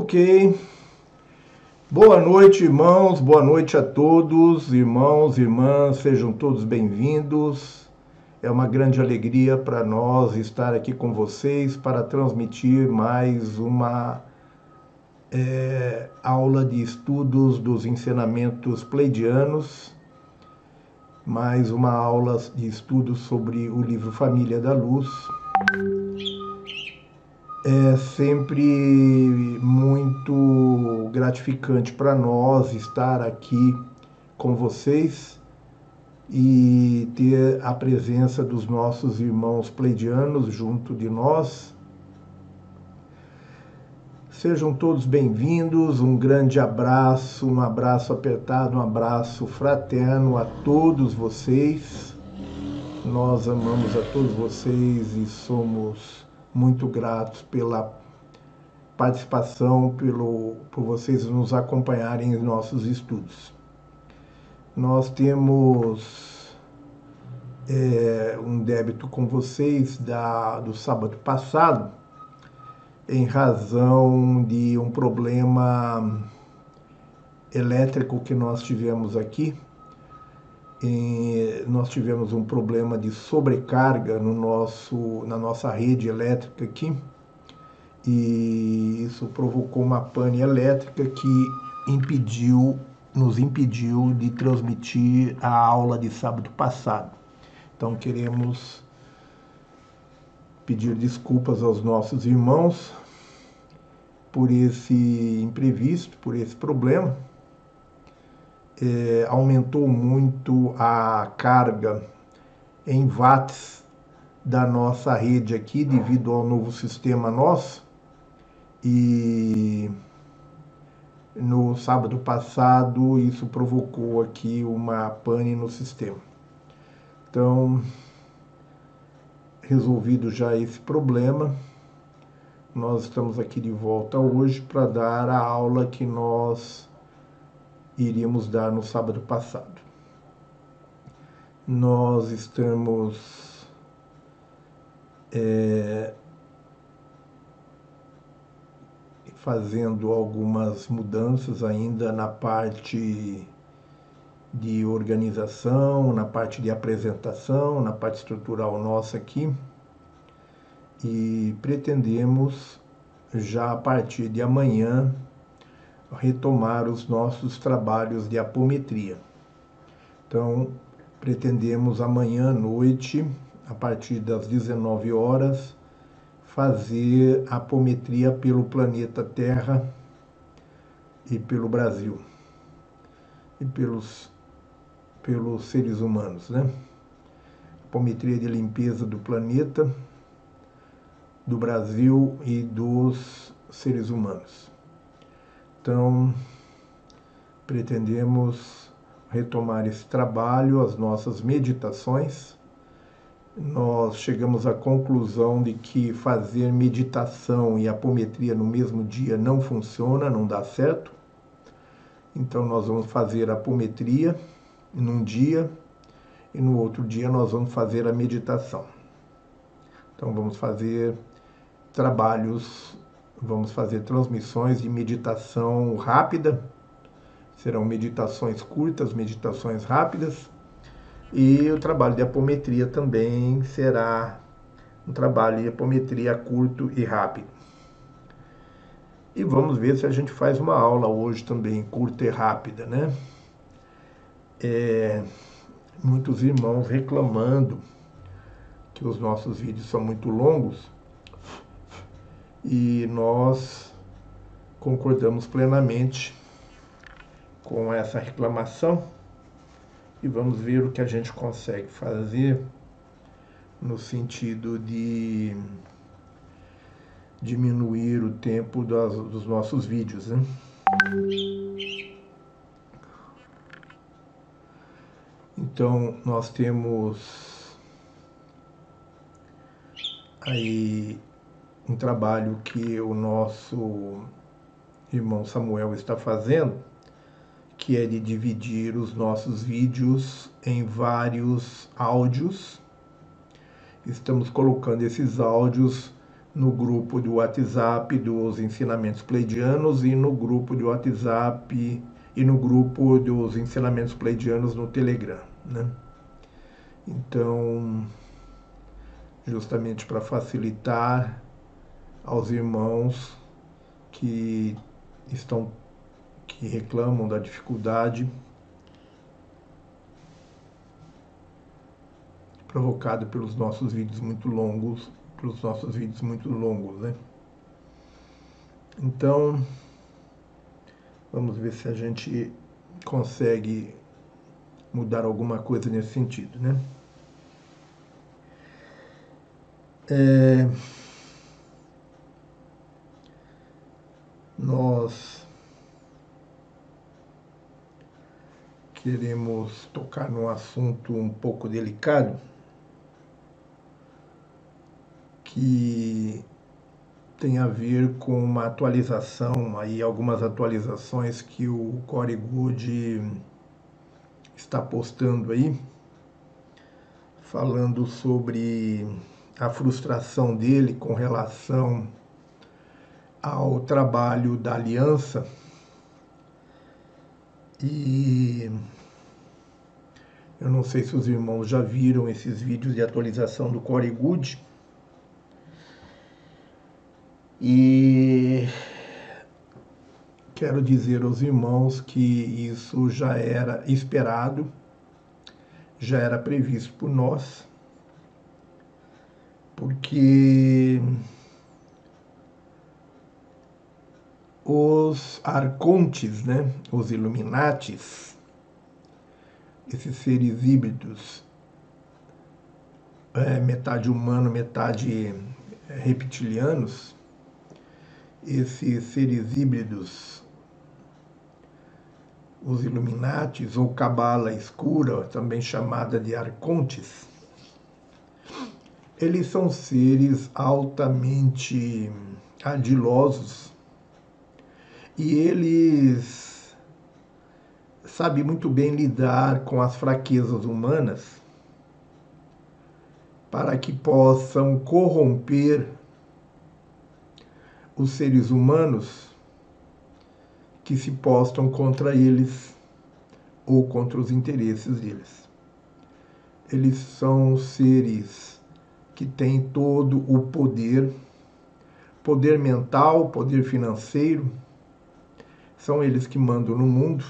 Ok. Boa noite, irmãos. Boa noite a todos, irmãos, irmãs. Sejam todos bem-vindos. É uma grande alegria para nós estar aqui com vocês para transmitir mais uma aula de estudos dos ensinamentos pleidianos, mais uma aula de estudos sobre o livro Família da Luz. É sempre muito gratificante para nós estar aqui com vocês e ter a presença dos nossos irmãos pleidianos junto de nós. Sejam todos bem-vindos, um grande abraço, um abraço apertado, um abraço fraterno a todos vocês. Nós amamos a todos vocês e somos muito gratos pela participação, por vocês nos acompanharem em nossos estudos. Nós temos um débito com vocês do sábado passado, em razão de um problema elétrico que nós tivemos aqui. Nós tivemos um problema de sobrecarga na nossa rede elétrica aqui, e isso provocou uma pane elétrica que nos impediu de transmitir a aula de sábado passado. Então queremos pedir desculpas aos nossos irmãos por esse imprevisto, por esse problema. Aumentou muito a carga em watts da nossa rede aqui devido ao novo sistema nosso, e no sábado passado isso provocou aqui uma pane no sistema. Então, resolvido já esse problema, nós estamos aqui de volta hoje para dar a aula que nós iríamos dar no sábado passado. Nós estamos fazendo algumas mudanças ainda na parte de organização, na parte de apresentação, na parte estrutural nossa aqui, e pretendemos já a partir de amanhã retomar os nossos trabalhos de apometria. Então, pretendemos amanhã à noite, a partir das 19 horas, fazer apometria pelo planeta Terra e pelo Brasil, e pelos seres humanos, né? Apometria de limpeza do planeta, do Brasil e dos seres humanos. Então, pretendemos retomar esse trabalho, as nossas meditações. Nós chegamos à conclusão de que fazer meditação e apometria no mesmo dia não funciona, não dá certo. Então, nós vamos fazer a apometria num dia e no outro dia nós vamos fazer a meditação. Então, vamos fazer vamos fazer transmissões de meditação rápida. Serão meditações curtas, meditações rápidas. E o trabalho de apometria também será um trabalho de apometria curto e rápido. E vamos ver se a gente faz uma aula hoje também curta e rápida, né? Muitos irmãos reclamando que os nossos vídeos são muito longos, e nós concordamos plenamente com essa reclamação e vamos ver o que a gente consegue fazer no sentido de diminuir o tempo dos nossos vídeos, né? Então, nós temos aí um trabalho que o nosso irmão Samuel está fazendo, que é de dividir os nossos vídeos em vários áudios. Estamos colocando esses áudios no grupo do WhatsApp dos ensinamentos pleidianos e no grupo do WhatsApp e no grupo dos ensinamentos pleidianos no Telegram, né? Então, justamente para facilitar aos irmãos que que reclamam da dificuldade provocada pelos nossos vídeos muito longos, né? Então, vamos ver se a gente consegue mudar alguma coisa nesse sentido, né? Nós queremos tocar num assunto um pouco delicado, que tem a ver com uma atualização, aí algumas atualizações que o Corey Goode está postando aí, falando sobre a frustração dele com relação ao trabalho da aliança. E eu não sei se os irmãos já viram esses vídeos de atualização do Corey Goode. E quero dizer aos irmãos que isso já era esperado, já era previsto por nós, porque os arcontes, né, os Illuminatis, esses seres híbridos, metade humano, metade reptilianos, esses seres híbridos, os Illuminatis, ou Cabala escura, também chamada de arcontes, eles são seres altamente ardilosos e eles sabem muito bem lidar com as fraquezas humanas para que possam corromper os seres humanos que se postam contra eles ou contra os interesses deles. Eles são seres que têm todo o poder, poder mental, poder financeiro, são eles que mandam no mundo.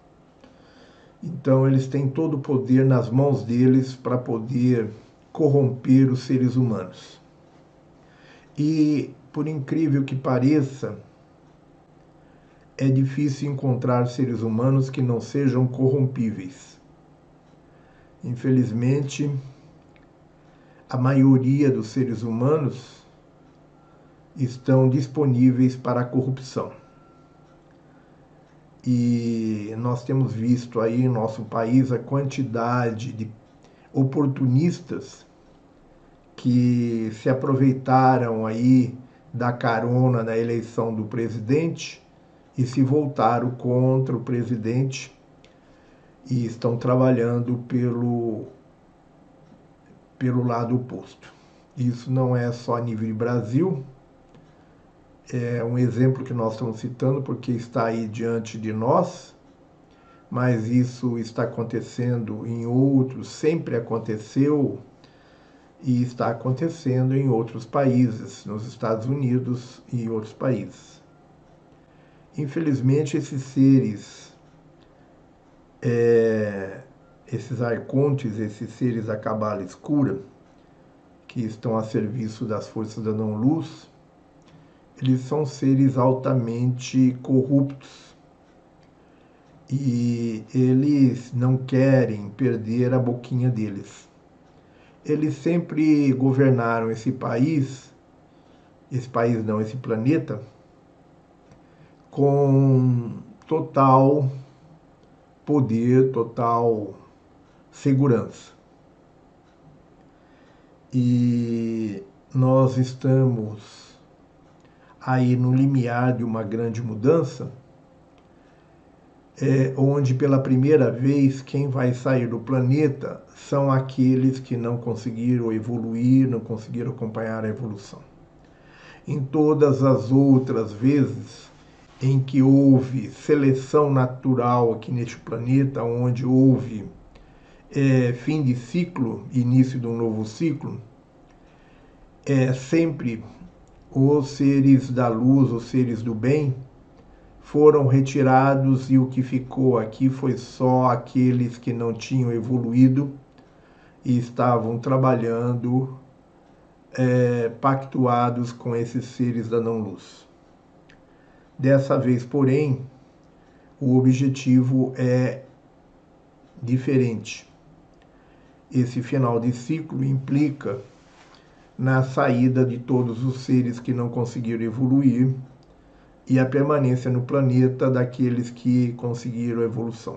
Então eles têm todo o poder nas mãos deles para poder corromper os seres humanos. E, por incrível que pareça, é difícil encontrar seres humanos que não sejam corrompíveis. Infelizmente, a maioria dos seres humanos estão disponíveis para a corrupção. E nós temos visto aí em nosso país a quantidade de oportunistas que se aproveitaram aí da carona na eleição do presidente e se voltaram contra o presidente e estão trabalhando pelo lado oposto. Isso não é só a nível de Brasil, é um exemplo que nós estamos citando porque está aí diante de nós, mas isso está acontecendo em outros, sempre aconteceu e está acontecendo em outros países, nos Estados Unidos e em outros países. Infelizmente, esses seres, esses arcontes, esses seres da Cabala escura, que estão a serviço das forças da não-luz, eles são seres altamente corruptos e eles não querem perder a boquinha deles. Eles sempre governaram esse planeta, com total poder, total segurança. E nós estamos aí no limiar de uma grande mudança, onde pela primeira vez quem vai sair do planeta são aqueles que não conseguiram evoluir, não conseguiram acompanhar a evolução. Em todas as outras vezes em que houve seleção natural aqui neste planeta, onde houve fim de ciclo, início de um novo ciclo, sempre os seres da luz, os seres do bem, foram retirados e o que ficou aqui foi só aqueles que não tinham evoluído e estavam trabalhando pactuados com esses seres da não-luz. Dessa vez, porém, o objetivo é diferente. Esse final de ciclo implica na saída de todos os seres que não conseguiram evoluir e a permanência no planeta daqueles que conseguiram a evolução.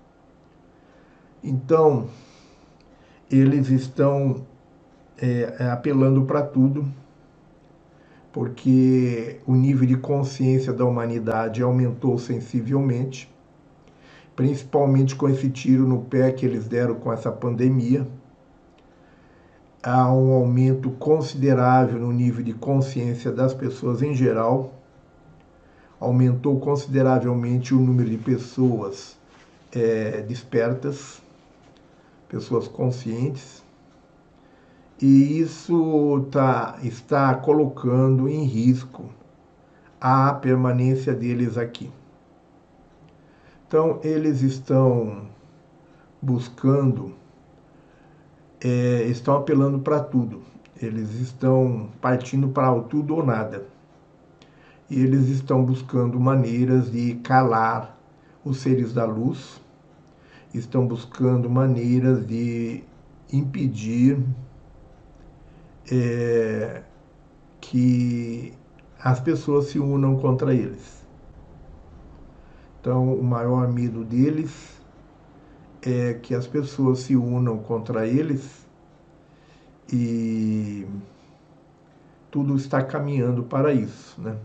Então, eles estão apelando para tudo, porque o nível de consciência da humanidade aumentou sensivelmente, principalmente com esse tiro no pé que eles deram com essa pandemia. Há um aumento considerável no nível de consciência das pessoas em geral, aumentou consideravelmente o número de pessoas despertas, pessoas conscientes, e isso está colocando em risco a permanência deles aqui. Então, eles estão buscando, estão apelando para tudo, eles estão partindo para o tudo ou nada. E eles estão buscando maneiras de calar os seres da luz, estão buscando maneiras de impedir que as pessoas se unam contra eles. Então, o maior medo deles é que as pessoas se unam contra eles e tudo está caminhando para isso, né?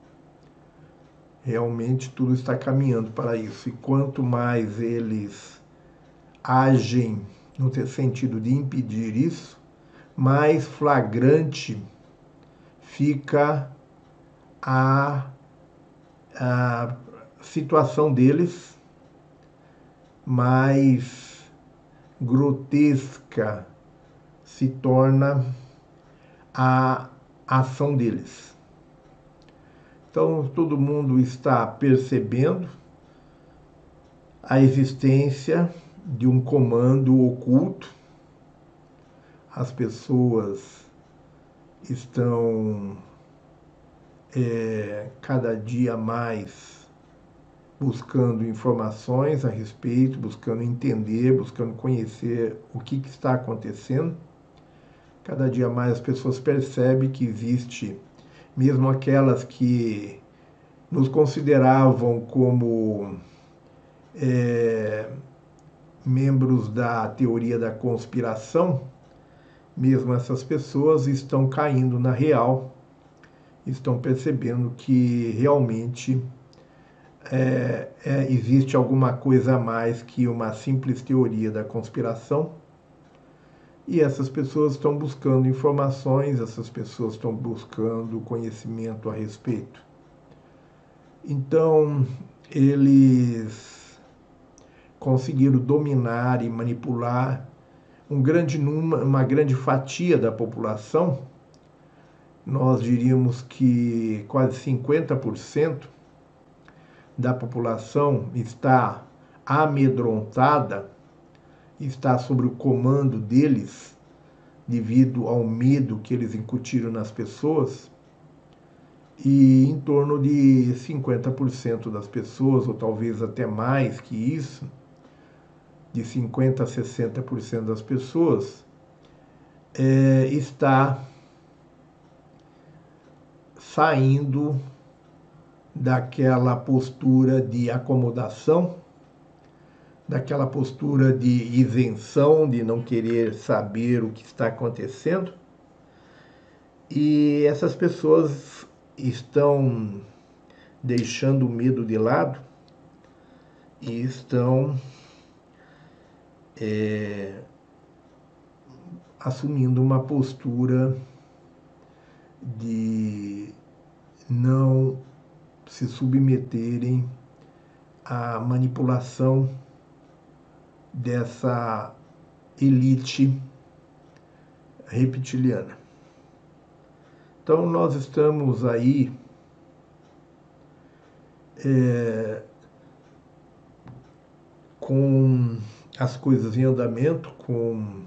Realmente tudo está caminhando para isso. E quanto mais eles agem no sentido de impedir isso, mais flagrante fica a situação deles, mais grotesca se torna a ação deles. Então, todo mundo está percebendo a existência de um comando oculto. As pessoas estão cada dia mais buscando informações a respeito, buscando entender, buscando conhecer o que está acontecendo. Cada dia mais as pessoas percebem que existe, mesmo aquelas que nos consideravam como membros da teoria da conspiração, mesmo essas pessoas estão caindo na real, estão percebendo que realmente existe alguma coisa a mais que uma simples teoria da conspiração. E essas pessoas estão buscando informações, essas pessoas estão buscando conhecimento a respeito. Então, eles conseguiram dominar e manipular uma grande fatia da população. Nós diríamos que quase 50% da população está amedrontada, está sob o comando deles, devido ao medo que eles incutiram nas pessoas, e em torno de 50% das pessoas, ou talvez até mais que isso, de 50% a 60% das pessoas, está saindo daquela postura de acomodação, daquela postura de isenção, de não querer saber o que está acontecendo. E essas pessoas estão deixando o medo de lado e estão assumindo uma postura de não se submeterem à manipulação dessa elite reptiliana. Então nós estamos aí com as coisas em andamento, com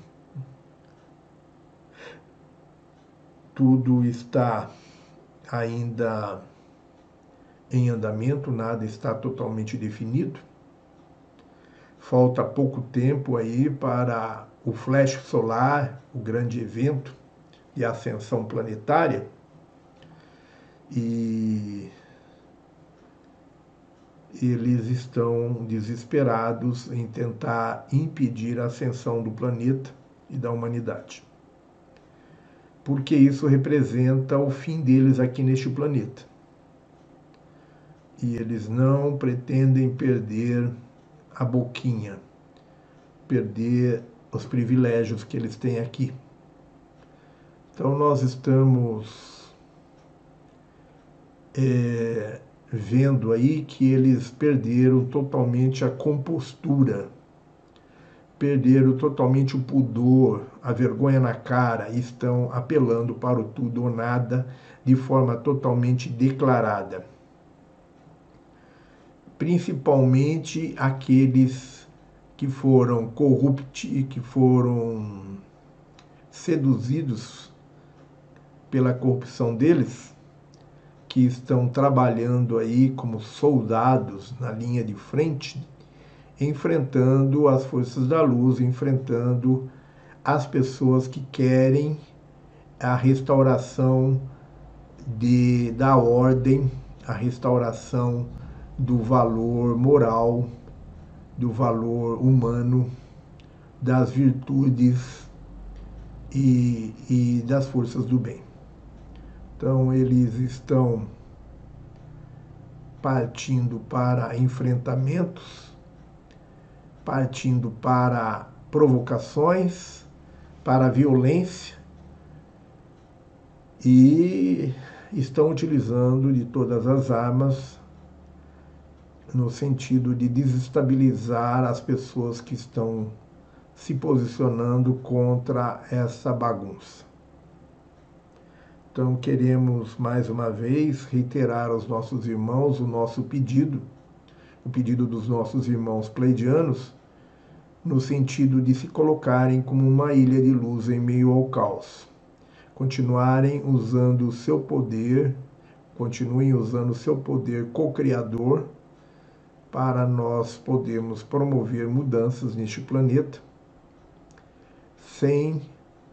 tudo está ainda em andamento, nada está totalmente definido. Falta pouco tempo aí para o flash solar, o grande evento de ascensão planetária, e eles estão desesperados em tentar impedir a ascensão do planeta e da humanidade, porque isso representa o fim deles aqui neste planeta. E eles não pretendem perder a boquinha, perder os privilégios que eles têm aqui. Então nós estamos vendo aí que eles perderam totalmente a compostura, perderam totalmente o pudor, a vergonha na cara, e estão apelando para o tudo ou nada de forma totalmente declarada. Principalmente aqueles que foram corruptos, que foram seduzidos pela corrupção deles, que estão trabalhando aí como soldados na linha de frente, enfrentando as forças da luz, enfrentando as pessoas que querem a restauração da ordem, a restauração do valor moral, do valor humano, das virtudes e das forças do bem. Então eles estão partindo para enfrentamentos, partindo para provocações, para violência, e estão utilizando de todas as armas no sentido de desestabilizar as pessoas que estão se posicionando contra essa bagunça. Então queremos mais uma vez reiterar aos nossos irmãos o nosso pedido, o pedido dos nossos irmãos pleidianos, no sentido de se colocarem como uma ilha de luz em meio ao caos. Continuarem usando o seu poder, continuem usando o seu poder co-criador para nós podermos promover mudanças neste planeta sem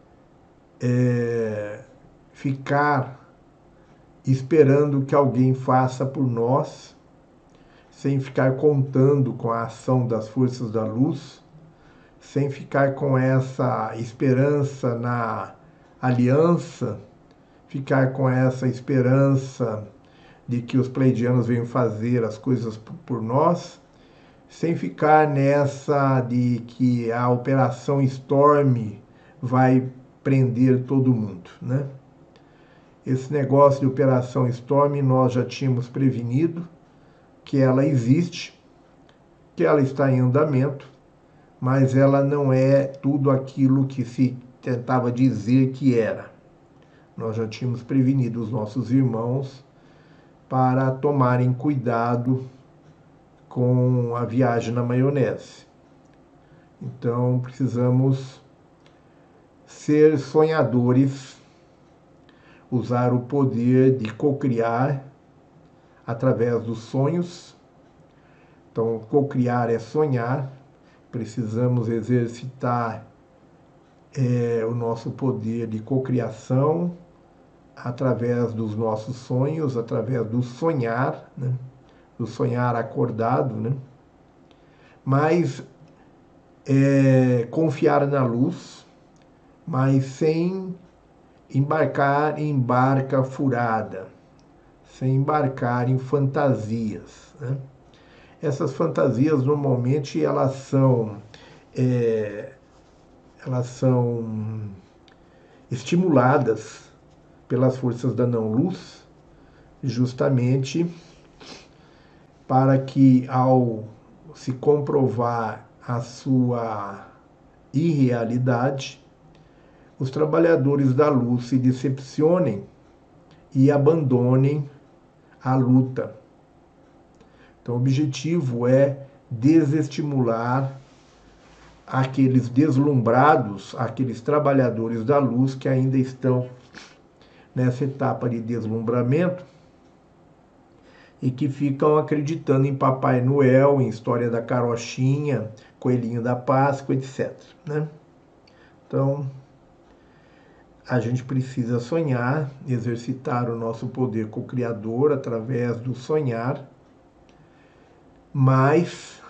ficar esperando que alguém faça por nós, sem ficar contando com a ação das forças da luz, sem ficar com essa esperança na aliança, ficar com essa esperança de que os pleidianos venham fazer as coisas por nós, sem ficar nessa de que a Operação Storm vai prender todo mundo, né? Esse negócio de Operação Storm nós já tínhamos prevenido que ela existe, que ela está em andamento, mas ela não é tudo aquilo que se tentava dizer que era. Nós já tínhamos prevenido os nossos irmãos para tomarem cuidado com a viagem na maionese. Então precisamos ser sonhadores, usar o poder de cocriar através dos sonhos. Então, cocriar é sonhar. Precisamos exercitar o nosso poder de cocriação através dos nossos sonhos, através do sonhar, né? Do sonhar acordado, né? Mas confiar na luz, mas sem embarcar em barca furada, sem embarcar em fantasias, né? Essas fantasias normalmente elas são estimuladas pelas forças da não-luz justamente para que, ao se comprovar a sua irrealidade, os trabalhadores da luz se decepcionem e abandonem a luta. Então, o objetivo é desestimular aqueles deslumbrados, aqueles trabalhadores da luz que ainda estão nessa etapa de deslumbramento e que ficam acreditando em Papai Noel, em história da carochinha, coelhinho da Páscoa, etc. Né? Então, a gente precisa sonhar, exercitar o nosso poder co-criador através do sonhar, mas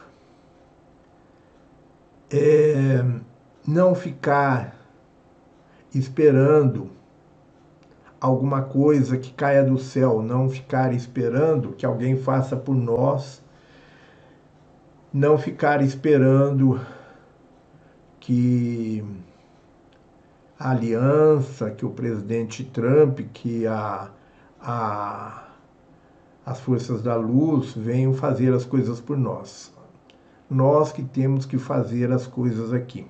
não ficar esperando alguma coisa que caia do céu, não ficar esperando que alguém faça por nós, não ficar esperando que a aliança, que o presidente Trump, que as forças da luz venham fazer as coisas por nós. Nós que temos que fazer as coisas aqui.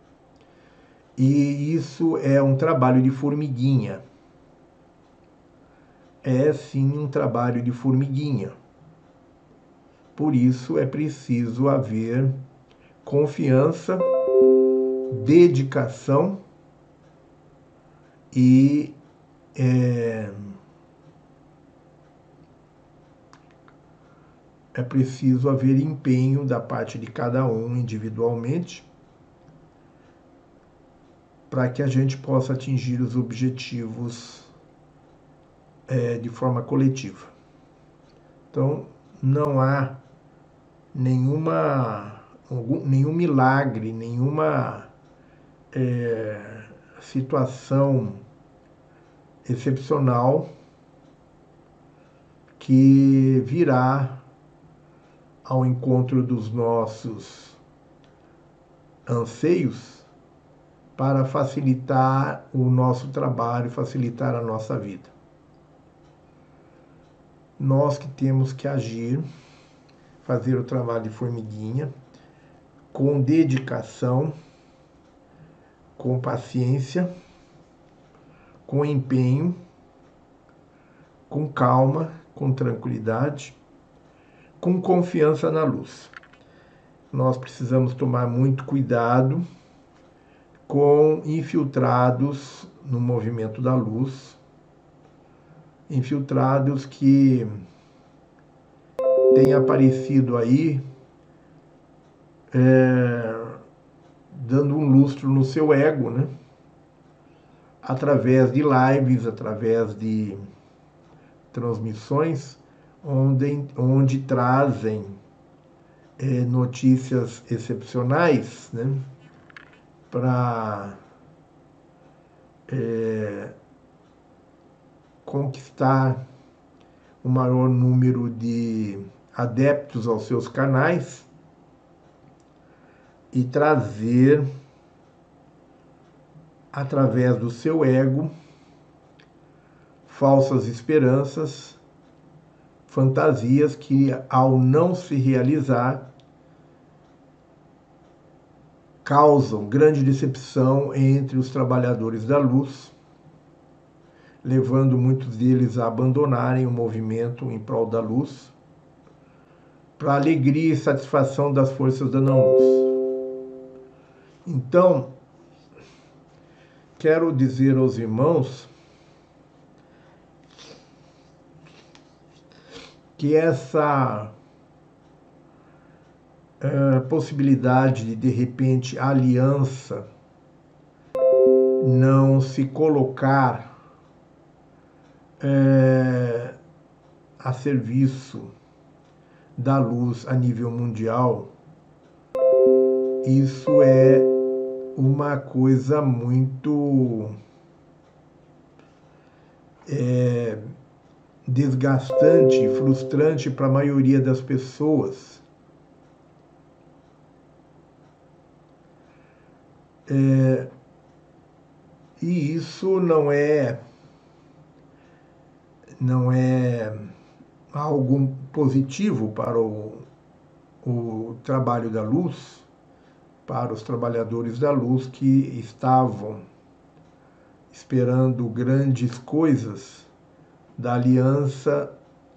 E isso é um trabalho de formiguinha. É sim um trabalho de formiguinha. Por isso é preciso haver confiança, dedicação e é preciso haver empenho da parte de cada um individualmente para que a gente possa atingir os objetivos de forma coletiva. Então, não há nenhum milagre, nenhuma situação excepcional que virá ao encontro dos nossos anseios para facilitar o nosso trabalho, facilitar a nossa vida. Nós que temos que agir, fazer o trabalho de formiguinha, com dedicação, com paciência, com empenho, com calma, com tranquilidade, com confiança na luz. Nós precisamos tomar muito cuidado com infiltrados no movimento da luz, infiltrados que têm aparecido aí dando um lustro no seu ego, né? Através de lives, através de transmissões, onde trazem notícias excepcionais, né? Para conquistar o maior número de adeptos aos seus canais e trazer, através do seu ego, falsas esperanças, fantasias que, ao não se realizar, causam grande decepção entre os trabalhadores da luz, levando muitos deles a abandonarem o movimento em prol da luz, para a alegria e satisfação das forças da não-luz. Então, quero dizer aos irmãos que essa possibilidade de repente, a aliança não se colocar a serviço da luz a nível mundial, isso é uma coisa muito desgastante e frustrante para a maioria das pessoas. E isso não é não é algo positivo para o trabalho da luz, para os trabalhadores da luz que estavam esperando grandes coisas da aliança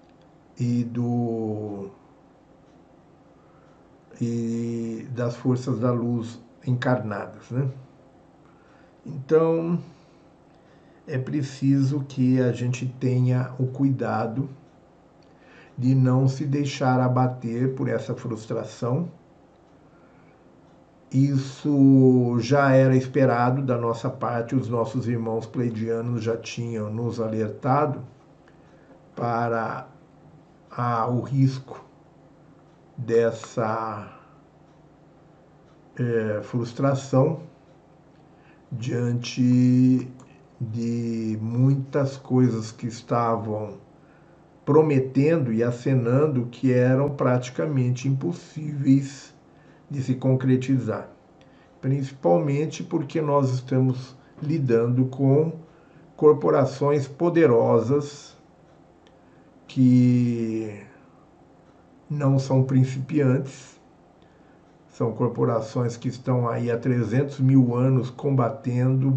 e das forças da luz encarnadas, né? Então, é preciso que a gente tenha o cuidado de não se deixar abater por essa frustração. Isso já era esperado da nossa parte, os nossos irmãos pleidianos já tinham nos alertado para o risco dessa frustração diante de muitas coisas que estavam prometendo e acenando que eram praticamente impossíveis de se concretizar, principalmente porque nós estamos lidando com corporações poderosas que não são principiantes, são corporações que estão aí há 300 mil anos combatendo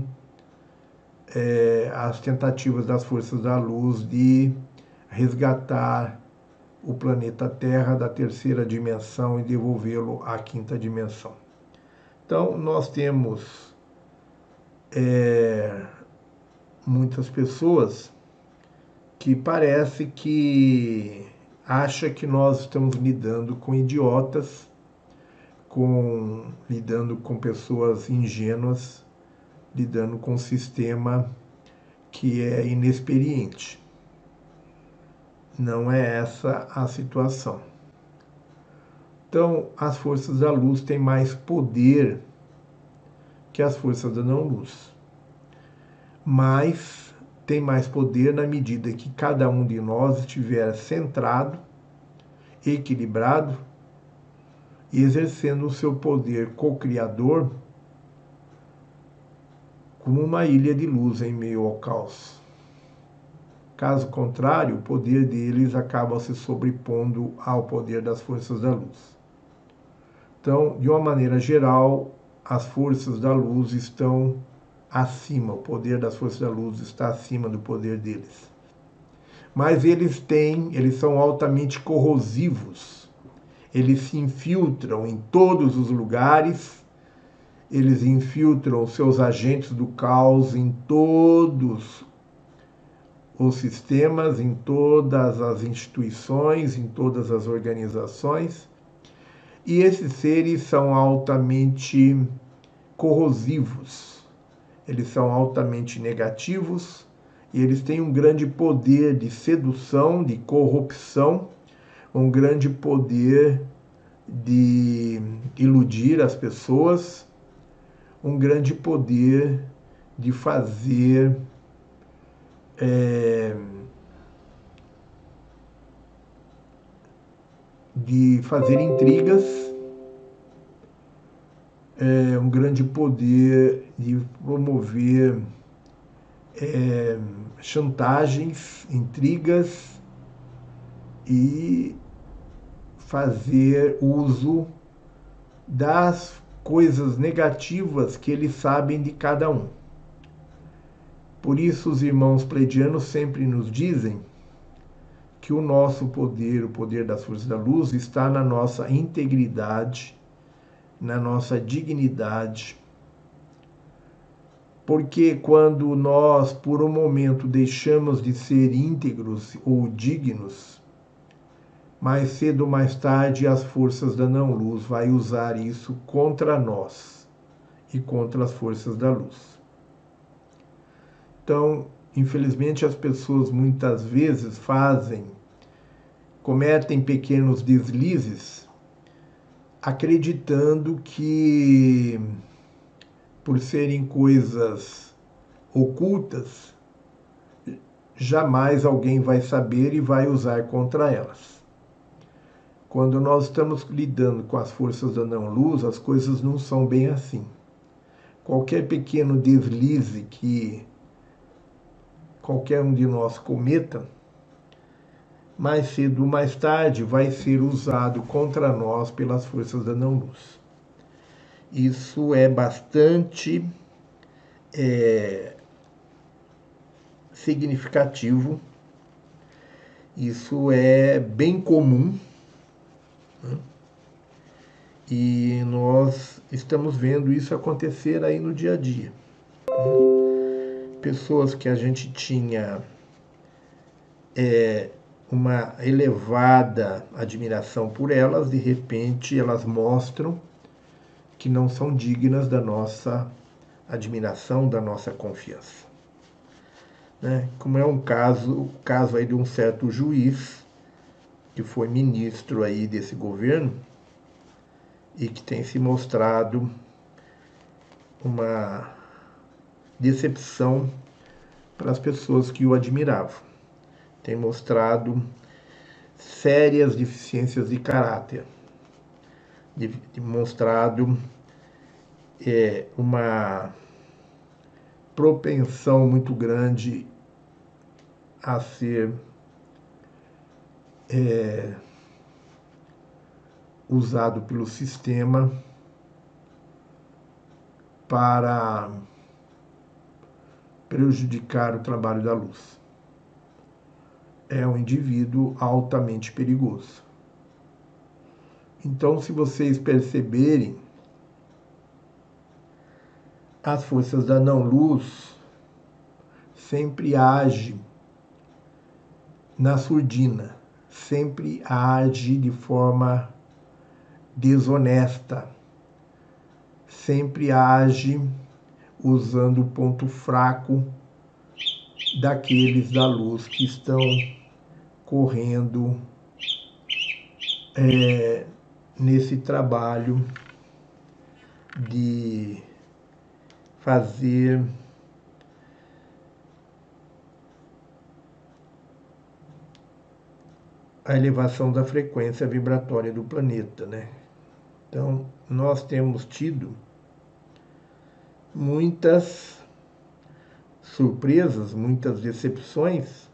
as tentativas das forças da luz de resgatar o planeta Terra da terceira dimensão e devolvê-lo à quinta dimensão. Então, nós temos muitas pessoas que parece que acha que nós estamos lidando com idiotas, lidando com pessoas ingênuas, lidando com um sistema que é inexperiente. Não é essa a situação. Então, as forças da luz têm mais poder que as forças da não-luz. Mas tem mais poder na medida que cada um de nós estiver centrado, equilibrado e exercendo o seu poder co-criador como uma ilha de luz em meio ao caos. Caso contrário, o poder deles acaba se sobrepondo ao poder das forças da luz. Então, de uma maneira geral, as forças da luz estão acima, o poder das forças da luz está acima do poder deles. Mas eles são altamente corrosivos, eles se infiltram em todos os lugares, eles infiltram seus agentes do caos em todos os sistemas, em todas as instituições, em todas as organizações, e esses seres são altamente corrosivos, eles são altamente negativos e eles têm um grande poder de sedução, de corrupção, um grande poder de iludir as pessoas, um grande poder de fazer intrigas, um grande poder de promover chantagens, intrigas e fazer uso das coisas negativas que eles sabem de cada um. Por isso os irmãos pleidianos sempre nos dizem que o nosso poder, o poder das forças da luz, está na nossa integridade, na nossa dignidade. Porque quando nós, por um momento, deixamos de ser íntegros ou dignos, mais cedo ou mais tarde as forças da não-luz vai usar isso contra nós e contra as forças da luz. Então, infelizmente, as pessoas muitas vezes cometem pequenos deslizes, acreditando que, por serem coisas ocultas, jamais alguém vai saber e vai usar contra elas. Quando nós estamos lidando com as forças da não-luz, as coisas não são bem assim. Qualquer pequeno deslize que qualquer um de nós cometa mais cedo ou mais tarde vai ser usado contra nós pelas forças da não-luz. Isso é bastante significativo, isso é bem comum, né? E nós estamos vendo isso acontecer aí no dia a dia. Pessoas que a gente tinha uma elevada admiração por elas, de repente elas mostram que não são dignas da nossa admiração, da nossa confiança. Né? Como é o caso aí de um certo juiz que foi ministro aí desse governo e que tem se mostrado uma decepção para as pessoas que o admiravam. Tem mostrado sérias deficiências de caráter, demonstrado uma propensão muito grande a ser usado pelo sistema para prejudicar o trabalho da luz. É um indivíduo altamente perigoso. Então, se vocês perceberem, as forças da não-luz sempre agem na surdina, sempre agem de forma desonesta, sempre age usando o ponto fraco daqueles da luz que estão correndo nesse trabalho de fazer a elevação da frequência vibratória do planeta, né? Então, nós temos tido muitas surpresas, muitas decepções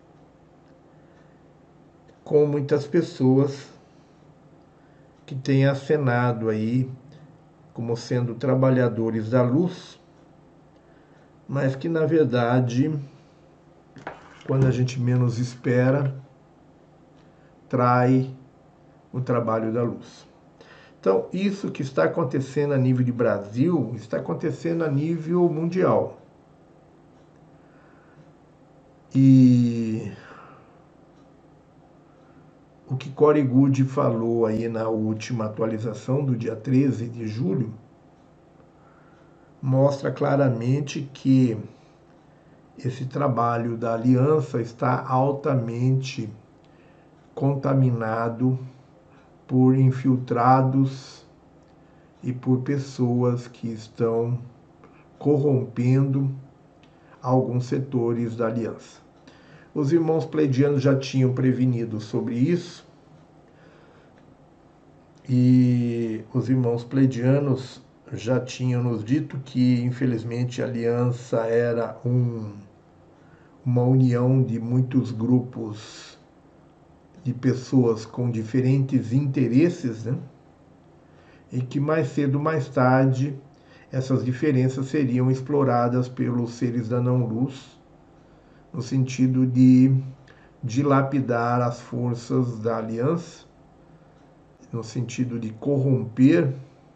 com muitas pessoas que têm acenado aí como sendo trabalhadores da luz, mas que na verdade, quando a gente menos espera, trai o trabalho da luz. Então, isso que está acontecendo a nível de Brasil, está acontecendo a nível mundial. E o que Corey Goode falou aí na última atualização do dia 13 de julho mostra claramente que esse trabalho da aliança está altamente contaminado por infiltrados e por pessoas que estão corrompendo alguns setores da aliança. Os irmãos pleidianos já tinham prevenido sobre isso, e os irmãos pleidianos já tinham nos dito que, infelizmente, a aliança era uma união de muitos grupos de pessoas com diferentes interesses, né? E que mais cedo ou mais tarde essas diferenças seriam exploradas pelos seres da não-luz, no sentido de dilapidar as forças da aliança, no sentido de corromper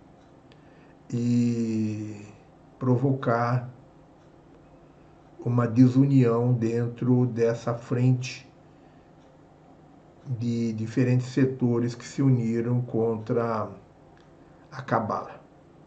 e provocar uma desunião dentro dessa frente de diferentes setores que se uniram contra a Cabala.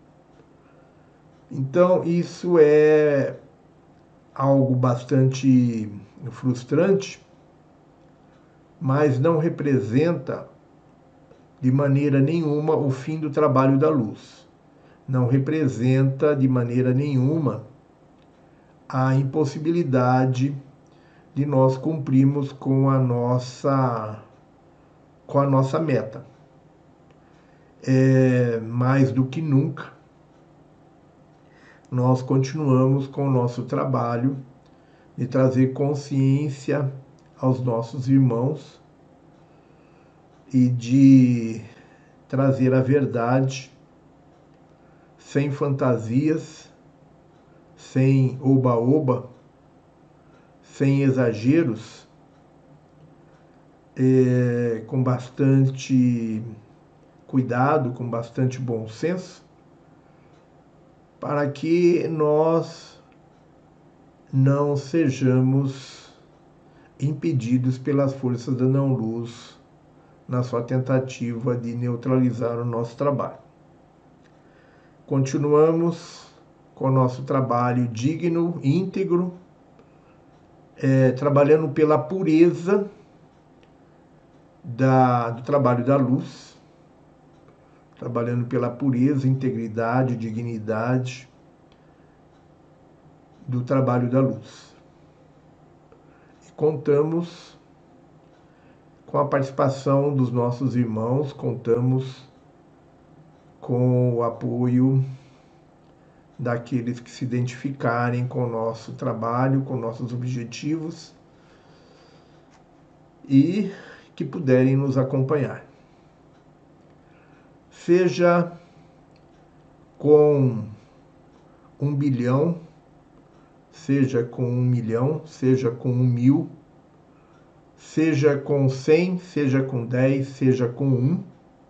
Então, isso é algo bastante frustrante, mas não representa de maneira nenhuma o fim do trabalho da luz. Não representa de maneira nenhuma a impossibilidade de nós cumprirmos com a nossa meta. Mais do que nunca, nós continuamos com o nosso trabalho de trazer consciência aos nossos irmãos e de trazer a verdade sem fantasias, sem oba-oba, sem exageros, com bastante cuidado, com bastante bom senso, para que nós não sejamos impedidos pelas forças da não-luz na sua tentativa de neutralizar o nosso trabalho. Continuamos com o nosso trabalho digno, íntegro, trabalhando pela pureza do trabalho da luz, trabalhando pela pureza, integridade, dignidade do trabalho da luz. E contamos com a participação dos nossos irmãos, contamos com o apoio daqueles que se identificarem com o nosso trabalho, com nossos objetivos e que puderem nos acompanhar. Seja com 1 bilhão, seja com 1 milhão, seja com 1.000, seja com 100, seja com 10, seja com 1.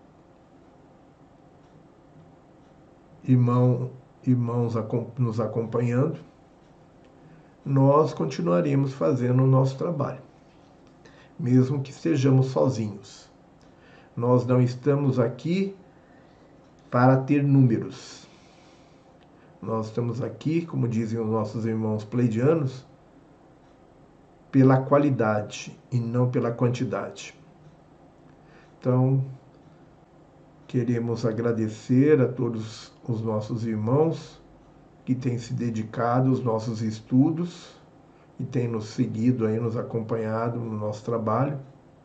Irmãos nos acompanhando, nós continuaremos fazendo o nosso trabalho, mesmo que estejamos sozinhos. Nós não estamos aqui para ter números. Nós estamos aqui, como dizem os nossos irmãos pleidianos, pela qualidade e não pela quantidade. Então, queremos agradecer a todos os nossos irmãos que têm se dedicado aos nossos estudos e têm nos seguido aí, nos acompanhado no nosso trabalho.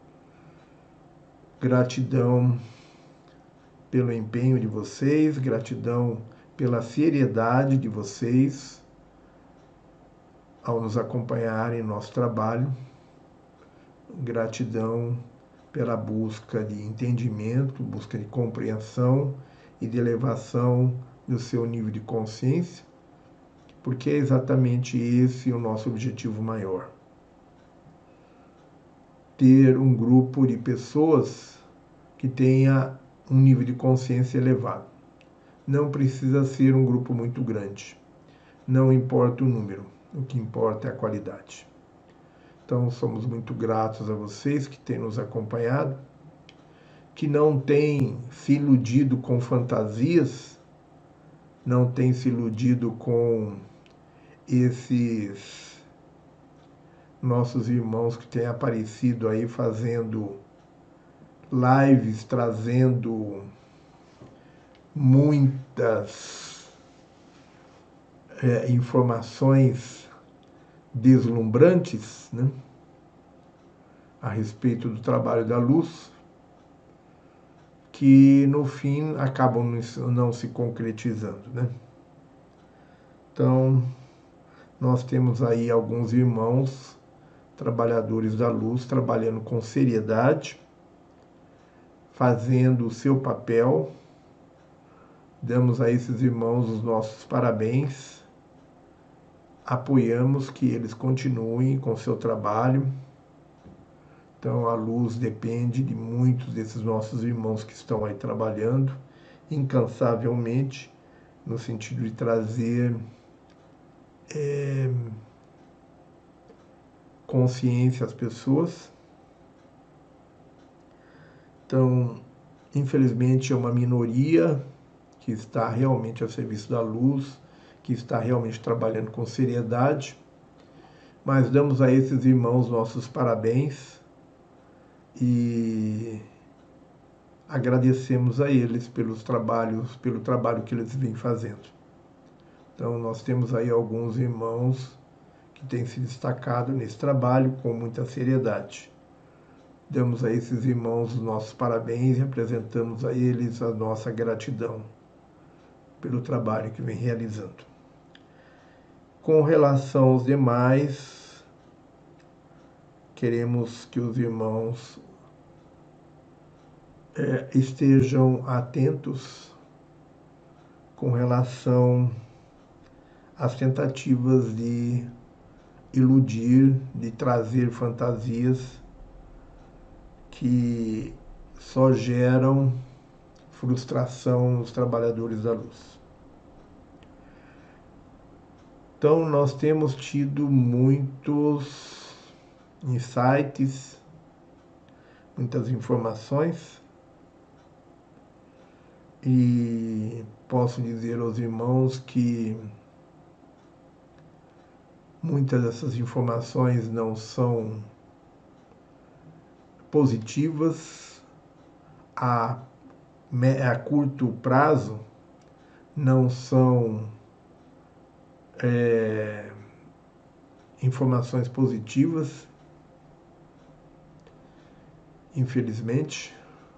Gratidão pelo empenho de vocês, gratidão pela seriedade de vocês ao nos acompanharem em nosso trabalho. Gratidão pela busca de entendimento, busca de compreensão e de elevação do seu nível de consciência, porque é exatamente esse o nosso objetivo maior. Ter um grupo de pessoas que tenha um nível de consciência elevado. Não precisa ser um grupo muito grande. Não importa o número, o que importa é a qualidade. Então, somos muito gratos a vocês que têm nos acompanhado, que não têm se iludido com fantasias, não têm se iludido com esses nossos irmãos que têm aparecido aí fazendo lives, trazendo muitas informações deslumbrantes, né, a respeito do trabalho da luz, que no fim acabam não se concretizando, né? Então, nós temos aí alguns irmãos trabalhadores da luz trabalhando com seriedade, fazendo o seu papel. Damos a esses irmãos os nossos parabéns, apoiamos que eles continuem com o seu trabalho. Então, a luz depende de muitos desses nossos irmãos que estão aí trabalhando incansavelmente, no sentido de trazer consciência às pessoas. Então, infelizmente, é uma minoria que está realmente a serviço da luz, que está realmente trabalhando com seriedade, mas damos a esses irmãos nossos parabéns e agradecemos a eles pelo trabalho que eles vêm fazendo. Então, nós temos aí alguns irmãos que têm se destacado nesse trabalho com muita seriedade. Damos a esses irmãos os nossos parabéns e apresentamos a eles a nossa gratidão pelo trabalho que vem realizando. Com relação aos demais, queremos que os irmãos estejam atentos com relação às tentativas de iludir, de trazer fantasias que só geram frustração nos trabalhadores da luz. Então, nós temos tido muitos insights, muitas informações, e posso dizer aos irmãos que muitas dessas informações não são positivas a curto prazo, não são informações positivas, infelizmente,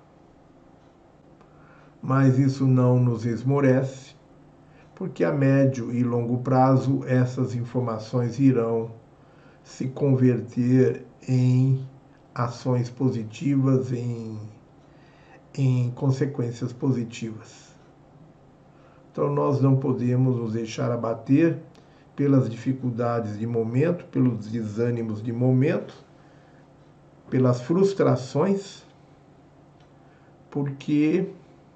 mas isso não nos esmorece, porque a médio e longo prazo essas informações irão se converter em ações positivas, em consequências positivas. Então nós não podemos nos deixar abater pelas dificuldades de momento, pelos desânimos de momento, pelas frustrações, porque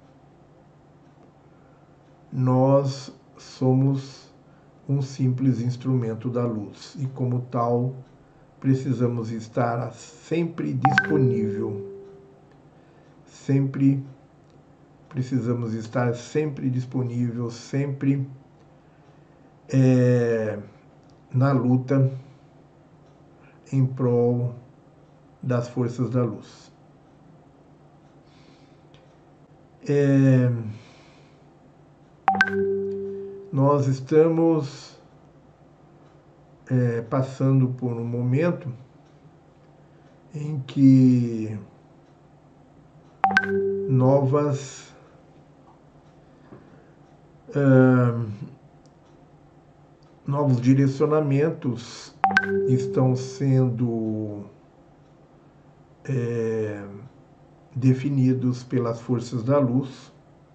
nós somos um simples instrumento da luz e, como tal, precisamos estar sempre disponível, sempre precisamos estar sempre disponível, sempre na luta em prol das forças da luz. Nós estamos passando por um momento em que novos direcionamentos estão sendo definidos pelas forças da luz,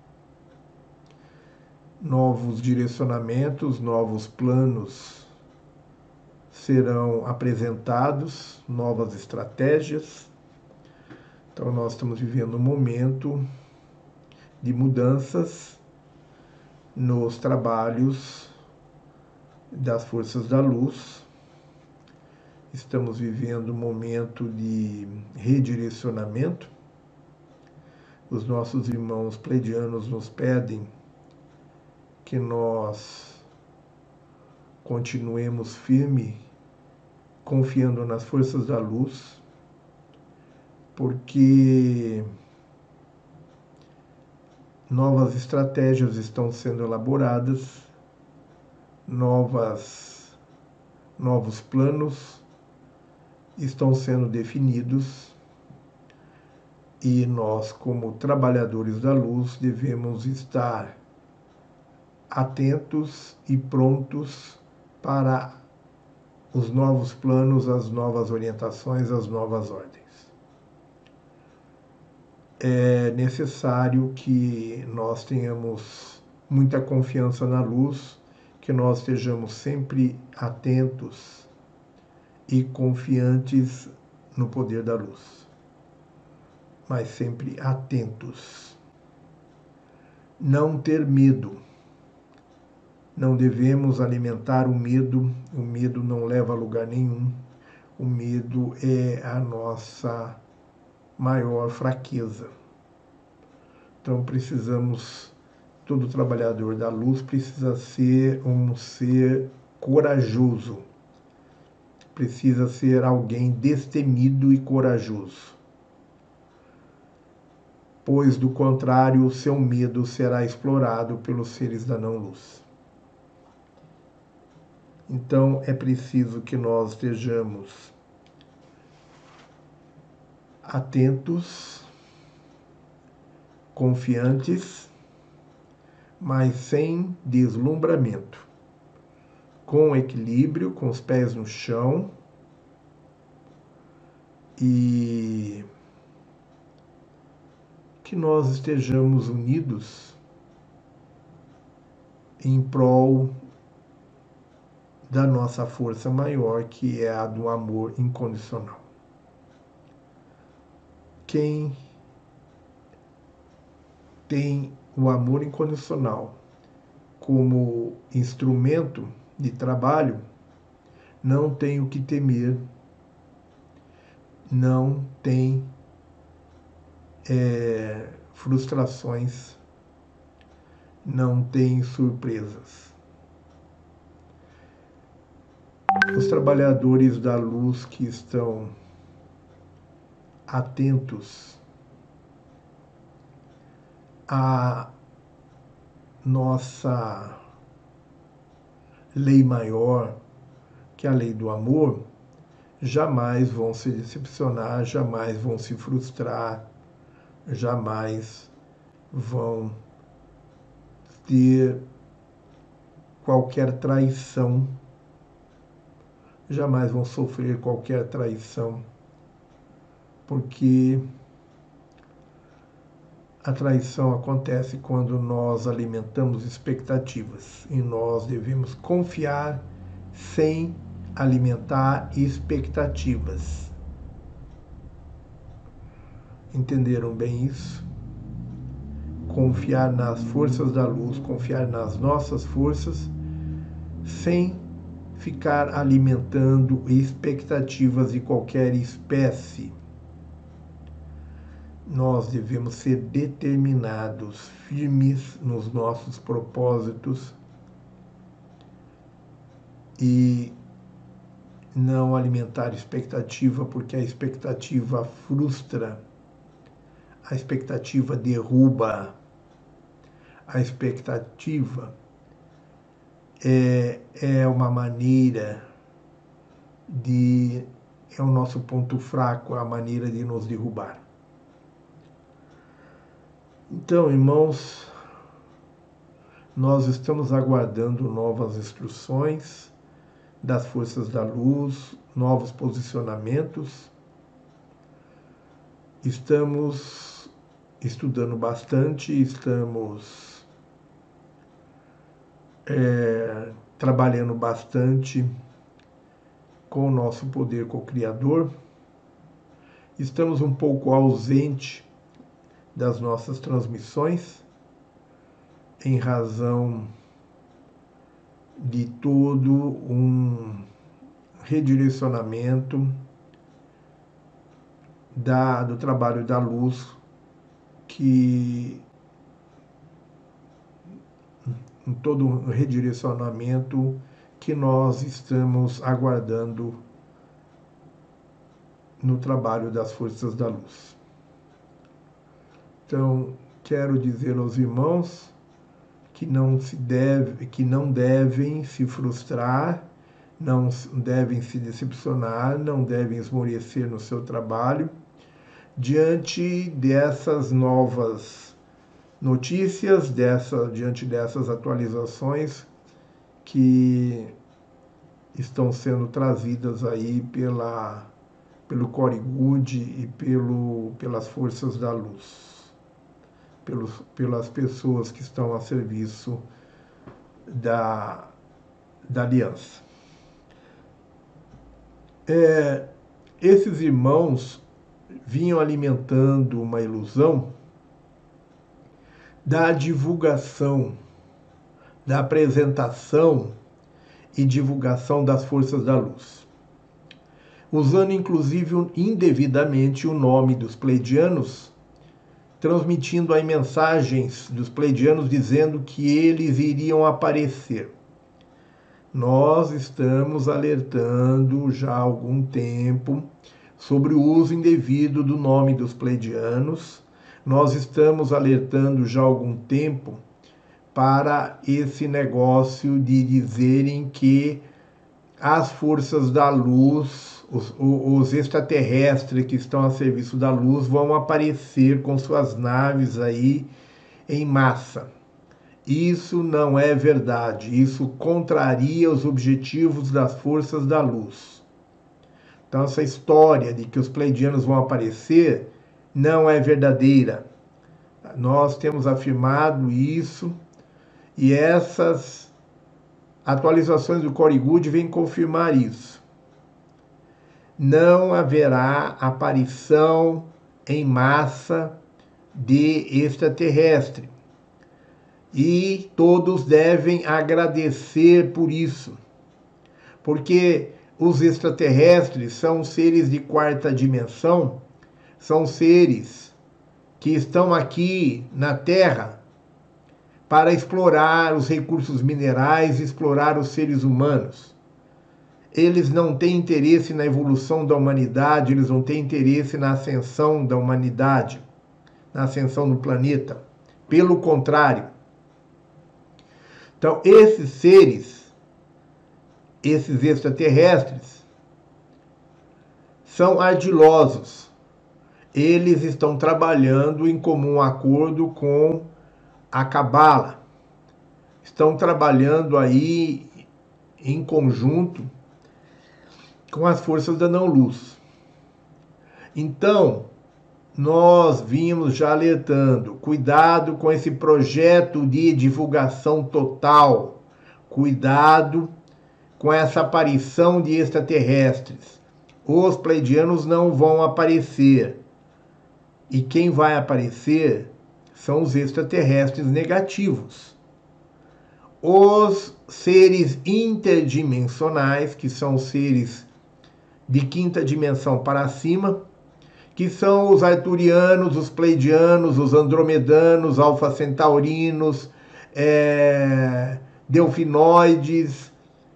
novos direcionamentos, novos planos serão apresentados, novas estratégias. Então nós estamos vivendo um momento de mudanças nos trabalhos das forças da luz. Estamos vivendo um momento de redirecionamento. Os nossos irmãos pleiadianos nos pedem que nós continuemos firme, confiando nas forças da luz, porque novas estratégias estão sendo elaboradas, novos planos estão sendo definidos, e nós, como trabalhadores da luz, devemos estar atentos e prontos para os novos planos, as novas orientações, as novas ordens. É necessário que nós tenhamos muita confiança na luz, que nós estejamos sempre atentos e confiantes no poder da luz, mas sempre atentos. Não ter medo. Não devemos alimentar o medo não leva a lugar nenhum. O medo é a nossa maior fraqueza. Então todo trabalhador da luz precisa ser um ser corajoso, precisa ser alguém destemido e corajoso, pois do contrário o seu medo será explorado pelos seres da não-luz. Então é preciso que nós estejamos atentos, confiantes, mas sem deslumbramento, com equilíbrio, com os pés no chão e que nós estejamos unidos em prol da nossa força maior, que é a do amor incondicional. Quem tem o amor incondicional como instrumento de trabalho, não tem o que temer, não tem frustrações, não tem surpresas. Os trabalhadores da luz que estão atentos à nossa lei maior, que é a lei do amor, jamais vão se decepcionar, jamais vão se frustrar, jamais vão ter qualquer traição, jamais vão sofrer qualquer traição, porque a traição acontece quando nós alimentamos expectativas e nós devemos confiar sem alimentar expectativas. Entenderam bem isso? Confiar nas forças da luz, confiar nas nossas forças, sem ficar alimentando expectativas de qualquer espécie. Nós devemos ser determinados, firmes nos nossos propósitos e não alimentar expectativa, porque a expectativa frustra, a expectativa derruba, a expectativa é uma maneira é o nosso ponto fraco, a maneira de nos derrubar. Então, irmãos, nós estamos aguardando novas instruções das forças da luz, novos posicionamentos. Estamos estudando bastante, estamos trabalhando bastante com o nosso poder co-criador. Estamos um pouco ausente das nossas transmissões, em razão de todo um redirecionamento do trabalho da luz, todo um redirecionamento que nós estamos aguardando no trabalho das forças da luz. Então, quero dizer aos irmãos que não devem se frustrar, não devem se decepcionar, não devem esmorecer no seu trabalho, diante dessas novas notícias, diante dessas atualizações que estão sendo trazidas aí pelo Core Good e pelas forças da luz, pelas pessoas que estão a serviço da aliança. Esses irmãos vinham alimentando uma ilusão da divulgação, da apresentação e divulgação das forças da luz, usando inclusive indevidamente o nome dos pleidianos, transmitindo aí mensagens dos pleidianos dizendo que eles iriam aparecer. Nós estamos alertando já há algum tempo sobre o uso indevido do nome dos pleidianos. Nós estamos alertando já há algum tempo para esse negócio de dizerem que as forças da luz, os extraterrestres que estão a serviço da luz vão aparecer com suas naves aí em massa. Isso não é verdade, isso contraria os objetivos das forças da luz. Então essa história de que os pleidianos vão aparecer não é verdadeira. Nós temos afirmado isso e essas atualizações do Corey Goode vêm confirmar isso. Não haverá aparição em massa de extraterrestre. E todos devem agradecer por isso. Porque os extraterrestres são seres de quarta dimensão, são seres que estão aqui na Terra para explorar os recursos minerais, explorar os seres humanos. Eles não têm interesse na evolução da humanidade, eles não têm interesse na ascensão da humanidade, na ascensão do planeta. Pelo contrário. Então, esses seres, esses extraterrestres, são ardilosos. Eles estão trabalhando em comum acordo com a Cabala. Estão trabalhando aí em conjunto com as forças da não-luz. Então, nós vimos já alertando, cuidado com esse projeto de divulgação total, cuidado com essa aparição de extraterrestres. Os pleiadianos não vão aparecer. E quem vai aparecer são os extraterrestres negativos. Os seres interdimensionais, que são seres de quinta dimensão para cima, que são os arturianos, os pleiadianos, os andromedanos, alfa-centaurinos, delfinoides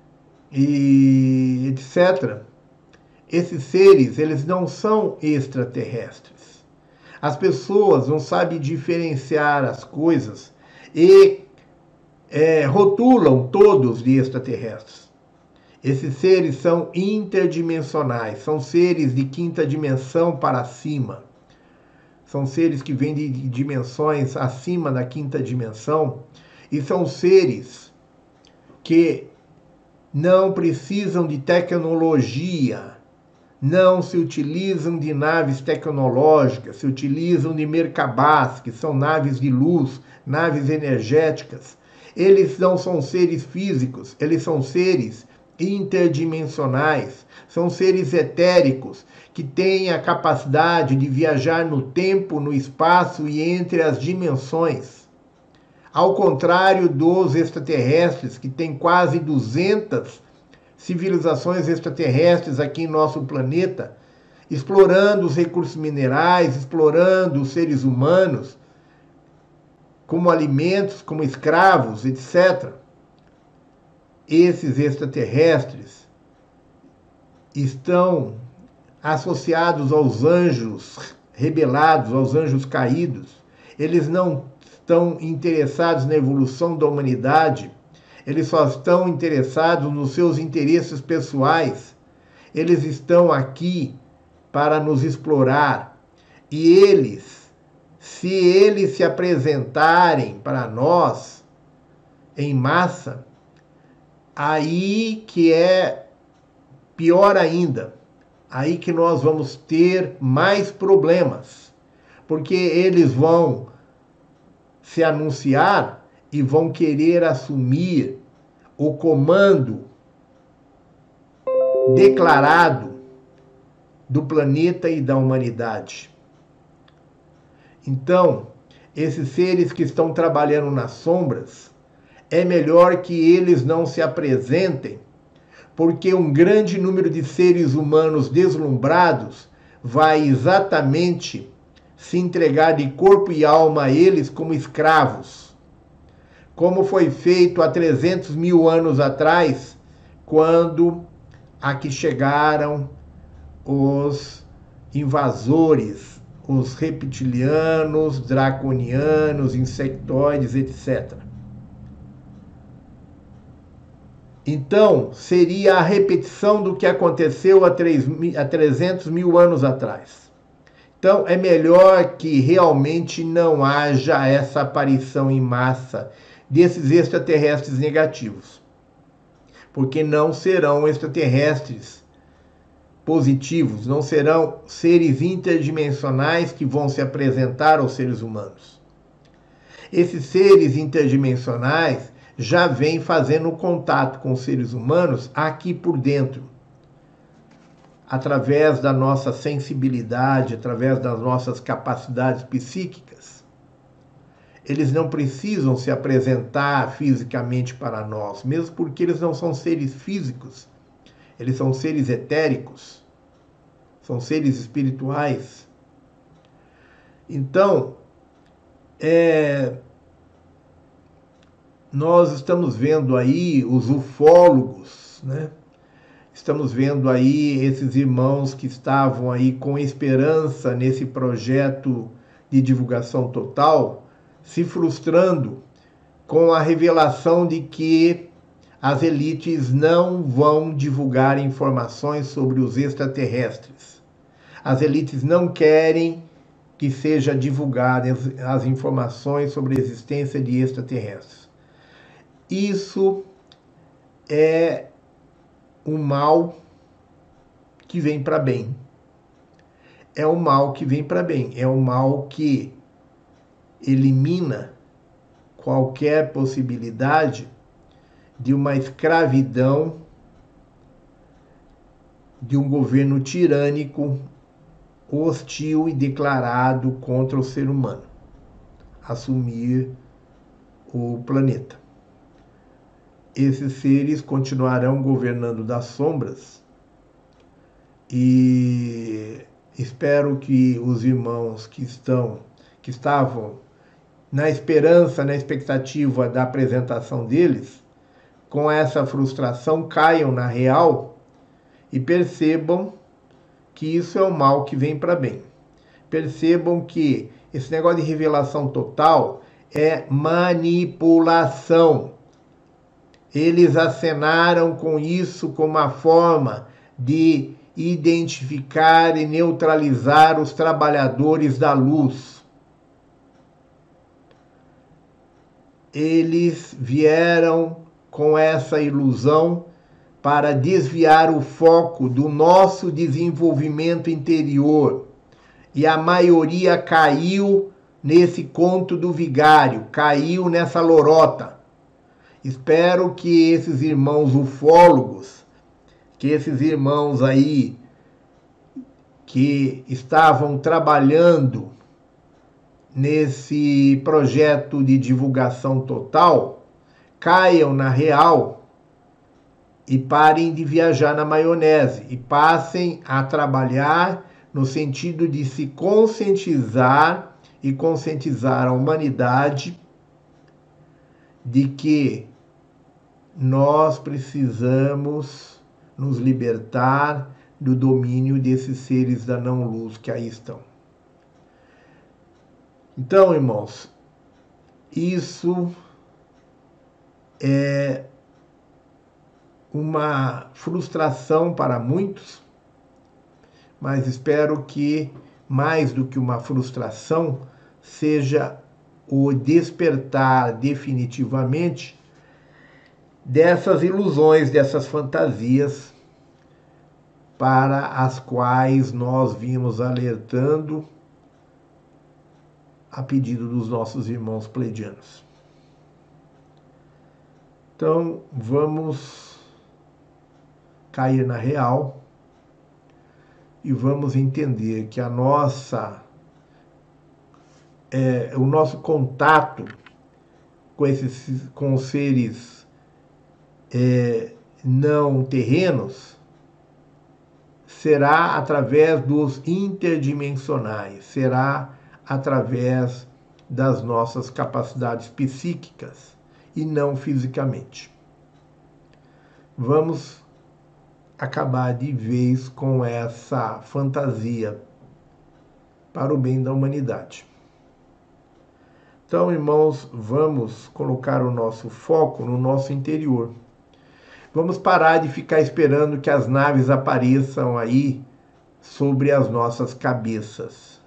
e etc. Esses seres, eles não são extraterrestres. As pessoas não sabem diferenciar as coisas e rotulam todos de extraterrestres. Esses seres são interdimensionais, são seres de quinta dimensão para cima. São seres que vêm de dimensões acima da quinta dimensão e são seres que não precisam de tecnologia, não se utilizam de naves tecnológicas, se utilizam de Merkabahs, que são naves de luz, naves energéticas. Eles não são seres físicos, eles são seres interdimensionais, são seres etéricos que têm a capacidade de viajar no tempo, no espaço e entre as dimensões. Ao contrário dos extraterrestres, que têm quase 200 civilizações extraterrestres aqui em nosso planeta, explorando os recursos minerais, explorando os seres humanos como alimentos, como escravos, etc. Esses extraterrestres estão associados aos anjos rebelados, aos anjos caídos. Eles não estão interessados na evolução da humanidade, eles só estão interessados nos seus interesses pessoais. Eles estão aqui para nos explorar. E eles, se eles se apresentarem para nós em massa, aí que é pior ainda, aí que nós vamos ter mais problemas, porque eles vão se anunciar e vão querer assumir o comando declarado do planeta e da humanidade. Então, esses seres que estão trabalhando nas sombras, é melhor que eles não se apresentem, porque um grande número de seres humanos deslumbrados vai exatamente se entregar de corpo e alma a eles como escravos, como foi feito há 300 mil anos atrás, quando aqui chegaram os invasores, os reptilianos, draconianos, insectoides, etc. Então, seria a repetição do que aconteceu há 300 mil anos atrás. Então, é melhor que realmente não haja essa aparição em massa desses extraterrestres negativos. Porque não serão extraterrestres positivos, não serão seres interdimensionais que vão se apresentar aos seres humanos. Esses seres interdimensionais já vêm fazendo contato com os seres humanos aqui por dentro, através da nossa sensibilidade, através das nossas capacidades psíquicas. Eles não precisam se apresentar fisicamente para nós, mesmo porque eles não são seres físicos, eles são seres etéricos, são seres espirituais. Então, nós estamos vendo aí os ufólogos, né? Estamos vendo aí esses irmãos que estavam aí com esperança nesse projeto de divulgação total, se frustrando com a revelação de que as elites não vão divulgar informações sobre os extraterrestres. As elites não querem que seja divulgadas as informações sobre a existência de extraterrestres. Isso é o mal que vem para bem. É o mal que vem para bem. É o mal que elimina qualquer possibilidade de uma escravidão, de um governo tirânico, hostil e declarado contra o ser humano assumir o planeta. Esses seres continuarão governando das sombras e espero que os irmãos que estavam na esperança, na expectativa da apresentação deles, com essa frustração caiam na real e percebam que isso é o mal que vem para bem. Percebam que esse negócio de revelação total é manipulação. Eles acenaram com isso como uma forma de identificar e neutralizar os trabalhadores da luz. Eles vieram com essa ilusão para desviar o foco do nosso desenvolvimento interior. E a maioria caiu nesse conto do vigário, caiu nessa lorota. Espero que esses irmãos ufólogos, que esses irmãos aí que estavam trabalhando nesse projeto de divulgação total, caiam na real e parem de viajar na maionese e passem a trabalhar no sentido de se conscientizar e conscientizar a humanidade de que nós precisamos nos libertar do domínio desses seres da não-luz que aí estão. Então, irmãos, isso é uma frustração para muitos, mas espero que, mais do que uma frustração, seja o despertar definitivamente dessas ilusões, dessas fantasias para as quais nós vimos alertando a pedido dos nossos irmãos pleidianos. Então, vamos cair na real e vamos entender que o nosso contato com os seres não terrenos será através dos interdimensionais, será através das nossas capacidades psíquicas e não fisicamente. Vamos acabar de vez com essa fantasia para o bem da humanidade. Então, irmãos, vamos colocar o nosso foco no nosso interior. Vamos parar de ficar esperando que as naves apareçam aí sobre as nossas cabeças.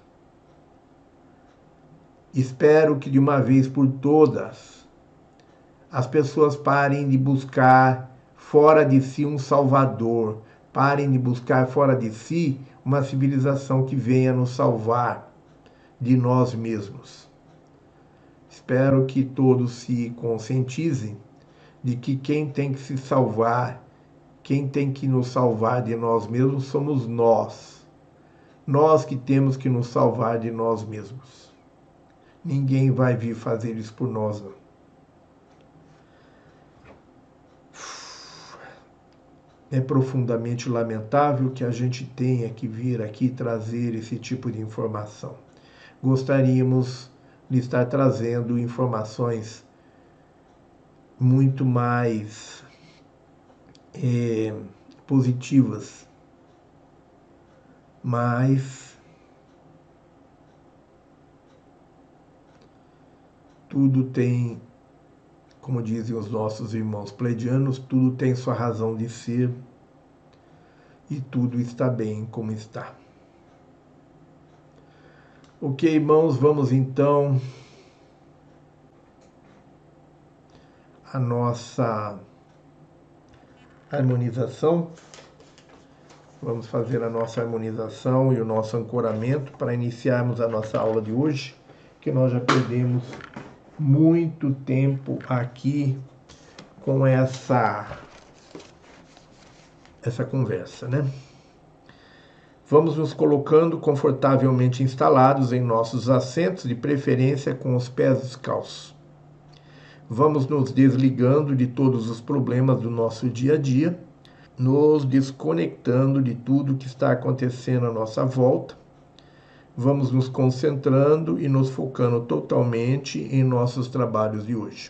Espero que de uma vez por todas as pessoas parem de buscar fora de si um salvador, parem de buscar fora de si uma civilização que venha nos salvar de nós mesmos. Espero que todos se conscientizem de que quem tem que se salvar, quem tem que nos salvar de nós mesmos somos nós. Nós que temos que nos salvar de nós mesmos. Ninguém vai vir fazer isso por nós, não. É profundamente lamentável que a gente tenha que vir aqui trazer esse tipo de informação. Gostaríamos de estar trazendo informações muito mais positivas, mas tudo tem, como dizem os nossos irmãos pleiadianos, tudo tem sua razão de ser e tudo está bem como está. Ok, irmãos, vamos então à nossa harmonização. Vamos fazer a nossa harmonização e o nosso ancoramento para iniciarmos a nossa aula de hoje, que nós já perdemos muito tempo aqui com essa conversa, né? Vamos nos colocando confortavelmente instalados em nossos assentos, de preferência com os pés descalços. Vamos nos desligando de todos os problemas do nosso dia a dia, nos desconectando de tudo que está acontecendo à nossa volta. Vamos nos concentrando e nos focando totalmente em nossos trabalhos de hoje.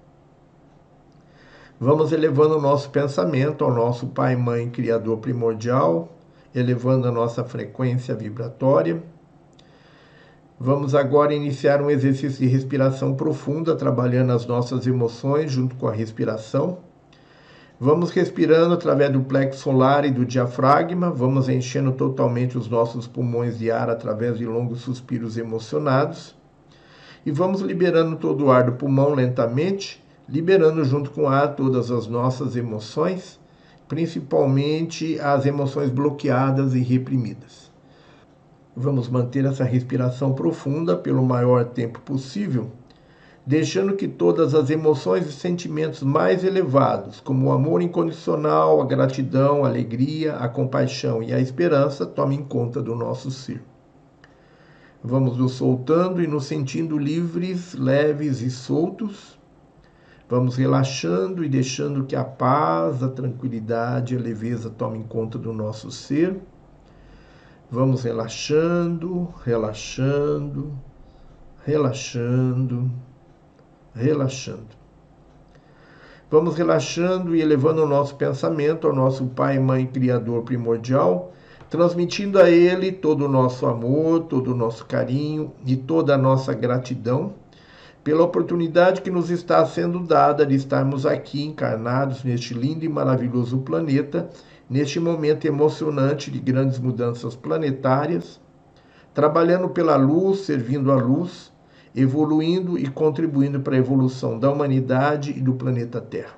Vamos elevando o nosso pensamento ao nosso Pai, Mãe, Criador primordial, elevando a nossa frequência vibratória. Vamos agora iniciar um exercício de respiração profunda, trabalhando as nossas emoções junto com a respiração. Vamos respirando através do plexo solar e do diafragma, vamos enchendo totalmente os nossos pulmões de ar através de longos suspiros emocionados. E vamos liberando todo o ar do pulmão lentamente, liberando junto com o ar todas as nossas emoções, principalmente as emoções bloqueadas e reprimidas. Vamos manter essa respiração profunda pelo maior tempo possível, deixando que todas as emoções e sentimentos mais elevados, como o amor incondicional, a gratidão, a alegria, a compaixão e a esperança, tomem conta do nosso ser. Vamos nos soltando e nos sentindo livres, leves e soltos. Vamos relaxando e deixando que a paz, a tranquilidade e a leveza tomem conta do nosso ser. Vamos relaxando, relaxando, relaxando, relaxando. Vamos relaxando e elevando o nosso pensamento ao nosso Pai, Mãe, Criador primordial, transmitindo a Ele todo o nosso amor, todo o nosso carinho e toda a nossa gratidão pela oportunidade que nos está sendo dada de estarmos aqui encarnados neste lindo e maravilhoso planeta, neste momento emocionante de grandes mudanças planetárias, trabalhando pela luz, servindo a luz, evoluindo e contribuindo para a evolução da humanidade e do planeta Terra.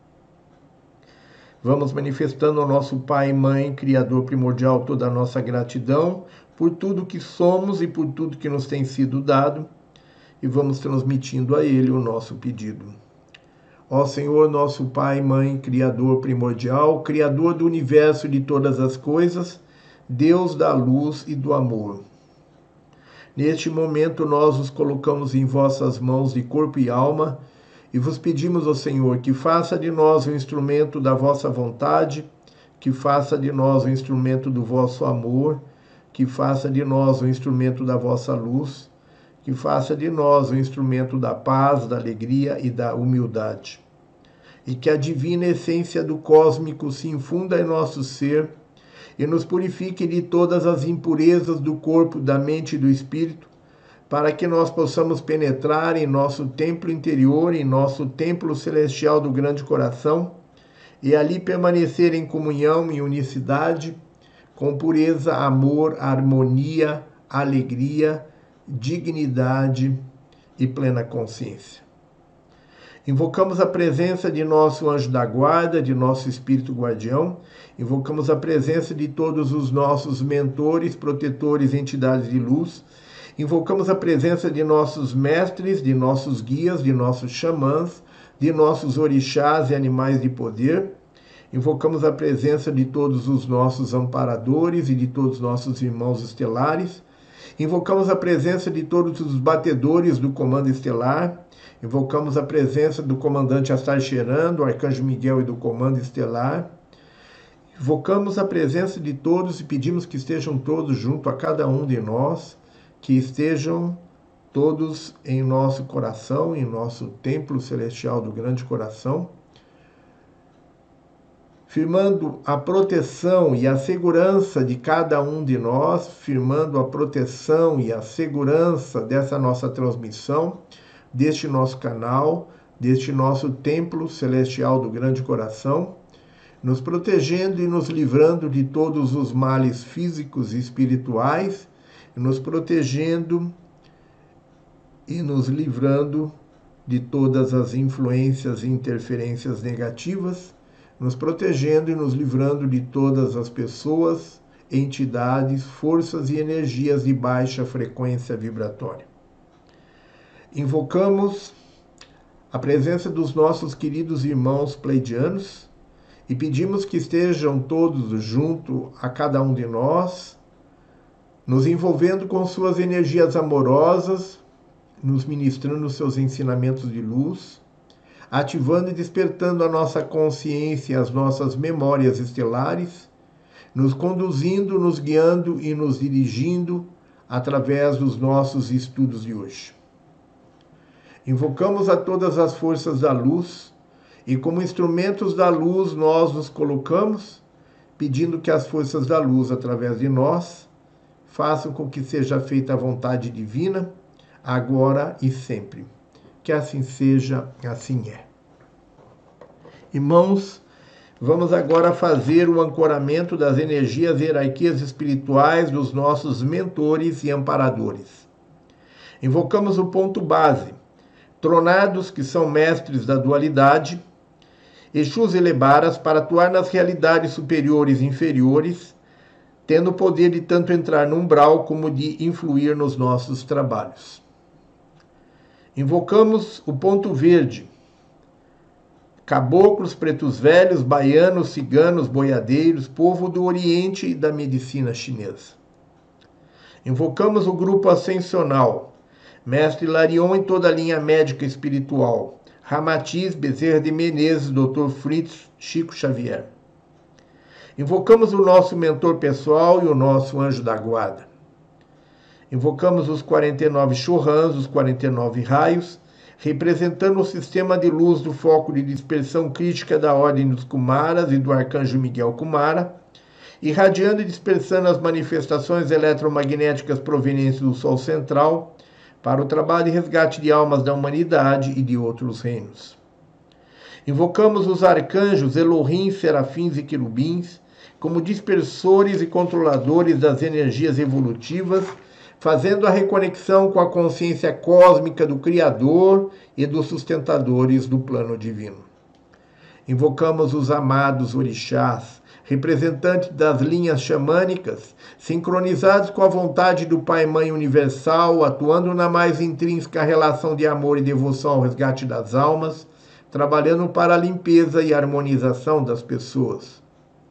Vamos manifestando ao nosso Pai, Mãe, Criador primordial, toda a nossa gratidão por tudo que somos e por tudo que nos tem sido dado, e vamos transmitindo a Ele o nosso pedido. Ó Senhor, nosso Pai, Mãe, Criador primordial, Criador do universo e de todas as coisas, Deus da luz e do amor. Neste momento nós nos colocamos em vossas mãos de corpo e alma e vos pedimos, ó Senhor, que faça de nós um instrumento da vossa vontade, que faça de nós um instrumento do vosso amor, que faça de nós um instrumento da vossa luz, que faça de nós um instrumento da paz, da alegria e da humildade. E que a divina essência do cósmico se infunda em nosso ser e nos purifique de todas as impurezas do corpo, da mente e do espírito, para que nós possamos penetrar em nosso templo interior, em nosso templo celestial do grande coração, e ali permanecer em comunhão e unicidade, com pureza, amor, harmonia, alegria, dignidade e plena consciência. Invocamos a presença de nosso anjo da guarda, de nosso espírito guardião, invocamos a presença de todos os nossos mentores, protetores, entidades de luz, Invocamos a presença de nossos mestres, de nossos guias, de nossos xamãs, de nossos orixás e animais de poder. Invocamos a presença de todos os nossos amparadores e de todos os nossos irmãos estelares. Invocamos a presença de todos os batedores do comando estelar. Invocamos a presença do comandante Astar Sheran, do Arcanjo Miguel e do comando estelar. Invocamos a presença de todos e pedimos que estejam todos junto a cada um de nós, que estejam todos em nosso coração, em nosso templo celestial do grande coração, firmando a proteção e a segurança de cada um de nós, firmando a proteção e a segurança dessa nossa transmissão, deste nosso canal, deste nosso templo celestial do grande coração, nos protegendo e nos livrando de todos os males físicos e espirituais, nos protegendo e nos livrando de todas as influências e interferências negativas, nos protegendo e nos livrando de todas as pessoas, entidades, forças e energias de baixa frequência vibratória. Invocamos a presença dos nossos queridos irmãos pleidianos e pedimos que estejam todos junto a cada um de nós, nos envolvendo com suas energias amorosas, nos ministrando seus ensinamentos de luz, ativando e despertando a nossa consciência e as nossas memórias estelares, nos conduzindo, nos guiando e nos dirigindo através dos nossos estudos de hoje. Invocamos a todas as forças da luz e, como instrumentos da luz, nós nos colocamos, pedindo que as forças da luz, através de nós, façam com que seja feita a vontade divina, agora e sempre. Que assim seja, assim é. Irmãos, vamos agora fazer o ancoramento das energias e hierarquias espirituais dos nossos mentores e amparadores. Invocamos o ponto base, tronados que são mestres da dualidade, Exus e Lebaras, para atuar nas realidades superiores e inferiores, tendo o poder de tanto entrar no umbral como de influir nos nossos trabalhos. Invocamos o ponto verde, caboclos, pretos velhos, baianos, ciganos, boiadeiros, povo do Oriente e da medicina chinesa. Invocamos o grupo ascensional, Mestre Larion e toda a linha médica espiritual, Ramatiz, Bezerra de Menezes, Dr. Fritz, Chico Xavier. Invocamos o nosso mentor pessoal e o nosso anjo da guarda. Invocamos os 49 Chorrans, os 49 raios, representando o sistema de luz do foco de dispersão crítica da Ordem dos Kumaras e do Arcanjo Miguel Kumara, irradiando e dispersando as manifestações eletromagnéticas provenientes do Sol Central para o trabalho de resgate de almas da humanidade e de outros reinos. Invocamos os arcanjos Elohim, serafins e querubins como dispersores e controladores das energias evolutivas, fazendo a reconexão com a consciência cósmica do Criador e dos sustentadores do plano divino. Invocamos os amados orixás, representantes das linhas xamânicas, sincronizados com a vontade do Pai e Mãe Universal, atuando na mais intrínseca relação de amor e devoção ao resgate das almas, trabalhando para a limpeza e harmonização das pessoas.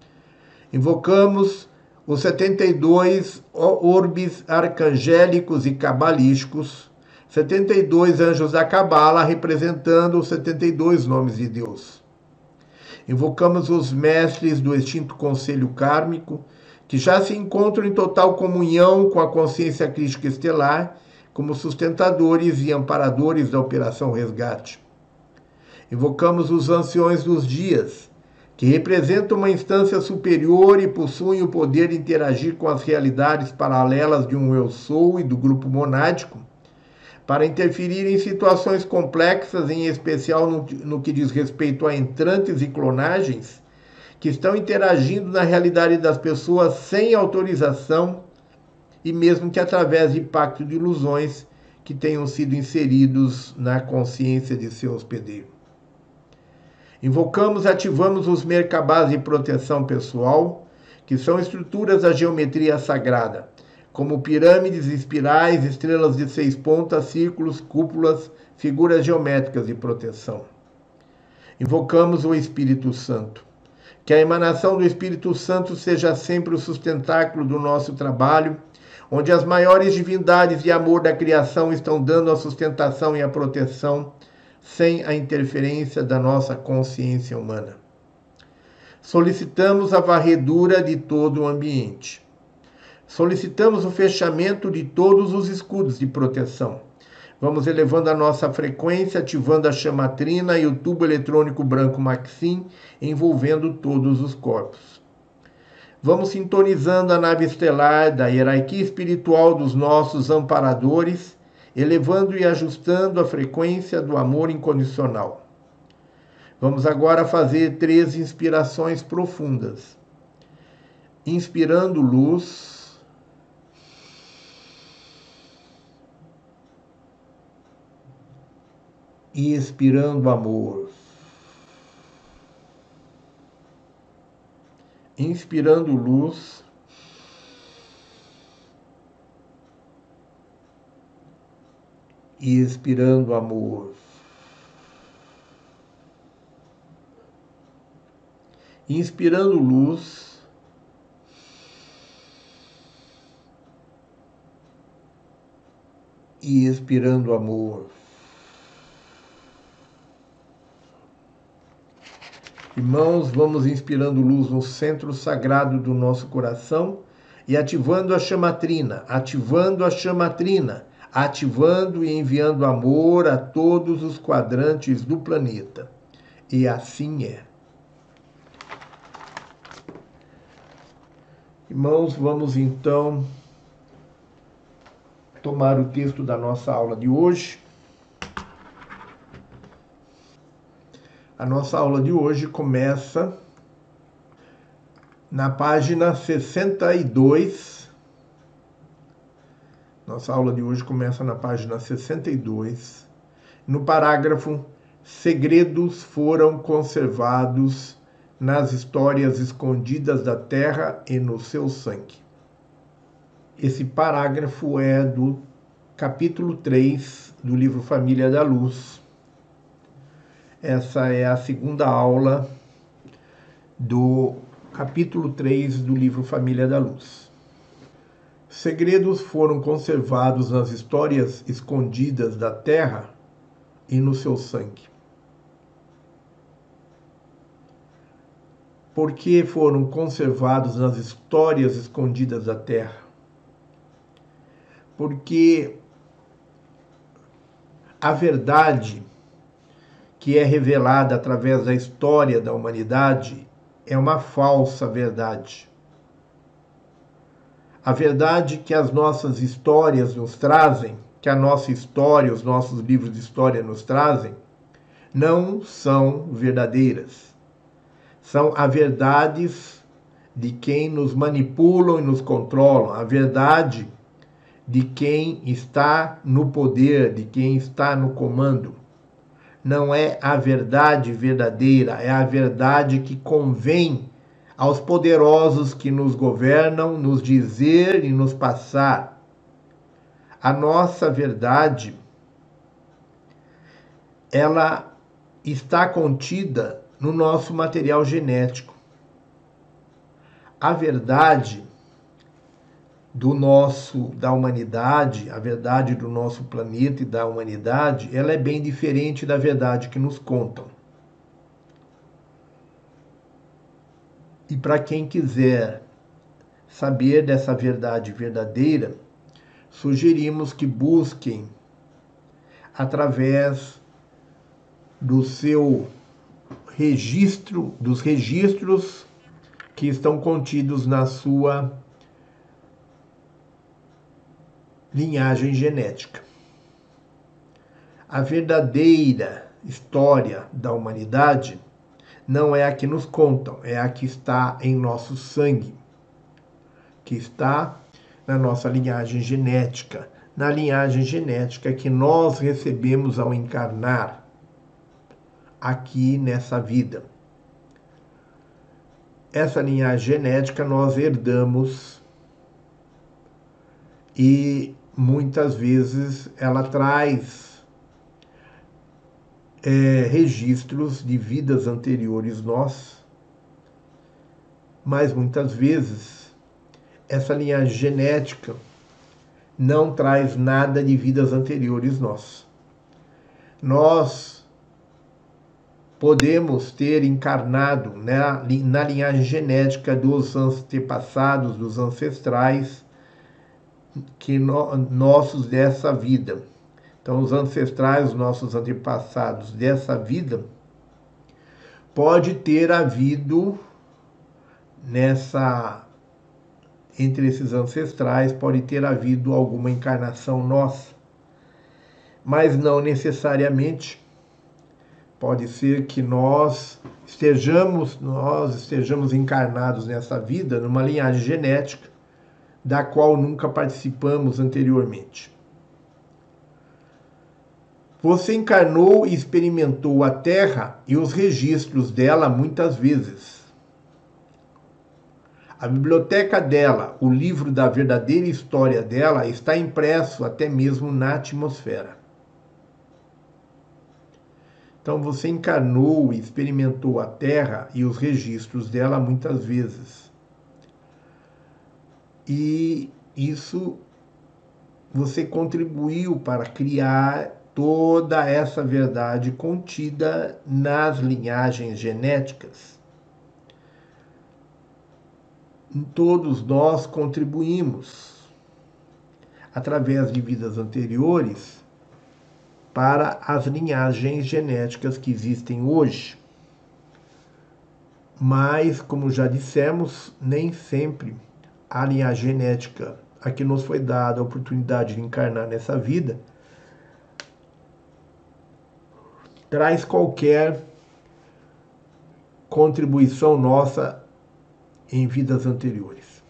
Invocamos os 72 orbes arcangélicos e cabalísticos, 72 anjos da Cabala, representando os 72 nomes de Deus. Invocamos os mestres do extinto Conselho Kármico, que já se encontram em total comunhão com a consciência crística estelar, como sustentadores e amparadores da Operação Resgate. Invocamos os anciões dos dias, que representam uma instância superior e possuem o poder de interagir com as realidades paralelas de um Eu Sou e do grupo monádico, para interferir em situações complexas, em especial no que diz respeito a entrantes e clonagens, que estão interagindo na realidade das pessoas sem autorização e mesmo que através de pacto de ilusões que tenham sido inseridos na consciência de seu hospedeiro. Invocamos e ativamos os Merkabás de proteção pessoal, que são estruturas da geometria sagrada, como pirâmides, espirais, estrelas de 6 pontas, círculos, cúpulas, figuras geométricas de proteção. Invocamos o Espírito Santo. Que a emanação do Espírito Santo seja sempre o sustentáculo do nosso trabalho, onde as maiores divindades de amor da criação estão dando a sustentação e a proteção, sem a interferência da nossa consciência humana. Solicitamos a varredura de todo o ambiente. Solicitamos o fechamento de todos os escudos de proteção. Vamos elevando a nossa frequência, ativando a chamatrina e o tubo eletrônico branco Maxim, envolvendo todos os corpos. Vamos sintonizando a nave estelar da hierarquia espiritual dos nossos amparadores, elevando e ajustando a frequência do amor incondicional. Vamos agora fazer 3 inspirações profundas. Inspirando luz. E expirando amor. Inspirando luz. E expirando amor. Inspirando luz. E expirando amor. Irmãos, vamos inspirando luz no centro sagrado do nosso coração e ativando a chamatrina, ativando e enviando amor a todos os quadrantes do planeta. E assim é. Irmãos, vamos então tomar o texto da nossa aula de hoje. A nossa aula de hoje começa na página 62. Nossa aula de hoje começa na página 62, no parágrafo Segredos foram conservados nas histórias escondidas da Terra e no seu sangue. Esse parágrafo é do capítulo 3 do livro Família da Luz. Essa é a segunda aula do capítulo 3 do livro Família da Luz. Segredos foram conservados nas histórias escondidas da Terra e no seu sangue. Por que foram conservados nas histórias escondidas da Terra? Porque a verdade que é revelada através da história da humanidade é uma falsa verdade. A verdade que as nossas histórias nos trazem, que a nossa história, os nossos livros de história nos trazem, não são verdadeiras. São as verdades de quem nos manipulam e nos controlam, a verdade de quem está no poder, de quem está no comando. Não é a verdade verdadeira, é a verdade que convém aos poderosos que nos governam nos dizer e nos passar. A nossa verdade, ela está contida no nosso material genético. A verdade da humanidade, a verdade do nosso planeta e da humanidade, ela é bem diferente da verdade que nos contam. E para quem quiser saber dessa verdade verdadeira, sugerimos que busquem através do seu registro, dos registros que estão contidos na sua linhagem genética. A verdadeira história da humanidade não é a que nos contam, é a que está em nosso sangue, que está na nossa linhagem genética, na linhagem genética que nós recebemos ao encarnar aqui nessa vida. Essa linhagem genética nós herdamos e muitas vezes ela traz registros de vidas anteriores nossas, mas muitas vezes essa linhagem genética não traz nada de vidas anteriores nossas. Nós podemos ter encarnado na linhagem genética dos antepassados, dos ancestrais, nossos dessa vida. Então, os ancestrais, os nossos antepassados dessa vida, pode ter havido entre esses ancestrais, pode ter havido alguma encarnação nossa, mas não necessariamente. Pode ser que nós estejamos encarnados nessa vida numa linhagem genética da qual nunca participamos anteriormente. Você encarnou e experimentou a Terra e os registros dela muitas vezes. A biblioteca dela, o livro da verdadeira história dela, está impresso até mesmo na atmosfera. Então você encarnou e experimentou a Terra e os registros dela muitas vezes. E isso você contribuiu para criar toda essa verdade contida nas linhagens genéticas. Todos nós contribuímos, através de vidas anteriores, para as linhagens genéticas que existem hoje. Mas, como já dissemos, nem sempre a linhagem genética a que nos foi dada a oportunidade de encarnar nessa vida traz qualquer contribuição nossa em vidas anteriores.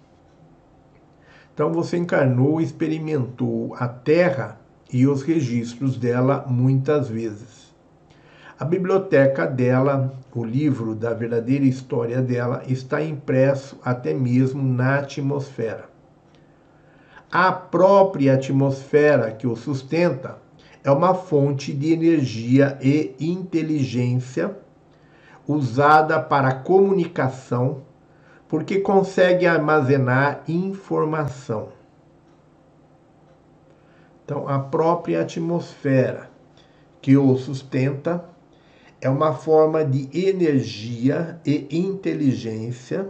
Então você encarnou e experimentou a Terra e os registros dela muitas vezes. A biblioteca dela, o livro da verdadeira história dela, está impresso até mesmo na atmosfera. A própria atmosfera que o sustenta é uma fonte de energia e inteligência usada para comunicação, porque consegue armazenar informação. Então, a própria atmosfera que o sustenta é uma forma de energia e inteligência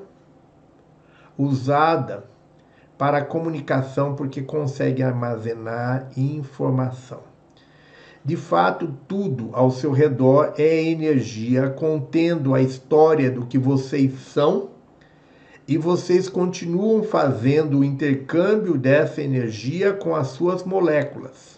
usada para comunicação, porque consegue armazenar informação. De fato, tudo ao seu redor é energia contendo a história do que vocês são, e vocês continuam fazendo o intercâmbio dessa energia com as suas moléculas.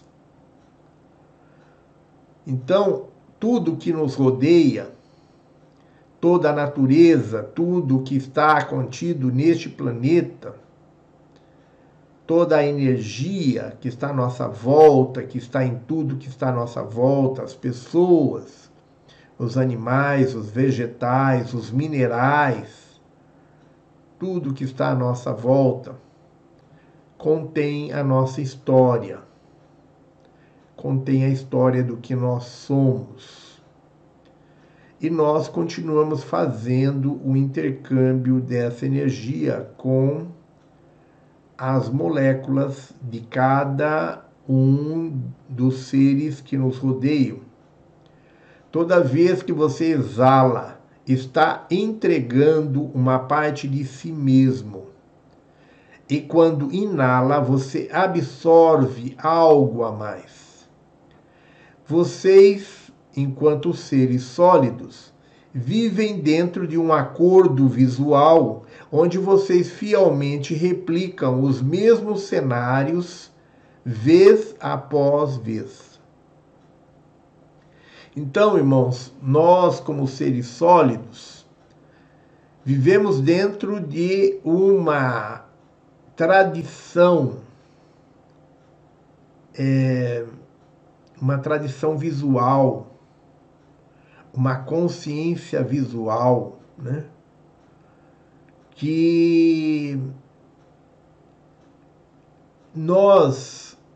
Então, tudo que nos rodeia, toda a natureza, tudo que está contido neste planeta, toda a energia que está à nossa volta, que está em tudo que está à nossa volta, as pessoas, os animais, os vegetais, os minerais, tudo que está à nossa volta contém a nossa história, contém a história do que nós somos. E nós continuamos fazendo o intercâmbio dessa energia com as moléculas de cada um dos seres que nos rodeiam. Toda vez que você exala, está entregando uma parte de si mesmo. E quando inala, você absorve algo a mais. Vocês, enquanto seres sólidos, vivem dentro de um acordo visual onde vocês fielmente replicam os mesmos cenários vez após vez. Então, irmãos, nós como seres sólidos vivemos dentro de uma tradição, uma tradição visual, uma consciência visual, né? Que nós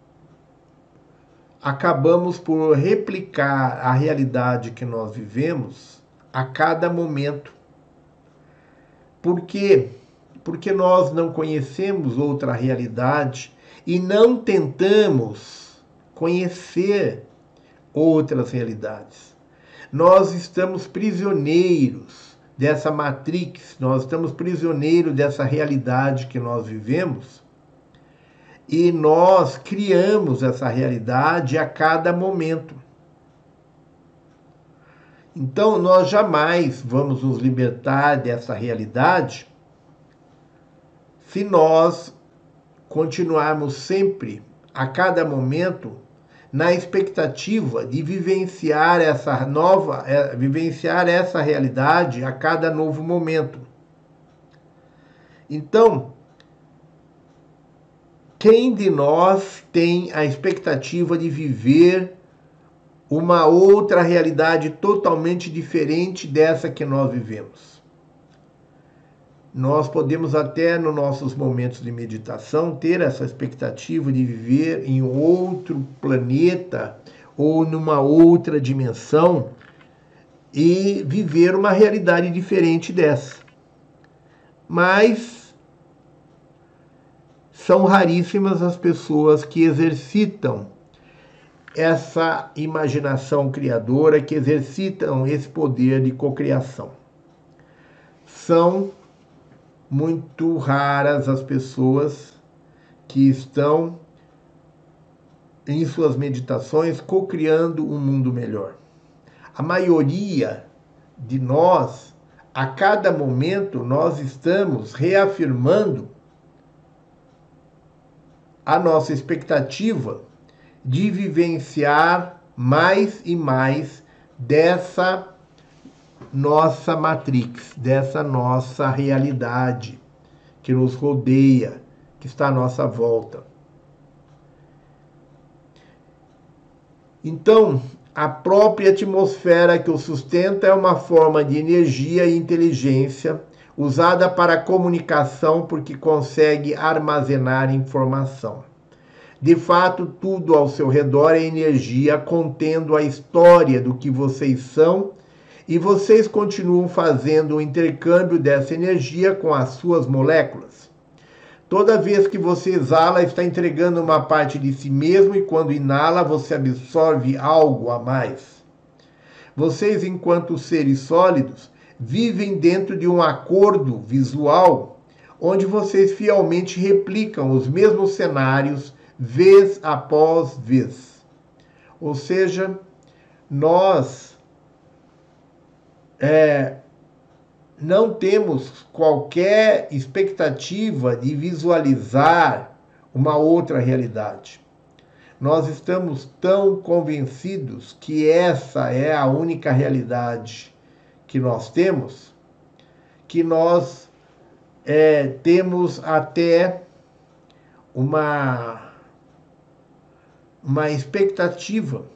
acabamos por replicar a realidade que nós vivemos a cada momento. Por quê? Porque nós não conhecemos outra realidade e não tentamos conhecer outras realidades. Nós estamos prisioneiros dessa matrix, nós estamos prisioneiros dessa realidade que nós vivemos e nós criamos essa realidade a cada momento. Então, nós jamais vamos nos libertar dessa realidade se nós continuarmos sempre, a cada momento, na expectativa de vivenciar vivenciar essa realidade a cada novo momento. Então, quem de nós tem a expectativa de viver uma outra realidade totalmente diferente dessa que nós vivemos? Nós podemos até, nos nossos momentos de meditação, ter essa expectativa de viver em outro planeta ou numa outra dimensão e viver uma realidade diferente dessa. Mas são raríssimas as pessoas que exercitam essa imaginação criadora, que exercitam esse poder de cocriação. São muito raras as pessoas que estão em suas meditações cocriando um mundo melhor. A maioria de nós, a cada momento, nós estamos reafirmando a nossa expectativa de vivenciar mais e mais dessa nossa matrix, dessa nossa realidade que nos rodeia, que está à nossa volta. Então, a própria atmosfera que o sustenta é uma forma de energia e inteligência usada para comunicação porque consegue armazenar informação. De fato, tudo ao seu redor é energia contendo a história do que vocês são e vocês continuam fazendo o intercâmbio dessa energia com as suas moléculas. Toda vez que você exala, está entregando uma parte de si mesmo e quando inala, você absorve algo a mais. Vocês, enquanto seres sólidos, vivem dentro de um acordo visual onde vocês fielmente replicam os mesmos cenários vez após vez. Ou seja, nós não temos qualquer expectativa de visualizar uma outra realidade. Nós estamos tão convencidos que essa é a única realidade que nós temos, que nós temos até uma expectativa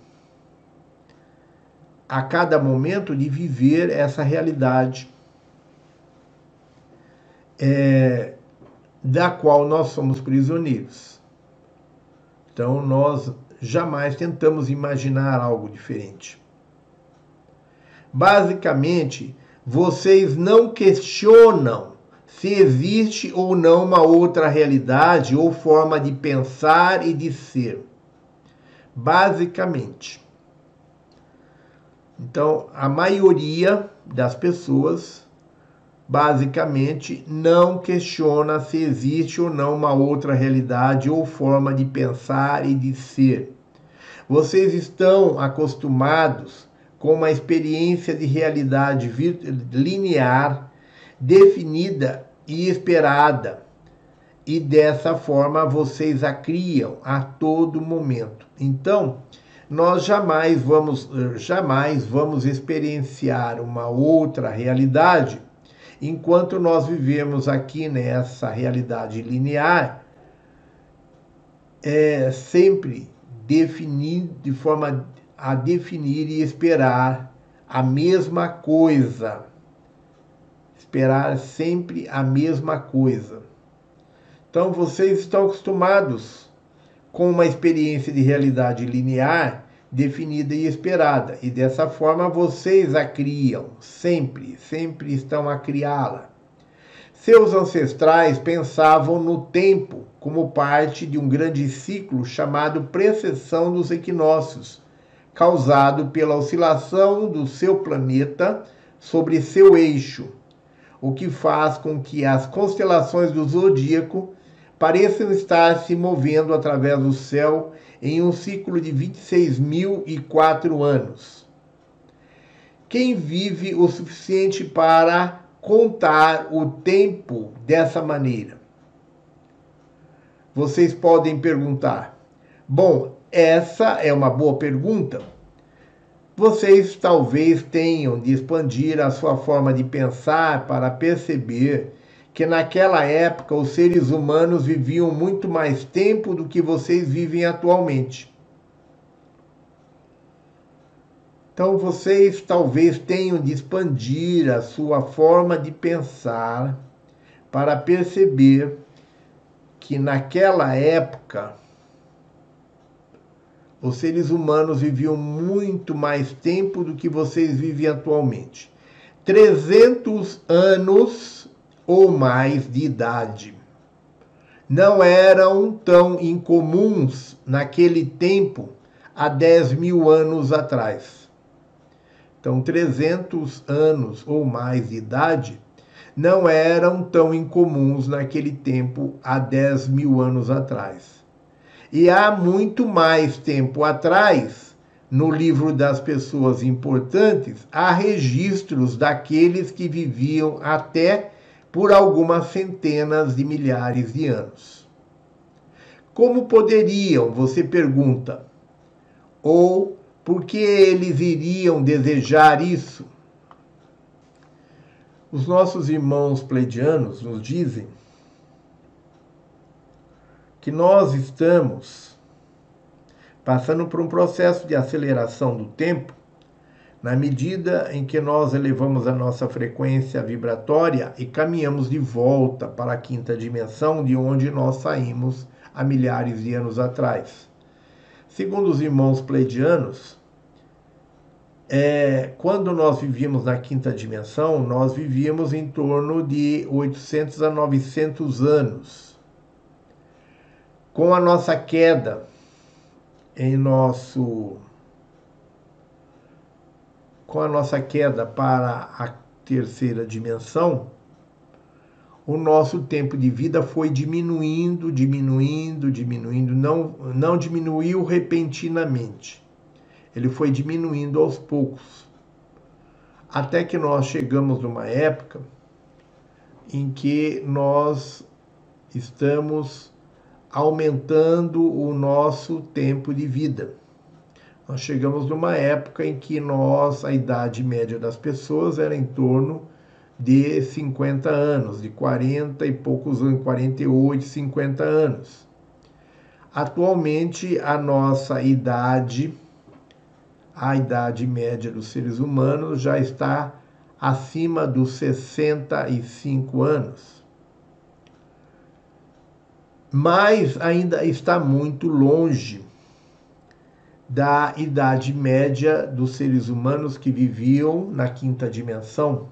a cada momento de viver essa realidade da qual nós somos prisioneiros. Então, nós jamais tentamos imaginar algo diferente. Basicamente, vocês não questionam se existe ou não uma outra realidade ou forma de pensar e de ser. Basicamente. Então, a maioria das pessoas, basicamente, não questiona se existe ou não uma outra realidade ou forma de pensar e de ser. Vocês estão acostumados com uma experiência de realidade linear, definida e esperada. E dessa forma vocês a criam a todo momento. Então, nós jamais vamos experienciar uma outra realidade enquanto nós vivemos aqui nessa realidade linear, sempre definir de forma a definir e esperar a mesma coisa. Esperar sempre a mesma coisa. Então vocês estão acostumados com uma experiência de realidade linear definida e esperada, e dessa forma vocês a criam, sempre estão a criá-la. Seus ancestrais pensavam no tempo como parte de um grande ciclo chamado precessão dos equinócios, causado pela oscilação do seu planeta sobre seu eixo, o que faz com que as constelações do zodíaco pareçam estar se movendo através do céu em um ciclo de 26.004 anos. Quem vive o suficiente para contar o tempo dessa maneira? Vocês podem perguntar. Bom, essa é uma boa pergunta. Vocês talvez tenham de expandir a sua forma de pensar para perceber que naquela época os seres humanos viviam muito mais tempo do que vocês vivem atualmente. Então vocês talvez tenham de expandir a sua forma de pensar para perceber que naquela época os seres humanos viviam muito mais tempo do que vocês vivem atualmente. 300 anos ou mais de idade. Não eram tão incomuns naquele tempo há 10.000 anos atrás. Então, 300 anos ou mais de idade não eram tão incomuns naquele tempo há 10.000 anos atrás. E há muito mais tempo atrás, no livro das pessoas importantes, há registros daqueles que viviam até por algumas centenas de milhares de anos. Como poderiam, você pergunta, ou por que eles iriam desejar isso? Os nossos irmãos pleiadianos nos dizem que nós estamos passando por um processo de aceleração do tempo, na medida em que nós elevamos a nossa frequência vibratória e caminhamos de volta para a quinta dimensão, de onde nós saímos há milhares de anos atrás. Segundo os irmãos pleiadianos, quando nós vivíamos na quinta dimensão, nós vivíamos em torno de 800 a 900 anos. Com a nossa queda com a nossa queda para a terceira dimensão, o nosso tempo de vida foi diminuindo, não diminuiu repentinamente. Ele foi diminuindo aos poucos. Até que nós chegamos numa época em que nós estamos aumentando o nosso tempo de vida. Nós chegamos numa época em que a idade média das pessoas era em torno de 50 anos, de 40 e poucos anos, 48, 50 anos. Atualmente, a idade média dos seres humanos já está acima dos 65 anos. Mas ainda está muito longe da idade média dos seres humanos que viviam na quinta dimensão,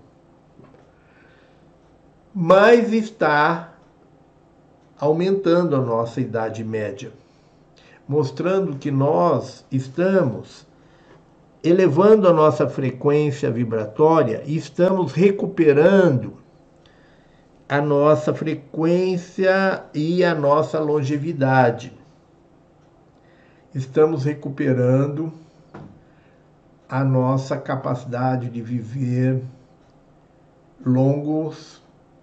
mas está aumentando a nossa idade média, mostrando que nós estamos elevando a nossa frequência vibratória e estamos recuperando a nossa frequência e a nossa longevidade. Estamos recuperando a nossa capacidade de viver longos,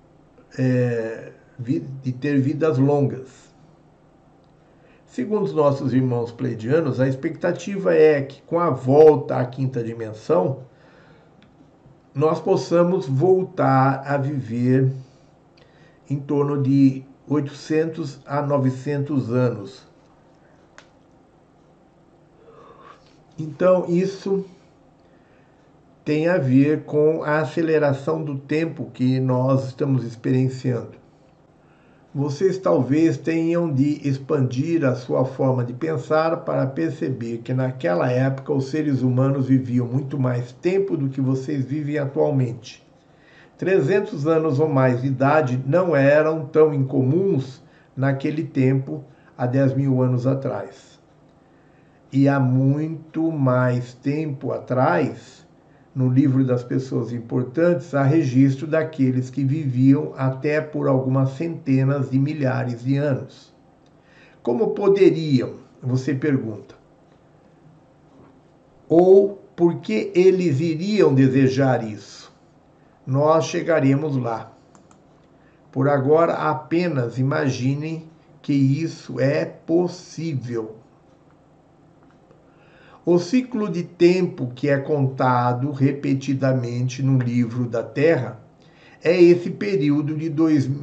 de ter vidas longas. Segundo os nossos irmãos pleiadianos, a expectativa é que com a volta à quinta dimensão, nós possamos voltar a viver em torno de 800 a 900 anos. Então, isso tem a ver com a aceleração do tempo que nós estamos experienciando. vocês talvez tenham de expandir a sua forma de pensar para perceber que naquela época os seres humanos viviam muito mais tempo do que vocês vivem atualmente. 300 anos ou mais de idade não eram tão incomuns naquele tempo, há 10 mil anos atrás. E há muito mais tempo atrás, no livro das pessoas importantes, há registro daqueles que viviam até por algumas centenas de milhares de anos. Como poderiam, você pergunta? Ou por que eles iriam desejar isso? Nós chegaremos lá. Por agora, apenas imaginem que isso é possível. O ciclo de tempo que é contado repetidamente no livro da Terra é esse período de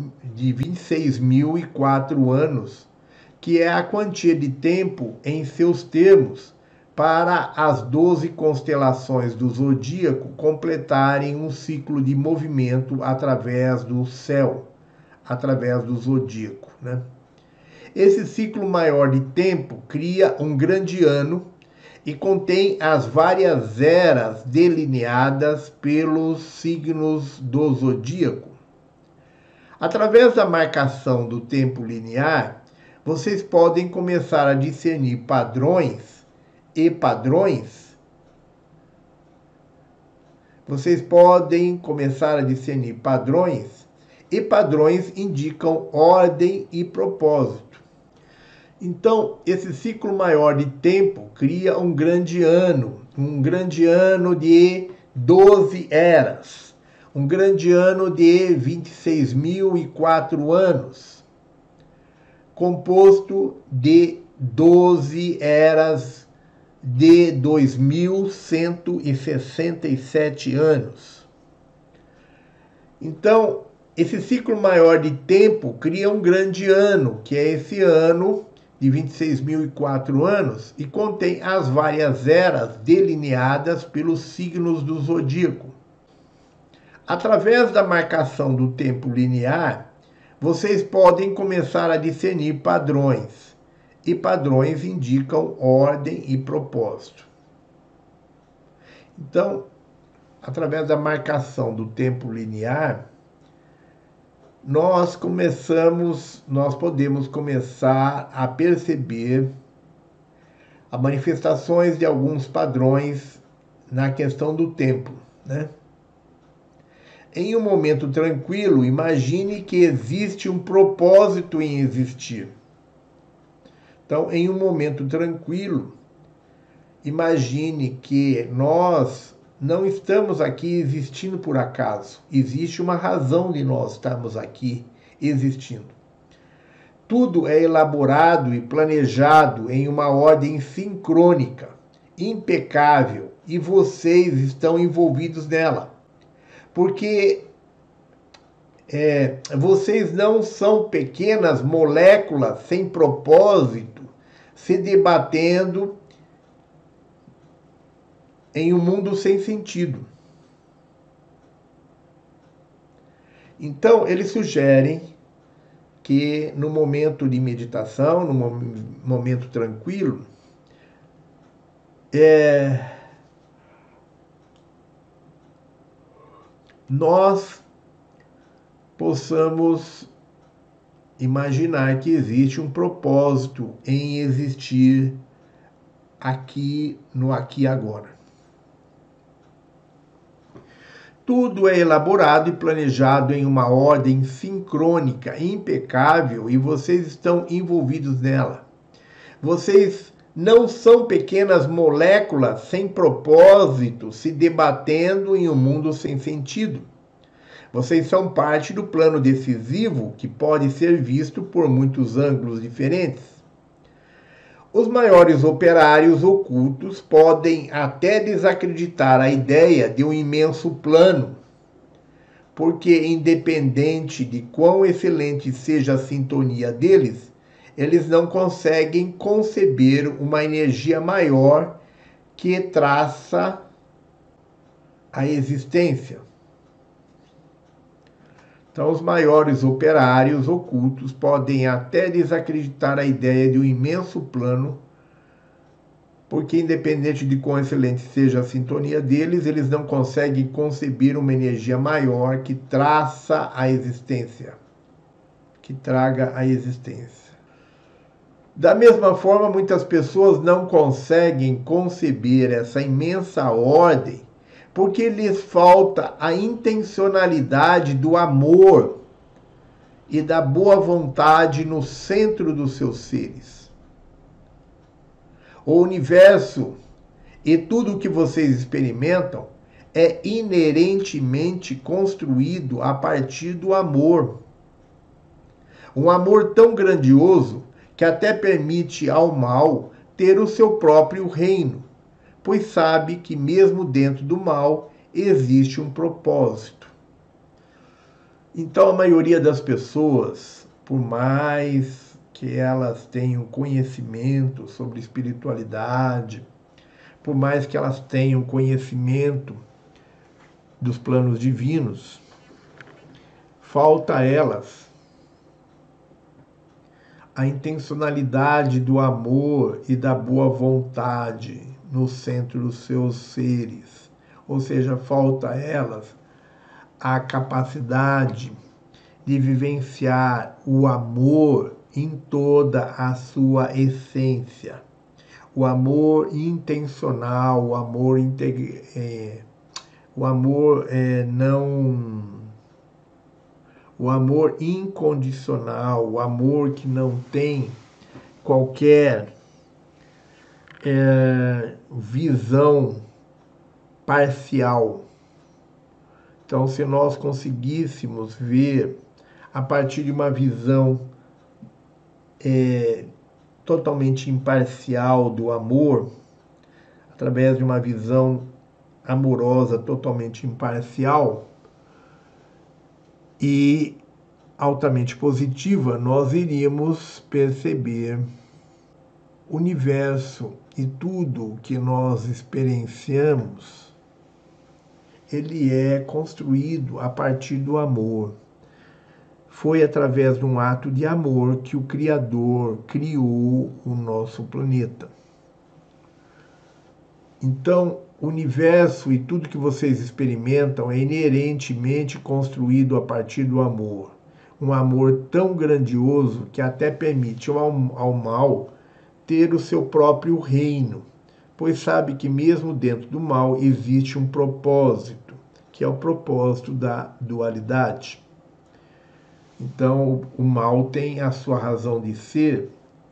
26.004 anos, que é a quantia de tempo em seus termos para as 12 constelações do zodíaco completarem um ciclo de movimento através do céu, através do zodíaco, né? Esse ciclo maior de tempo cria um grande ano e contém as várias eras delineadas pelos signos do zodíaco. Através da marcação do tempo linear, vocês podem começar a discernir padrões e padrões. Vocês podem começar a discernir padrões e padrões indicam ordem e propósito. Então, esse ciclo maior de tempo cria um grande ano de 12 eras, um grande ano de 26.004 anos, composto de 12 eras de 2.167 anos. Então, esse ciclo maior de tempo cria um grande ano, que é esse ano de 26.004 anos, e contém as várias eras delineadas pelos signos do zodíaco. Através da marcação do tempo linear, vocês podem começar a discernir padrões, e padrões indicam ordem e propósito. Então, através da marcação do tempo linear, nós podemos começar a perceber as manifestações de alguns padrões na questão do tempo, né? Em um momento tranquilo, imagine que existe um propósito em existir. Então, em um momento tranquilo, imagine que nós não estamos aqui existindo por acaso. Existe uma razão de nós estarmos aqui existindo. Tudo é elaborado e planejado em uma ordem sincrônica, impecável, e vocês estão envolvidos nela. Porque vocês não são pequenas moléculas sem propósito, se debatendo em um mundo sem sentido. Então, eles sugerem que no momento de meditação, no momento tranquilo, nós possamos imaginar que existe um propósito em existir aqui, no aqui e agora. Tudo é elaborado e planejado em uma ordem sincrônica, impecável, e vocês estão envolvidos nela. Vocês não são pequenas moléculas sem propósito, se debatendo em um mundo sem sentido. Vocês são parte do plano decisivo que pode ser visto por muitos ângulos diferentes. Os maiores operários ocultos podem até desacreditar a ideia de um imenso plano, porque independente de quão excelente seja a sintonia deles, eles não conseguem conceber uma energia maior que traça a existência. Então, os maiores operários ocultos podem até desacreditar a ideia de um imenso plano, porque, independente de quão excelente seja a sintonia deles, eles não conseguem conceber uma energia maior que traga a existência. Da mesma forma, muitas pessoas não conseguem conceber essa imensa ordem porque lhes falta a intencionalidade do amor e da boa vontade no centro dos seus seres. O universo e tudo o que vocês experimentam é inerentemente construído a partir do amor. Um amor tão grandioso que até permite ao mal ter o seu próprio reino, pois sabe que mesmo dentro do mal existe um propósito. Então a maioria das pessoas, por mais que elas tenham conhecimento sobre espiritualidade, por mais que elas tenham conhecimento dos planos divinos, falta a elas a intencionalidade do amor e da boa vontade no centro dos seus seres. Ou seja, falta a elas a capacidade de vivenciar o amor em toda a sua essência. O amor intencional, o amor o amor incondicional, o amor que não tem qualquer visão parcial. Então, se nós conseguíssemos ver a partir de uma visão totalmente imparcial do amor, através de uma visão amorosa totalmente imparcial e altamente positiva, nós iríamos perceber o universo e tudo que nós experienciamos, ele é construído a partir do amor. Foi através de um ato de amor que o Criador criou o nosso planeta. Então, o universo e tudo que vocês experimentam é inerentemente construído a partir do amor. Um amor tão grandioso que até permite ao mal ter o seu próprio reino, pois sabe que mesmo dentro do mal existe um propósito, que é o propósito da dualidade. Então, o mal tem a sua razão de ser,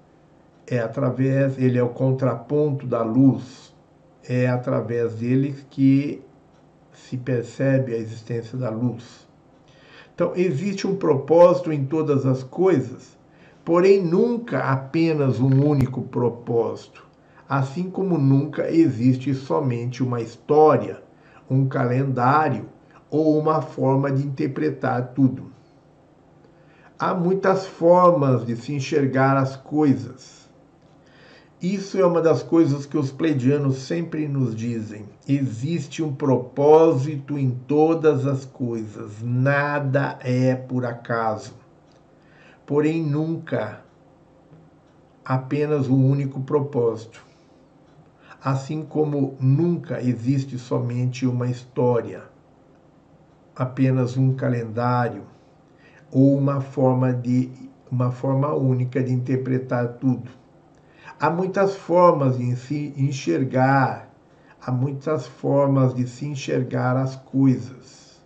ele é o contraponto da luz, é através dele que se percebe a existência da luz. Então, existe um propósito em todas as coisas, porém nunca apenas um único propósito, assim como nunca existe somente uma história, um calendário ou uma forma de interpretar tudo. Há muitas formas de se enxergar as coisas. Isso é uma das coisas que os pleiadianos sempre nos dizem. Existe um propósito em todas as coisas. Nada é por acaso. Porém, nunca apenas um único propósito. Assim como nunca existe somente uma história, apenas um calendário ou uma forma única de interpretar tudo. Há muitas formas de se enxergar, há muitas formas de se enxergar as coisas.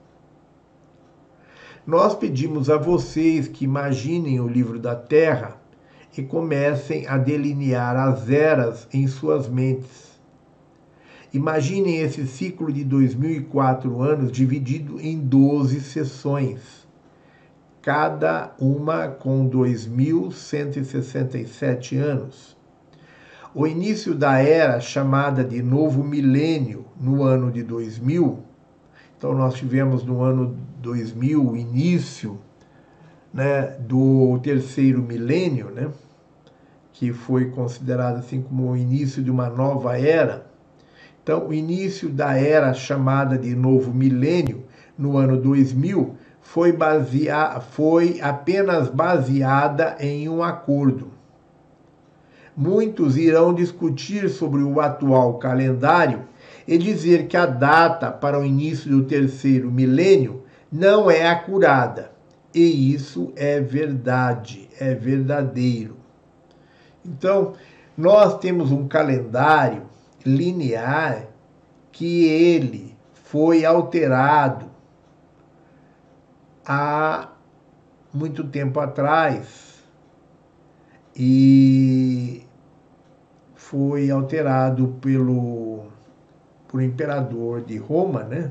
Nós pedimos a vocês que imaginem o livro da Terra e comecem a delinear as eras em suas mentes. Imaginem esse ciclo de 2004 anos dividido em 12 sessões, cada uma com 2.167 anos. O início da era chamada de Novo Milênio, no ano de 2000, então nós tivemos no ano 2000 o início, né, do terceiro milênio, né, que foi considerado assim como o início de uma nova era. Então, o início da era chamada de Novo Milênio, no ano 2000, foi apenas baseada em um acordo. Muitos irão discutir sobre o atual calendário e dizer que a data para o início do terceiro milênio não é acurada. E isso é verdade, é verdadeiro. Então, nós temos um calendário linear que ele foi alterado há muito tempo atrás e foi alterado por imperador de Roma, né?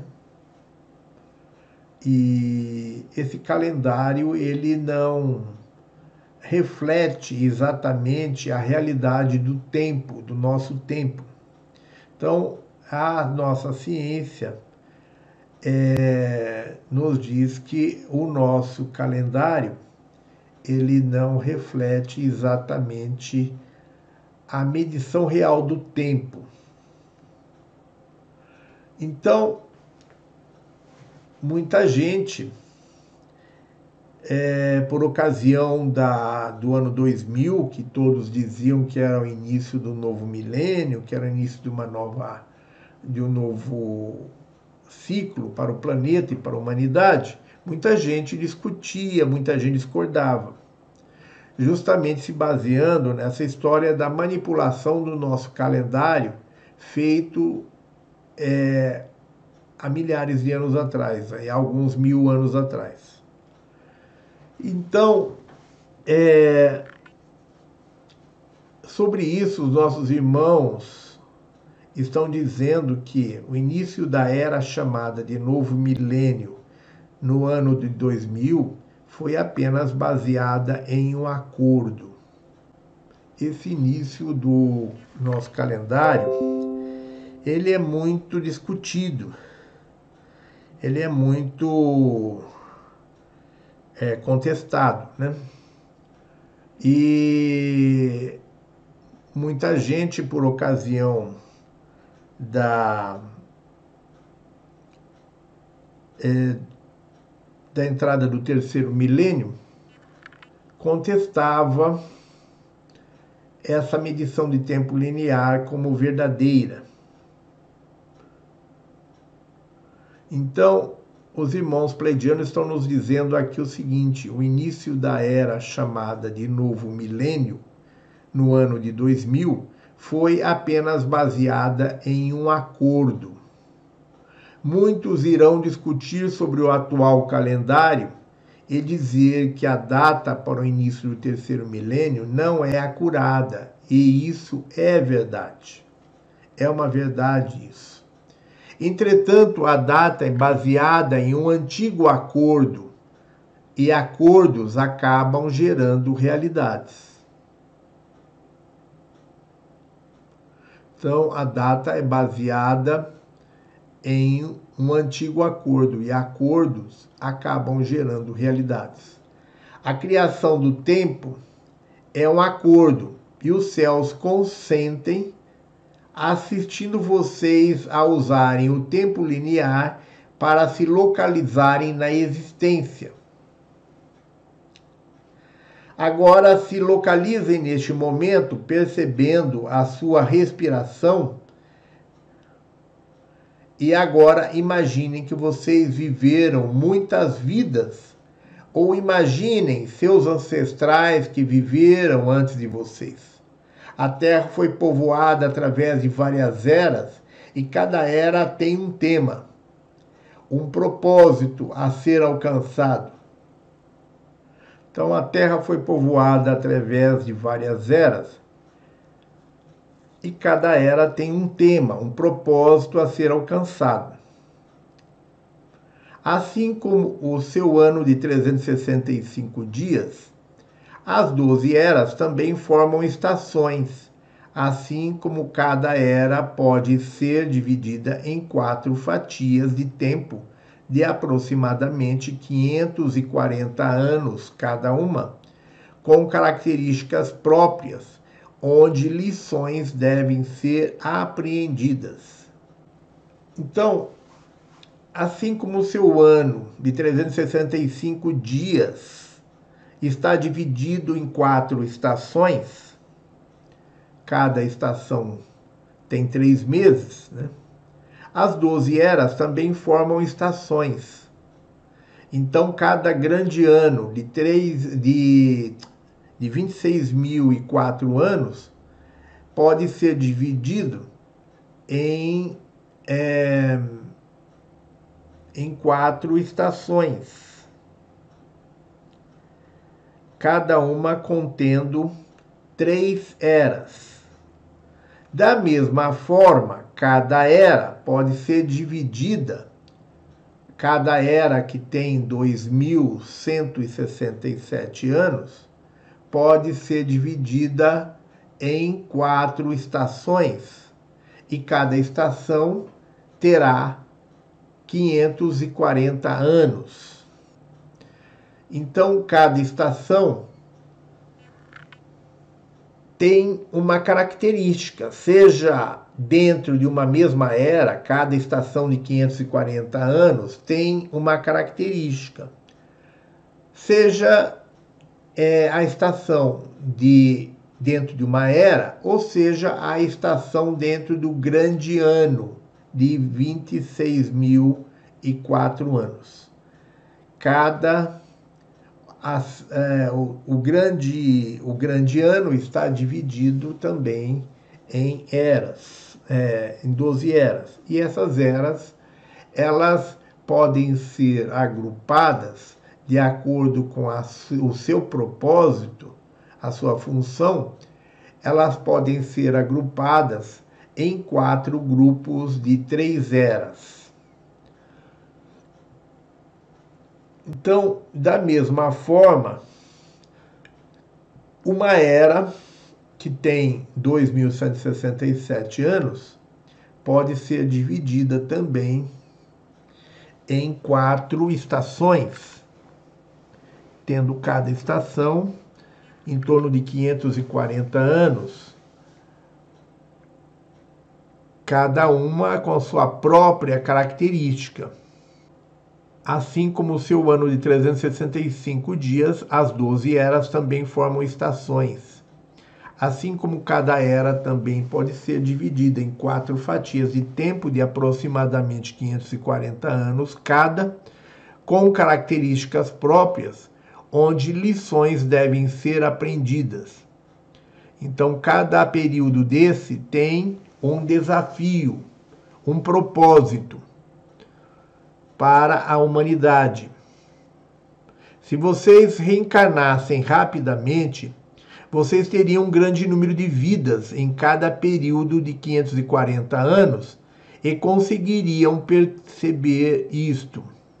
E esse calendário ele não reflete exatamente a realidade do tempo, do nosso tempo. Então, a nossa ciência nos diz que o nosso calendário ele não reflete exatamente a medição real do tempo. Então, muita gente, por ocasião do ano 2000, que todos diziam que era o início do novo milênio, que era o início de um novo ciclo para o planeta e para a humanidade, muita gente discutia, muita gente discordava, justamente se baseando nessa história da manipulação do nosso calendário feito há milhares de anos atrás, há alguns 1000 anos atrás. Então, sobre isso, os nossos irmãos estão dizendo que o início da era chamada de novo milênio no ano de 2000 foi apenas baseada em um acordo. Esse início do nosso calendário, ele é muito discutido, ele é muito contestado, né? E muita gente, por ocasião da entrada do terceiro milênio, contestava essa medição de tempo linear como verdadeira. Então, os irmãos pleiadianos estão nos dizendo aqui o seguinte: o início da era chamada de novo milênio, no ano de 2000, foi apenas baseada em um acordo. Muitos irão discutir sobre o atual calendário e dizer que a data para o início do terceiro milênio não é acurada. E isso é verdade. É uma verdade isso. Entretanto, a data é baseada em um antigo acordo e acordos acabam gerando realidades. Então, a data é baseada em um antigo acordo e acordos acabam gerando realidades. A criação do tempo é um acordo e os céus consentem assistindo vocês a usarem o tempo linear para se localizarem na existência. Agora se localizem neste momento, percebendo a sua respiração. E agora imaginem que vocês viveram muitas vidas, ou imaginem seus ancestrais que viveram antes de vocês. A Terra foi povoada através de várias eras e cada era tem um tema, um propósito a ser alcançado. Então a Terra foi povoada através de várias eras e cada era tem um tema, um propósito a ser alcançado. Assim como o seu ano de 365 dias, as 12 eras também formam estações, assim como cada era pode ser dividida em 4 fatias de tempo de aproximadamente 540 anos cada uma, com características próprias, onde lições devem ser apreendidas. Então, Assim como o seu ano de 365 dias está dividido em 4 estações, cada estação tem 3 meses, né? As 12 eras também formam estações. Então, cada grande ano de 26.004 anos pode ser dividido em, é, em 4 estações, cada uma contendo 3 eras. Da mesma forma, cada era pode ser dividida, cada era que tem 2.167 anos, pode ser dividida em 4 estações, e cada estação terá 540 anos. Então, cada estação tem uma característica, seja dentro de uma mesma era, cada estação de 540 anos tem uma característica. Seja a estação dentro de uma era, ou seja, a estação dentro do grande ano de 26.004 anos. O grande ano está dividido também em eras, em 12 eras. E essas eras, elas podem ser agrupadas de acordo com o seu propósito, a sua função. Elas podem ser agrupadas em 4 grupos de 3 eras. Então, da mesma forma, uma era que tem 2.167 anos pode ser dividida também em 4 estações, tendo cada estação em torno de 540 anos, cada uma com a sua própria característica. Assim como o seu ano de 365 dias, as 12 eras também formam estações. Assim como cada era também pode ser dividida em 4 fatias de tempo de aproximadamente 540 anos cada, com características próprias, onde lições devem ser aprendidas. Então, cada período desse tem um desafio, um propósito para a humanidade. Se vocês reencarnassem rapidamente, vocês teriam um grande número de vidas em cada período de 540 anos e conseguiriam perceber isto.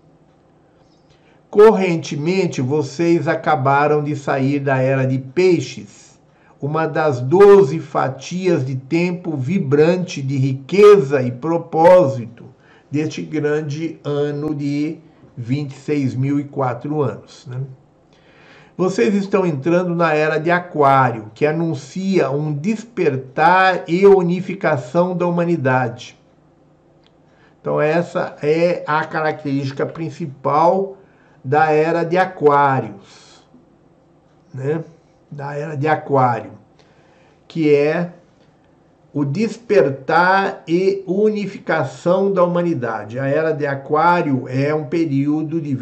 Correntemente, vocês acabaram de sair da era de Peixes, uma das 12 fatias de tempo vibrante de riqueza e propósito deste grande ano de 26.004 anos. Né? Vocês estão entrando na era de Aquário, que anuncia um despertar e unificação da humanidade. Então essa é a característica principal da era de Aquários, né? Da era de Aquário, que é o despertar e unificação da humanidade. A era de Aquário é um período de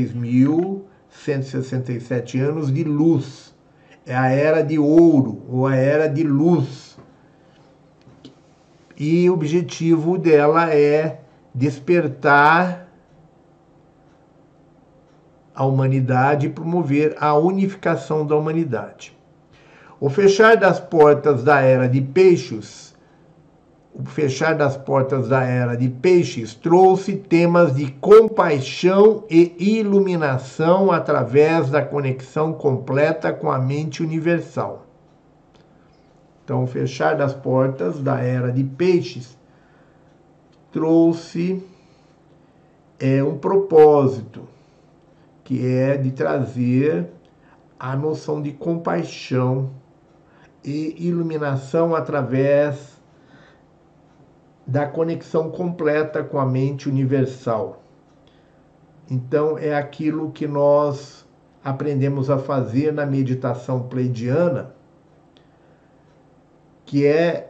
26.167 anos de luz. É a era de ouro, ou a era de luz. E o objetivo dela é despertar a humanidade e promover a unificação da humanidade. O fechar das portas da era de Peixes, trouxe temas de compaixão e iluminação através da conexão completa com a mente universal. Então, o fechar das portas da era de Peixes trouxe um propósito, que é de trazer a noção de compaixão e iluminação através da conexão completa com a mente universal. Então, é aquilo que nós aprendemos a fazer na meditação pleidiana, que é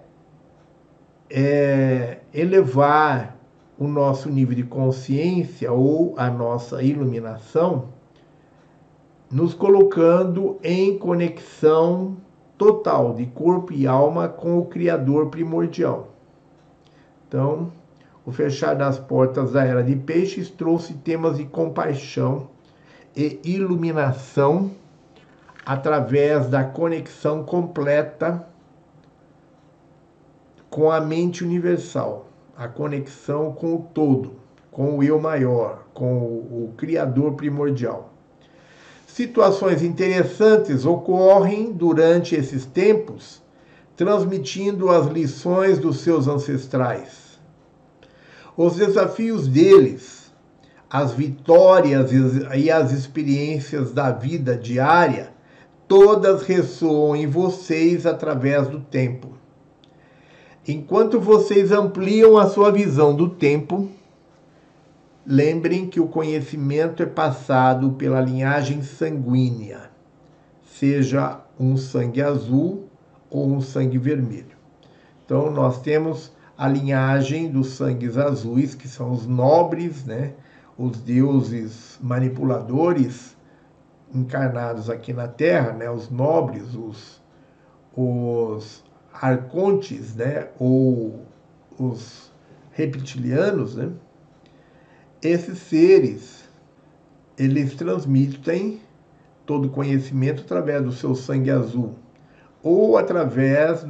elevar o nosso nível de consciência ou a nossa iluminação, nos colocando em conexão total de corpo e alma com o Criador primordial. Então, o fechar das portas da Era de Peixes trouxe temas de compaixão e iluminação através da conexão completa com a mente universal, a conexão com o todo, com o eu maior, com o Criador primordial. Situações interessantes ocorrem durante esses tempos, transmitindo as lições dos seus ancestrais. Os desafios deles, as vitórias e as experiências da vida diária, todas ressoam em vocês através do tempo. Enquanto vocês ampliam a sua visão do tempo, lembrem que o conhecimento é passado pela linhagem sanguínea, seja um sangue azul ou um sangue vermelho. Então, nós temos a linhagem dos sangues azuis, que são os nobres, né? Os deuses manipuladores encarnados aqui na Terra, né? Os nobres, os arcontes, né? Ou os reptilianos, né? Esses seres, eles transmitem todo o conhecimento através do seu sangue azul ou através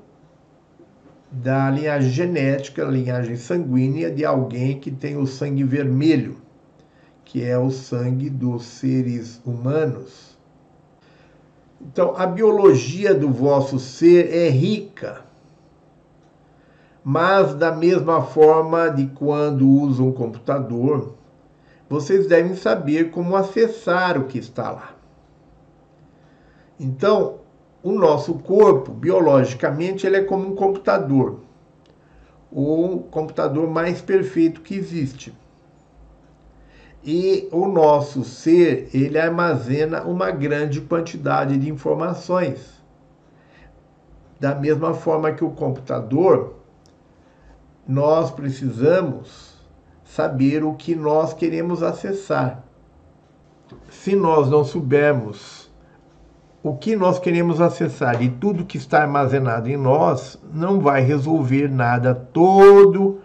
da linhagem genética, linhagem sanguínea de alguém que tem o sangue vermelho, que é o sangue dos seres humanos. Então, a biologia do vosso ser é rica, mas da mesma forma de quando usam um computador, vocês devem saber como acessar o que está lá. Então, o nosso corpo, biologicamente, ele é como um computador, o computador mais perfeito que existe. E o nosso ser, ele armazena uma grande quantidade de informações. Da mesma forma que o computador, nós precisamos saber o que nós queremos acessar. Se nós não soubermos o que nós queremos acessar e tudo que está armazenado em nós, não vai resolver nada, toda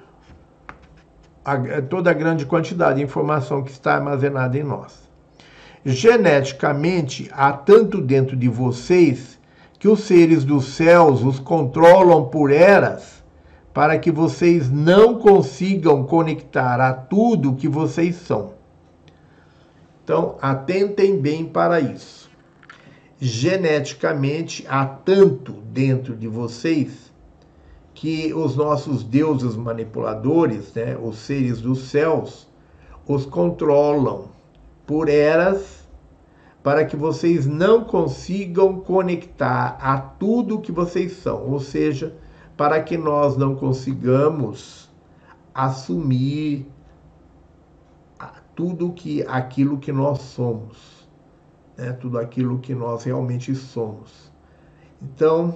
a grande quantidade de informação que está armazenada em nós. Geneticamente, há tanto dentro de vocês que os seres dos céus os controlam por eras para que vocês não consigam conectar a tudo que vocês são. Então, atentem bem para isso. Geneticamente, há tanto dentro de vocês que os nossos deuses manipuladores, né, os seres dos céus, os controlam por eras para que vocês não consigam conectar a tudo que vocês são, ou seja, para que nós não consigamos assumir aquilo que nós somos, né? Tudo aquilo que nós realmente somos. Então,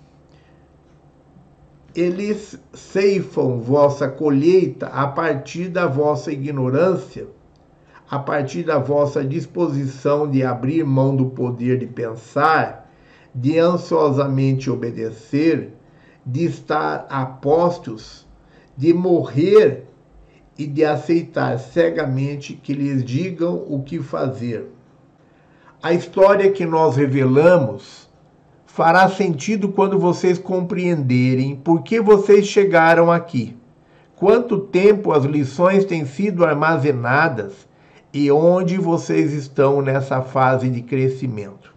eles ceifam vossa colheita a partir da vossa ignorância, a partir da vossa disposição de abrir mão do poder de pensar, de ansiosamente obedecer, de estar a postos, de morrer e de aceitar cegamente que lhes digam o que fazer. A história que nós revelamos fará sentido quando vocês compreenderem por que vocês chegaram aqui, quanto tempo as lições têm sido armazenadas e onde vocês estão nessa fase de crescimento.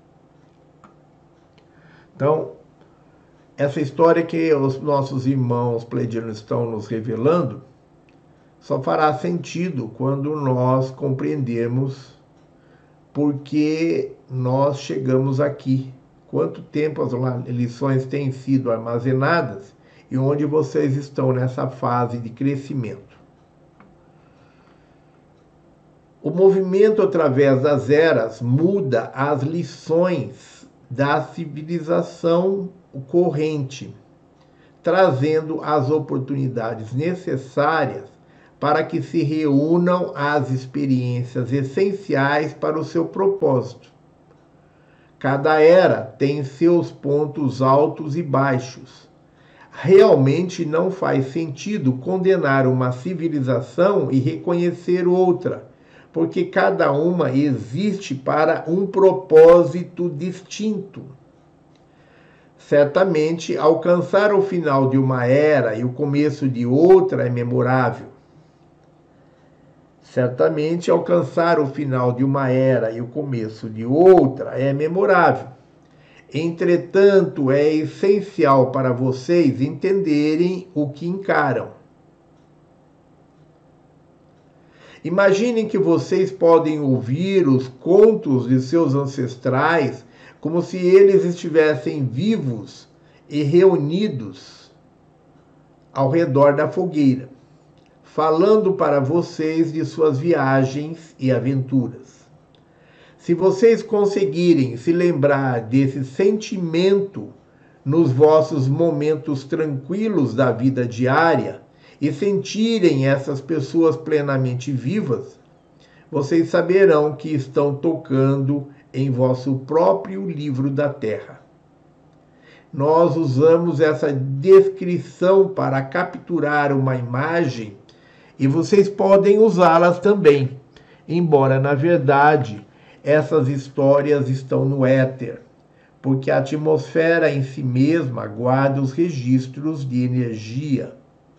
Então, essa história que os nossos irmãos pleidianos estão nos revelando só fará sentido quando nós compreendermos por que nós chegamos aqui, quanto tempo as lições têm sido armazenadas e onde vocês estão nessa fase de crescimento. O movimento através das eras muda as lições da civilização corrente, trazendo as oportunidades necessárias para que se reúnam as experiências essenciais para o seu propósito. Cada era tem seus pontos altos e baixos. Realmente não faz sentido condenar uma civilização e reconhecer outra, porque cada uma existe para um propósito distinto. Certamente, alcançar o final de uma era e o começo de outra é memorável. Certamente, alcançar o final de uma era e o começo de outra é memorável. Entretanto, é essencial para vocês entenderem o que encaram. Imaginem que vocês podem ouvir os contos de seus ancestrais como se eles estivessem vivos e reunidos ao redor da fogueira, falando para vocês de suas viagens e aventuras. Se vocês conseguirem se lembrar desse sentimento nos vossos momentos tranquilos da vida diária e sentirem essas pessoas plenamente vivas, vocês saberão que estão tocando em vosso próprio livro da Terra. Nós usamos essa descrição para capturar uma imagem e vocês podem usá-las também, embora, na verdade, essas histórias estão no éter, porque a atmosfera em si mesma guarda os registros de energia.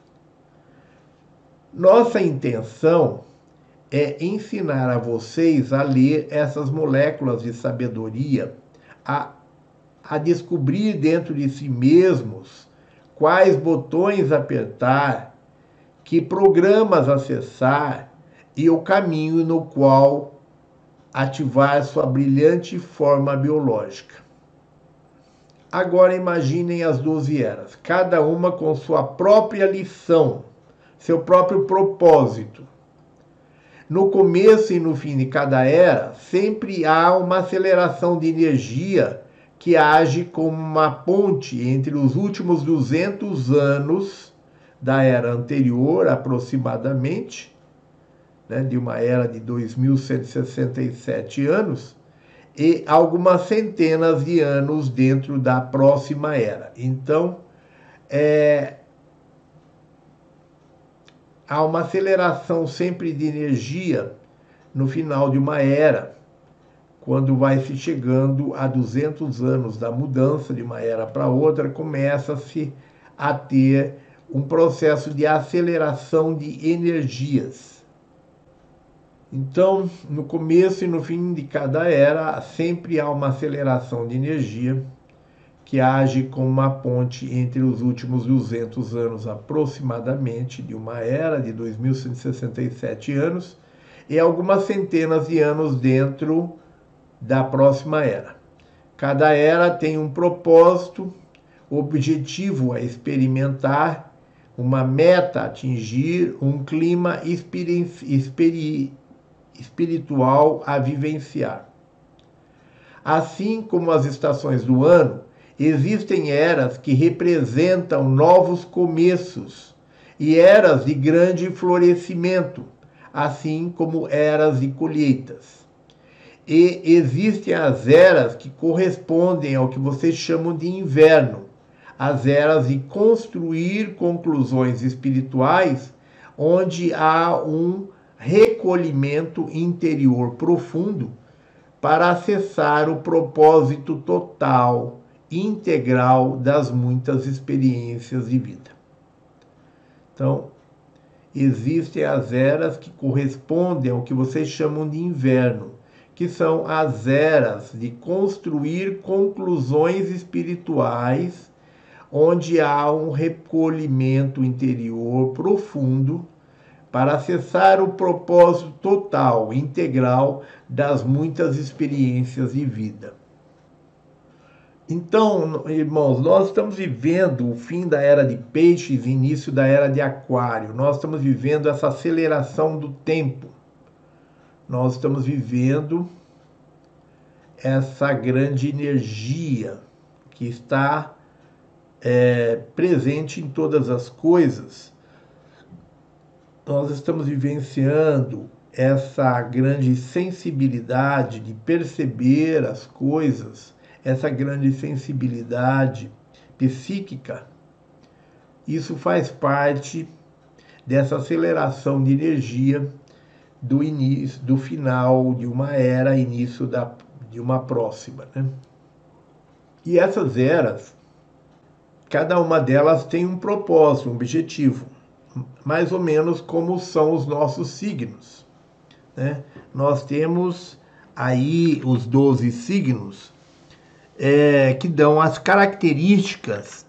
Nossa intenção é ensinar a vocês a ler essas moléculas de sabedoria, a descobrir dentro de si mesmos quais botões apertar, que programas acessar e o caminho no qual ativar sua brilhante forma biológica. Agora imaginem as 12 eras, cada uma com sua própria lição, seu próprio propósito. No começo e no fim de cada era, sempre há uma aceleração de energia que age como uma ponte entre os últimos 200 anos da era anterior, aproximadamente, de uma era de 2.167 anos, e algumas centenas de anos dentro da próxima era. Então, há uma aceleração sempre de energia no final de uma era, quando vai se chegando a 200 anos da mudança de uma era para outra, começa-se a ter um processo de aceleração de energias. Então, no começo e no fim de cada era, sempre há uma aceleração de energia que age como uma ponte entre os últimos 200 anos aproximadamente de uma era de 2.167 anos e algumas centenas de anos dentro da próxima era. Cada era tem um propósito, o objetivo é experimentar, uma meta a atingir, um clima espiritual a vivenciar. Assim como as estações do ano, existem eras que representam novos começos e eras de grande florescimento, assim como eras de colheitas. E existem as eras que correspondem ao que vocês chamam de inverno, as eras de construir conclusões espirituais, onde há um recolhimento interior profundo para acessar o propósito total, integral das muitas experiências de vida. Então, existem as eras que correspondem ao que vocês chamam de inverno, que são as eras de construir conclusões espirituais, onde há um recolhimento interior profundo para acessar o propósito total, integral das muitas experiências de vida. Então, irmãos, nós estamos vivendo o fim da era de Peixes e início da era de Aquário. Nós estamos vivendo essa aceleração do tempo. nós estamos vivendo essa grande energia que está presente em todas as coisas. Nós estamos vivenciando essa grande sensibilidade de perceber as coisas, essa grande sensibilidade psíquica. Isso faz parte dessa aceleração de energia do início, do final de uma era, início de uma próxima, né? E essas eras, cada uma delas tem um propósito, um objetivo, mais ou menos como são os nossos signos, né? Nós temos aí os 12 signos que dão as características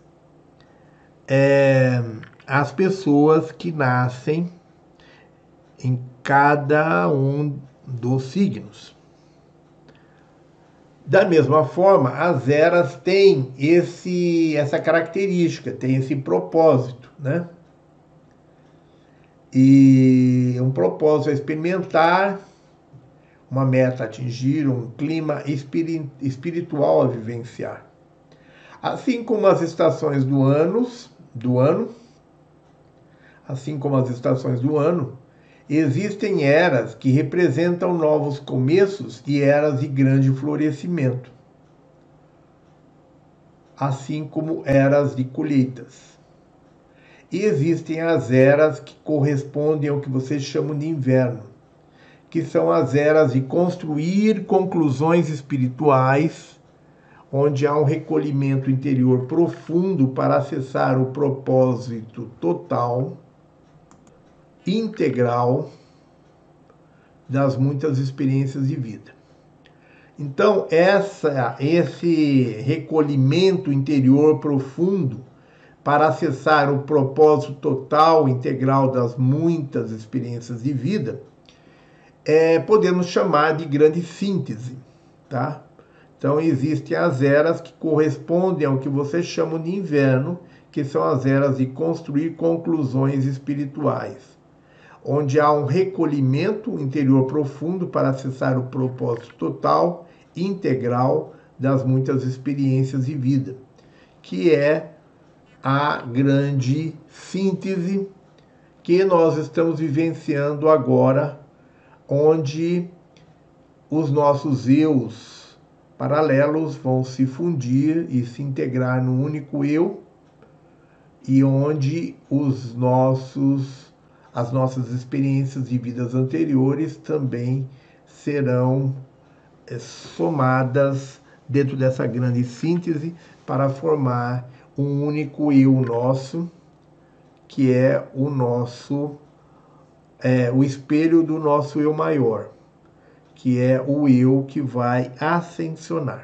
às pessoas que nascem em cada um dos signos. Da mesma forma, as eras têm essa característica, têm esse propósito, né? E um propósito é experimentar, uma meta a atingir, um clima espiritual a vivenciar. Assim como as estações do ano, existem eras que representam novos começos e eras de grande florescimento, assim como eras de colheitas. E existem as eras que correspondem ao que vocês chamam de inverno, que são as eras de construir conclusões espirituais, onde há um recolhimento interior profundo para acessar o propósito total, integral, das muitas experiências de vida. Então, esse recolhimento interior profundo para acessar o propósito total, integral das muitas experiências de vida, podemos chamar de grande síntese, tá? Então, existem as eras que correspondem ao que vocês chamam de inverno, que são as eras de construir conclusões espirituais, onde há um recolhimento interior profundo para acessar o propósito total, integral das muitas experiências de vida, que é a grande síntese que nós estamos vivenciando agora, onde os nossos eus paralelos vão se fundir e se integrar no único eu, e onde as nossas experiências de vidas anteriores também serão somadas dentro dessa grande síntese para formar um único eu nosso, que é o espelho do nosso eu maior, que é o eu que vai ascensionar.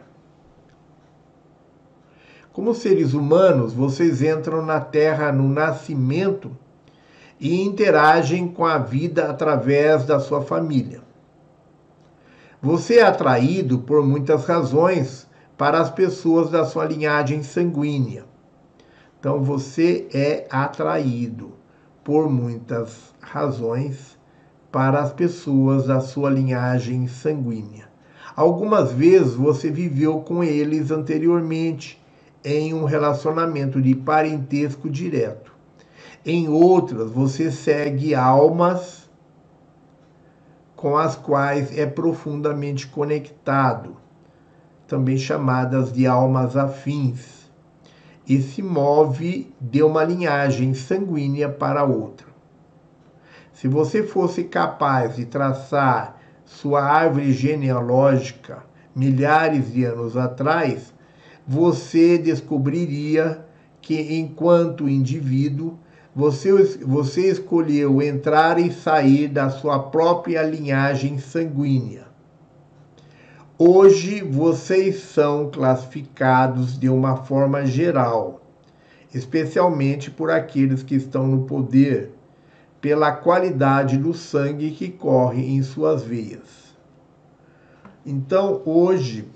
Como seres humanos, vocês entram na Terra no nascimento e interagem com a vida através da sua família. Você é atraído por muitas razões para as pessoas da sua linhagem sanguínea. Então, você é atraído por muitas razões para as pessoas da sua linhagem sanguínea. Algumas vezes você viveu com eles anteriormente em um relacionamento de parentesco direto. Em outras, você segue almas com as quais é profundamente conectado, também chamadas de almas afins, e se move de uma linhagem sanguínea para outra. Se você fosse capaz de traçar sua árvore genealógica milhares de anos atrás, você descobriria que, enquanto indivíduo, você escolheu entrar e sair da sua própria linhagem sanguínea. Hoje, vocês são classificados de uma forma geral, especialmente por aqueles que estão no poder, pela qualidade do sangue que corre em suas veias. Então, hoje,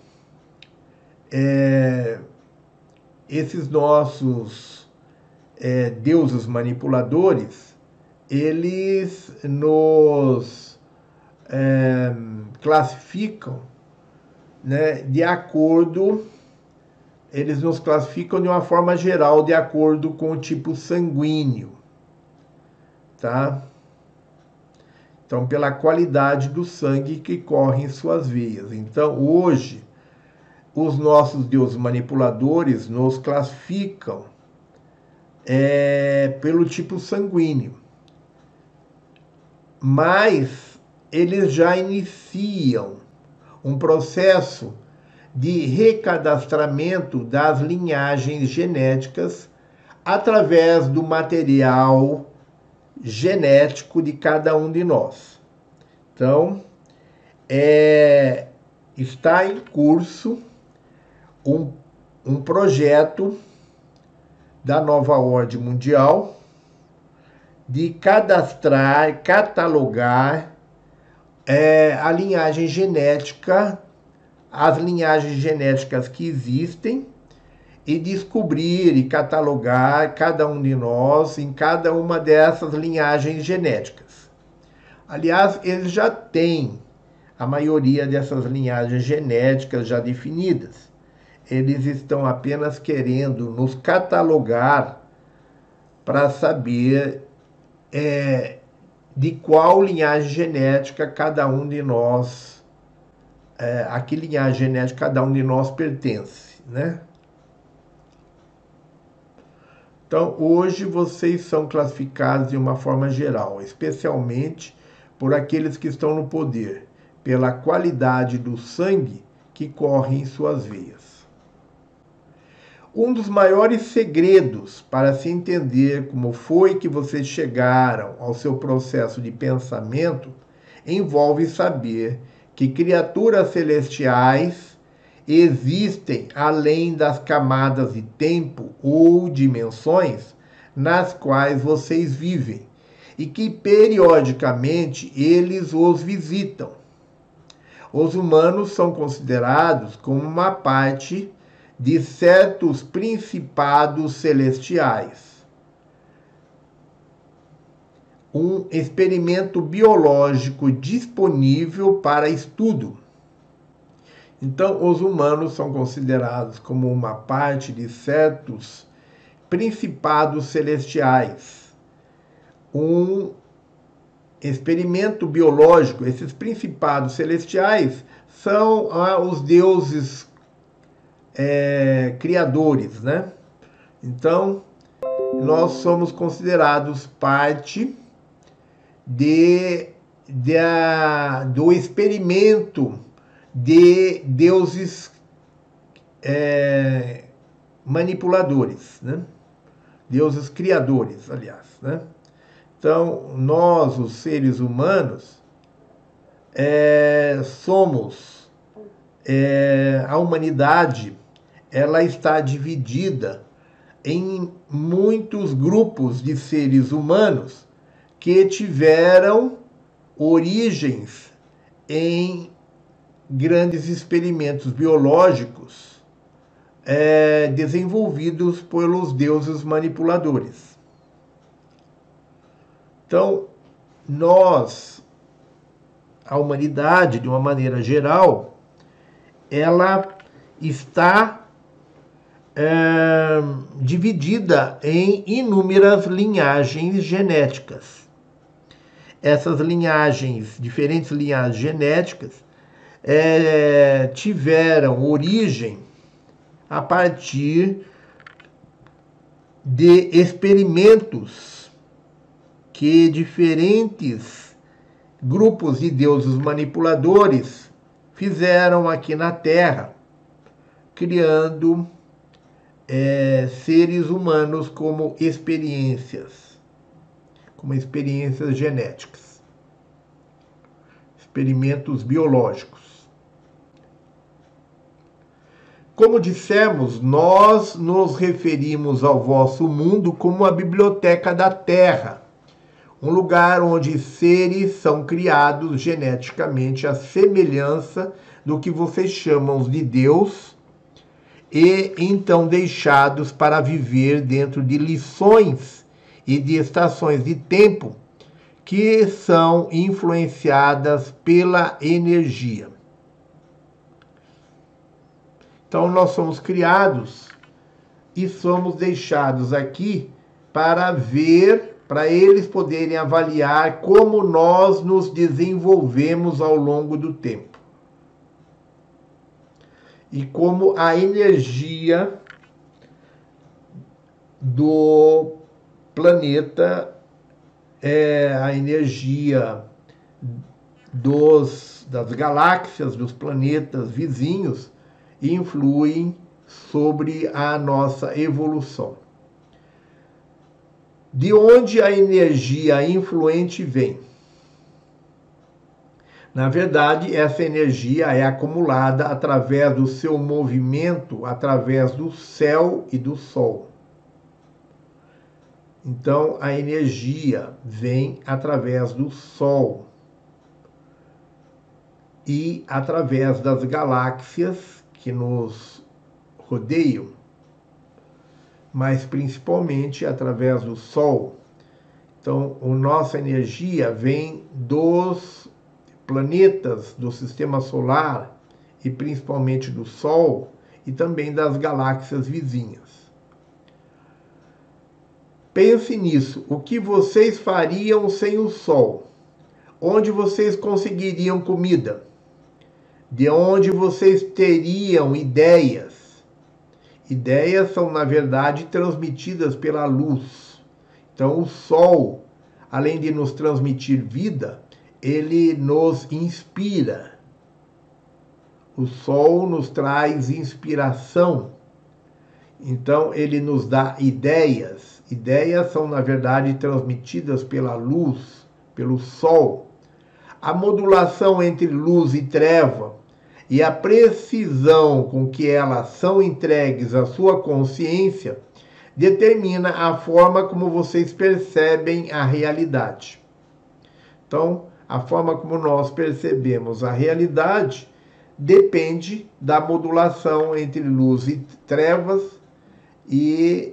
esses nossos deuses manipuladores, eles nos classificam, né, de acordo, eles nos classificam de uma forma geral de acordo com o tipo sanguíneo, tá? Então, pela qualidade do sangue que corre em suas veias. Então, hoje, os nossos deuses manipuladores nos classificam pelo tipo sanguíneo. Mas eles já iniciam um processo de recadastramento das linhagens genéticas através do material genético de cada um de nós. Então, está em curso um projeto da nova ordem mundial de cadastrar, catalogar a linhagem genética, as linhagens genéticas que existem, e descobrir e catalogar cada um de nós em cada uma dessas linhagens genéticas. Aliás, eles já têm a maioria dessas linhagens genéticas já definidas. Eles estão apenas querendo nos catalogar para saber de qual linhagem genética cada um de nós, a que linhagem genética cada um de nós pertence, né? Então, hoje vocês são classificados de uma forma geral, especialmente por aqueles que estão no poder, pela qualidade do sangue que corre em suas veias. Um dos maiores segredos para se entender como foi que vocês chegaram ao seu processo de pensamento envolve saber que criaturas celestiais existem além das camadas de tempo ou dimensões nas quais vocês vivem e que periodicamente eles os visitam. Os humanos são considerados como uma parte de certos principados celestiais. Um experimento biológico disponível para estudo. Então, os humanos são considerados como uma parte de certos principados celestiais. Um experimento biológico, esses principados celestiais são os deuses criadores, né? Então, nós somos considerados parte do experimento de deuses manipuladores, né? Deuses criadores, aliás, né? Então, nós, os seres humanos, somos a humanidade, ela está dividida em muitos grupos de seres humanos que tiveram origens em grandes experimentos biológicos desenvolvidos pelos deuses manipuladores. Então, nós, a humanidade, de uma maneira geral, ela está dividida em inúmeras linhagens genéticas. Essas linhagens, diferentes linhagens genéticas, tiveram origem a partir de experimentos que diferentes grupos de deuses manipuladores fizeram aqui na Terra, criando seres humanos como experiências genéticas, experimentos biológicos. Como dissemos, nós nos referimos ao vosso mundo como a biblioteca da Terra, um lugar onde seres são criados geneticamente à semelhança do que vocês chamam de Deus e então deixados para viver dentro de lições e de estações de tempo que são influenciadas pela energia. Então, nós somos criados e somos deixados aqui para ver, para eles poderem avaliar como nós nos desenvolvemos ao longo do tempo. E como a energia do planeta, a energia das galáxias, dos planetas vizinhos, influem sobre a nossa evolução. De onde a energia influente vem? Na verdade, essa energia é acumulada através do seu movimento, através do céu e do sol. Então, a energia vem através do sol e através das galáxias que nos rodeiam, mas principalmente através do sol. Então, a nossa energia vem dos planetas do sistema solar e principalmente do sol e também das galáxias vizinhas. Pense nisso. O que vocês fariam sem o sol? Onde vocês conseguiriam comida? De onde vocês teriam ideias? Ideias são, na verdade, transmitidas pela luz. Então, o sol, além de nos transmitir vida, ele nos inspira. O sol nos traz inspiração. Então, ele nos dá ideias. Ideias são, na verdade, transmitidas pela luz, pelo sol. A modulação entre luz e treva e a precisão com que elas são entregues à sua consciência determina a forma como vocês percebem a realidade. Então, a forma como nós percebemos a realidade depende da modulação entre luz e trevas e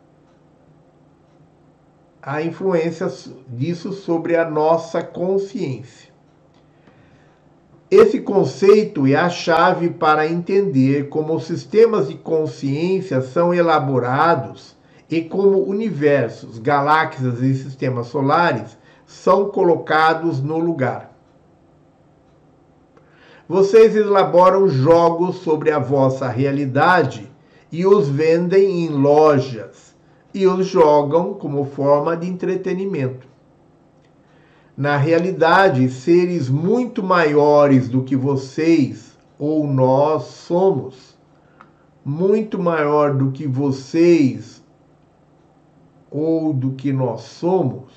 a influência disso sobre a nossa consciência. Esse conceito é a chave para entender como os sistemas de consciência são elaborados e como universos, galáxias e sistemas solares são colocados no lugar. Vocês elaboram jogos sobre a vossa realidade e os vendem em lojas e os jogam como forma de entretenimento. Na realidade, seres muito maiores do que vocês ou nós somos, muito maior do que vocês ou do que nós somos,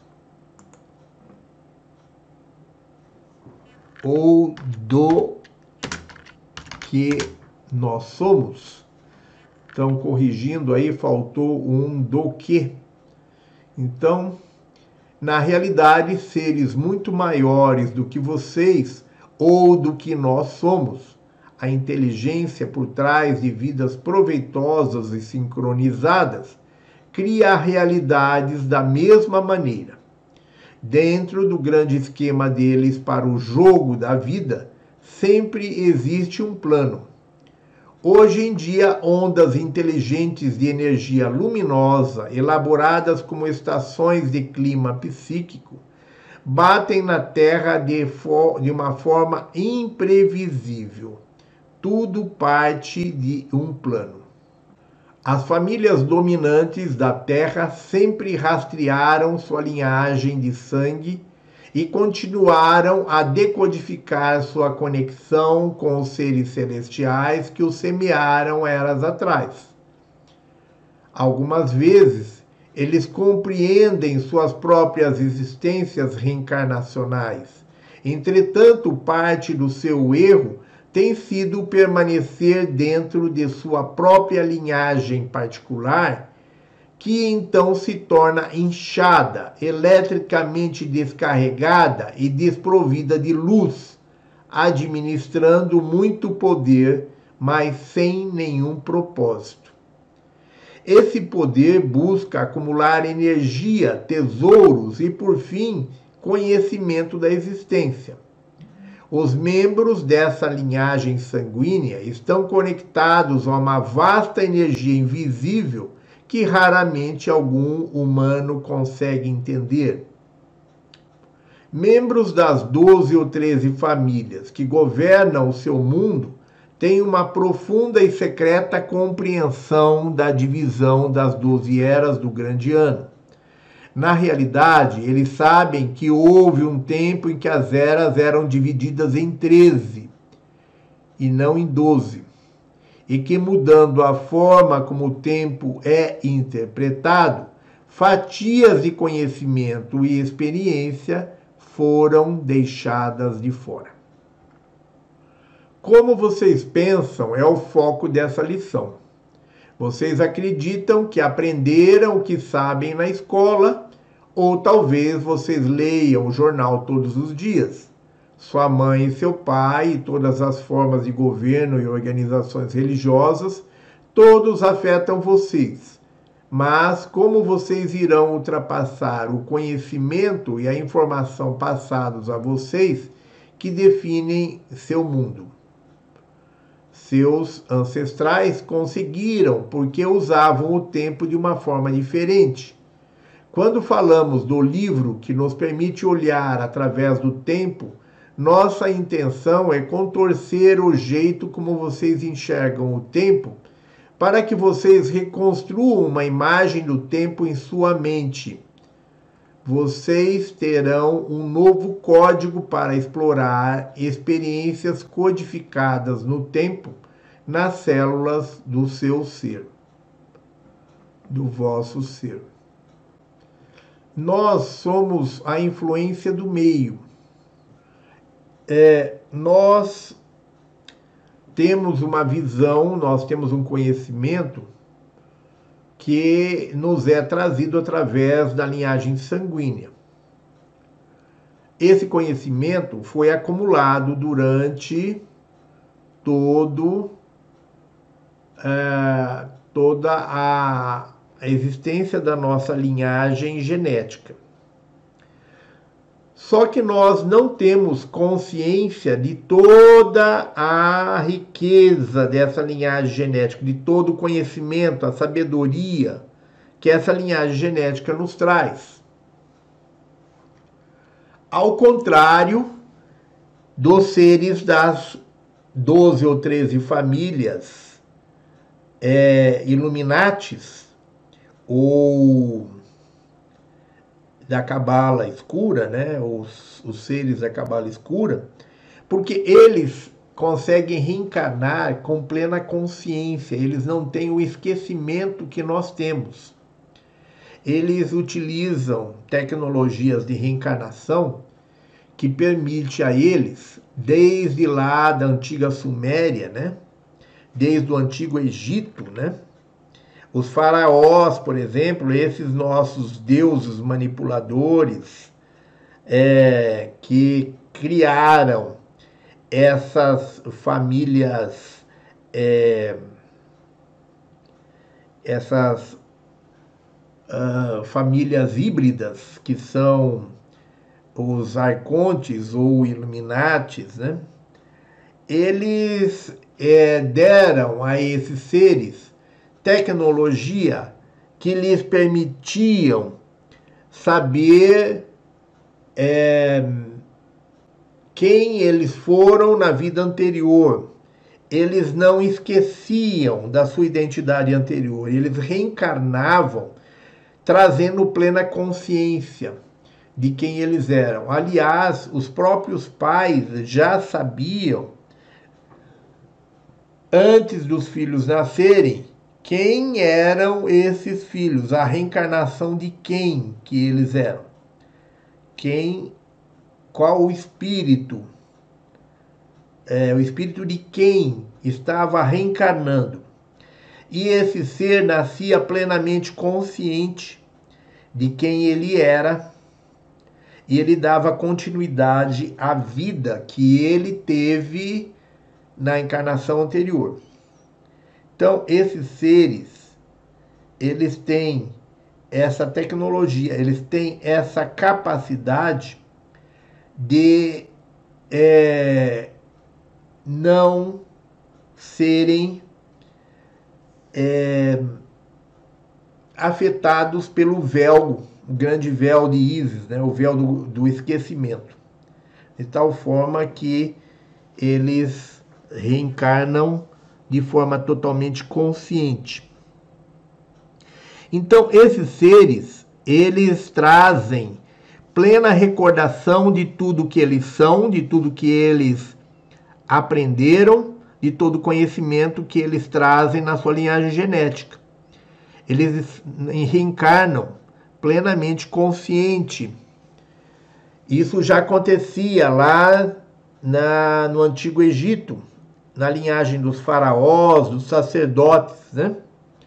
ou do que nós somos. Então, corrigindo aí, faltou um do que. Então, na realidade, seres muito maiores do que vocês ou do que nós somos. A inteligência por trás de vidas proveitosas e sincronizadas cria realidades da mesma maneira. Dentro do grande esquema deles para o jogo da vida, sempre existe um plano. Hoje em dia, ondas inteligentes de energia luminosa, elaboradas como estações de clima psíquico, batem na Terra de uma forma imprevisível. Tudo parte de um plano. As famílias dominantes da Terra sempre rastrearam sua linhagem de sangue e continuaram a decodificar sua conexão com os seres celestiais que os semearam eras atrás. Algumas vezes, eles compreendem suas próprias existências reencarnacionais. Entretanto, parte do seu erro tem sido permanecer dentro de sua própria linhagem particular, que então se torna inchada, eletricamente descarregada e desprovida de luz, administrando muito poder, mas sem nenhum propósito. Esse poder busca acumular energia, tesouros e, por fim, conhecimento da existência. Os membros dessa linhagem sanguínea estão conectados a uma vasta energia invisível que raramente algum humano consegue entender. Membros das 12 ou 13 famílias que governam o seu mundo têm uma profunda e secreta compreensão da divisão das 12 eras do grande ano. Na realidade, eles sabem que houve um tempo em que as eras eram divididas em 13 e não em 12, e que, mudando a forma como o tempo é interpretado, fatias de conhecimento e experiência foram deixadas de fora. Como vocês pensam é o foco dessa lição. Vocês acreditam que aprenderam o que sabem na escola, ou talvez vocês leiam o jornal todos os dias. Sua mãe e seu pai, e todas as formas de governo e organizações religiosas, todos afetam vocês. Mas como vocês irão ultrapassar o conhecimento e a informação passados a vocês que definem seu mundo? Seus ancestrais conseguiram porque usavam o tempo de uma forma diferente. Quando falamos do livro que nos permite olhar através do tempo, nossa intenção é contorcer o jeito como vocês enxergam o tempo para que vocês reconstruam uma imagem do tempo em sua mente. Vocês terão um novo código para explorar experiências codificadas no tempo nas células do seu ser, do vosso ser. Nós somos a influência do meio. Nós temos uma visão, nós temos um conhecimento que nos é trazido através da linhagem sanguínea. Esse conhecimento foi acumulado durante toda a existência da nossa linhagem genética. Só que nós não temos consciência de toda a riqueza dessa linhagem genética, de todo o conhecimento, a sabedoria que essa linhagem genética nos traz. Ao contrário dos seres das 12 ou 13 famílias Illuminatis, ou da Cabala escura, né? Os seres da Cabala escura, porque eles conseguem reencarnar com plena consciência, eles não têm o esquecimento que nós temos. Eles utilizam tecnologias de reencarnação que permite a eles, desde lá da antiga Suméria, né? Desde o antigo Egito, né? Os faraós, por exemplo, esses nossos deuses manipuladores que criaram essas famílias, famílias híbridas, que são os arcontes ou Illuminatis, né? Eles deram a esses seres tecnologia que lhes permitiam saber quem eles foram na vida anterior. Eles não esqueciam da sua identidade anterior, eles reencarnavam trazendo plena consciência de quem eles eram. Aliás, os próprios pais já sabiam, antes dos filhos nascerem, quem eram esses filhos, a reencarnação de quem que eles eram. Qual o espírito de quem estava reencarnando. E esse ser nascia plenamente consciente de quem ele era, e ele dava continuidade à vida que ele teve na encarnação anterior. Então, esses seres, eles têm essa tecnologia, eles têm essa capacidade de não serem afetados pelo véu, o grande véu de Ísis, né? O véu do esquecimento, de tal forma que eles reencarnam de forma totalmente consciente. Então, esses seres, eles trazem plena recordação de tudo que eles são, de tudo que eles aprenderam, de todo o conhecimento que eles trazem na sua linhagem genética. Eles reencarnam plenamente consciente. Isso já acontecia lá no Antigo Egito, na linhagem dos faraós, dos sacerdotes, né?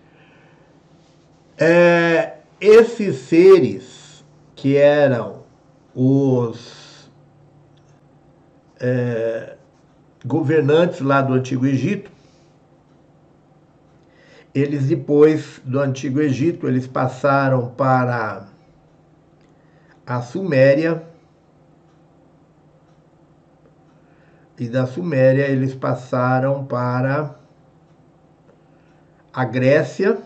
Esses seres que eram os governantes lá do Antigo Egito, eles depois do Antigo Egito, eles passaram para a Suméria, e da Suméria eles passaram para a Grécia,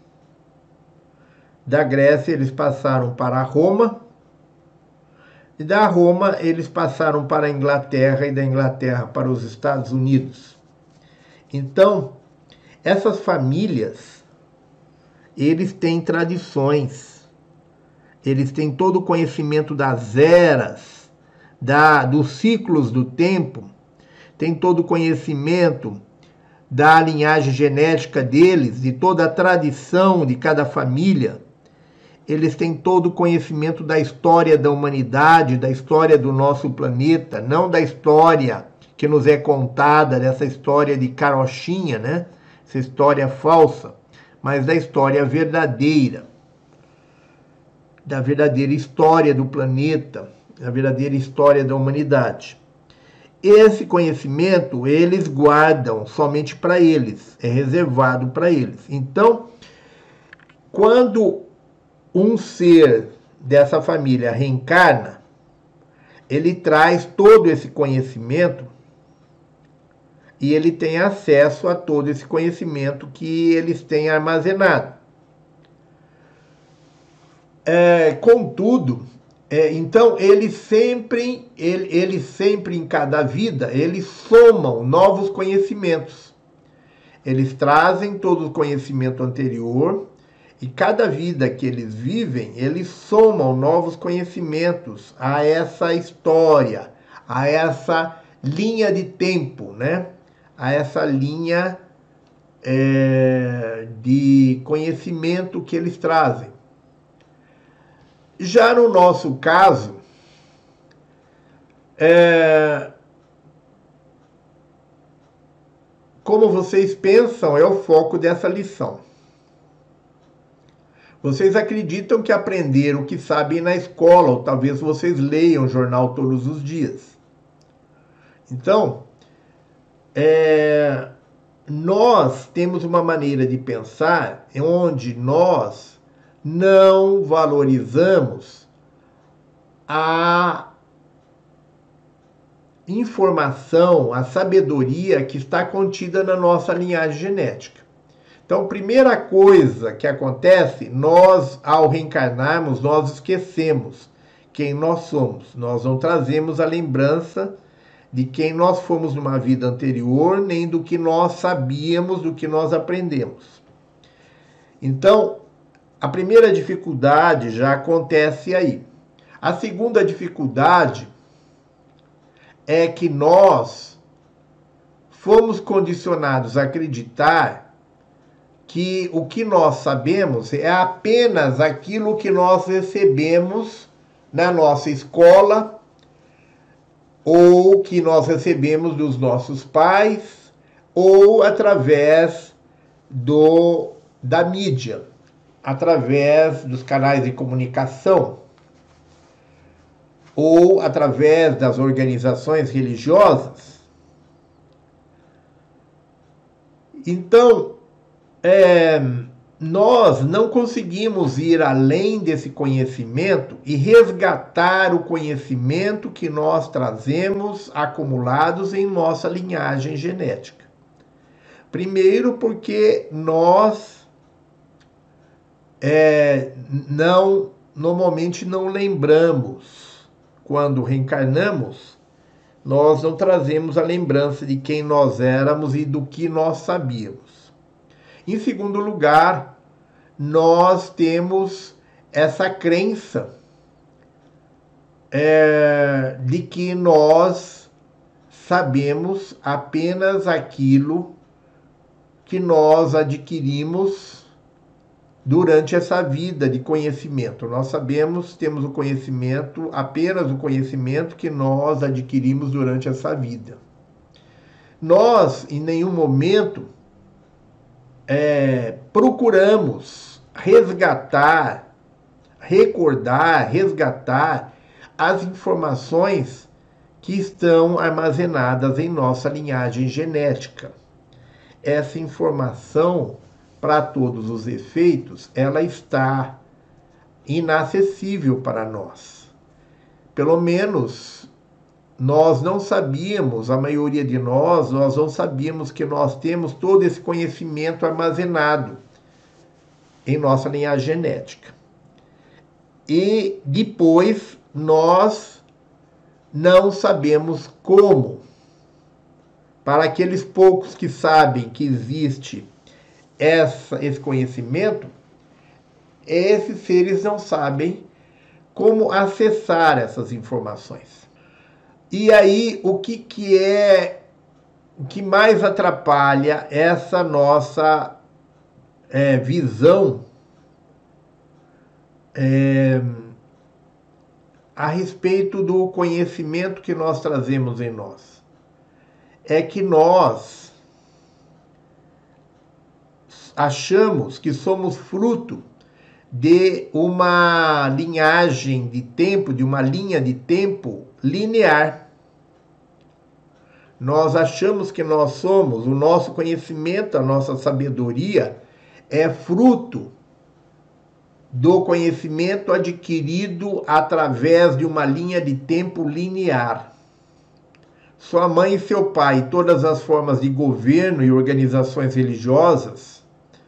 da Grécia eles passaram para Roma, e da Roma eles passaram para a Inglaterra, e da Inglaterra para os Estados Unidos. Então, essas famílias, eles têm tradições, eles têm todo o conhecimento das eras, dos ciclos do tempo, têm todo o conhecimento da linhagem genética deles, de toda a tradição de cada família. Eles têm todo o conhecimento da história da humanidade, da história do nosso planeta, não da história que nos é contada, dessa história de carochinha, né? Essa história falsa, mas da história verdadeira, da verdadeira história do planeta, da verdadeira história da humanidade. Esse conhecimento eles guardam somente para eles, é reservado para eles. Então, quando um ser dessa família reencarna, ele traz todo esse conhecimento e ele tem acesso a todo esse conhecimento que eles têm armazenado. Contudo, então eles sempre em cada vida, eles somam novos conhecimentos. Eles trazem todo o conhecimento anterior e cada vida que eles vivem, eles somam novos conhecimentos a essa história, a essa linha de tempo, né? A essa linha de conhecimento que eles trazem. Já no nosso caso, como vocês pensam, é o foco dessa lição. Vocês acreditam que aprenderam o que sabem na escola, ou talvez vocês leiam o jornal todos os dias. Então, nós temos uma maneira de pensar onde nós não valorizamos a informação, a sabedoria que está contida na nossa linhagem genética. Então, primeira coisa que acontece, nós, ao reencarnarmos, nós esquecemos quem nós somos. Nós não trazemos a lembrança de quem nós fomos numa vida anterior, nem do que nós sabíamos, do que nós aprendemos. Então, a primeira dificuldade já acontece aí. A segunda dificuldade é que nós fomos condicionados a acreditar que o que nós sabemos é apenas aquilo que nós recebemos na nossa escola ou que nós recebemos dos nossos pais ou através da mídia, através dos canais de comunicação ou através das organizações religiosas. Então, nós não conseguimos ir além desse conhecimento e resgatar o conhecimento que nós trazemos acumulados em nossa linhagem genética. Primeiro, porque nós normalmente não lembramos. Quando reencarnamos, nós não trazemos a lembrança de quem nós éramos e do que nós sabíamos. Em segundo lugar, nós temos essa crença de que nós sabemos apenas aquilo que nós adquirimos durante essa vida de conhecimento. Nós sabemos, temos o conhecimento, apenas o conhecimento que nós adquirimos durante essa vida. Nós, em nenhum momento, procuramos resgatar, recordar, resgatar as informações que estão armazenadas em nossa linhagem genética. Essa informação, para todos os efeitos, ela está inacessível para nós. Pelo menos nós não sabíamos, a maioria de nós não sabíamos que nós temos todo esse conhecimento armazenado em nossa linhagem genética. E depois nós não sabemos como. Para aqueles poucos que sabem que existe esse conhecimento, esses seres não sabem como acessar essas informações. E aí, o que mais atrapalha essa nossa visão a respeito do conhecimento que nós trazemos em nós? É que nós achamos que somos fruto de uma linhagem de tempo, de uma linha de tempo linear. Nós achamos que nós somos, o nosso conhecimento, a nossa sabedoria é fruto do conhecimento adquirido através de uma linha de tempo linear. Sua mãe e seu pai, todas as formas de governo e organizações religiosas,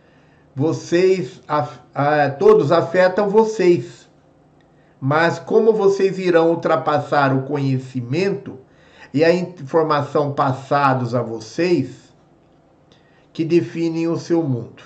todos afetam vocês. Mas como vocês irão ultrapassar o conhecimento e a informação passados a vocês que definem o seu mundo?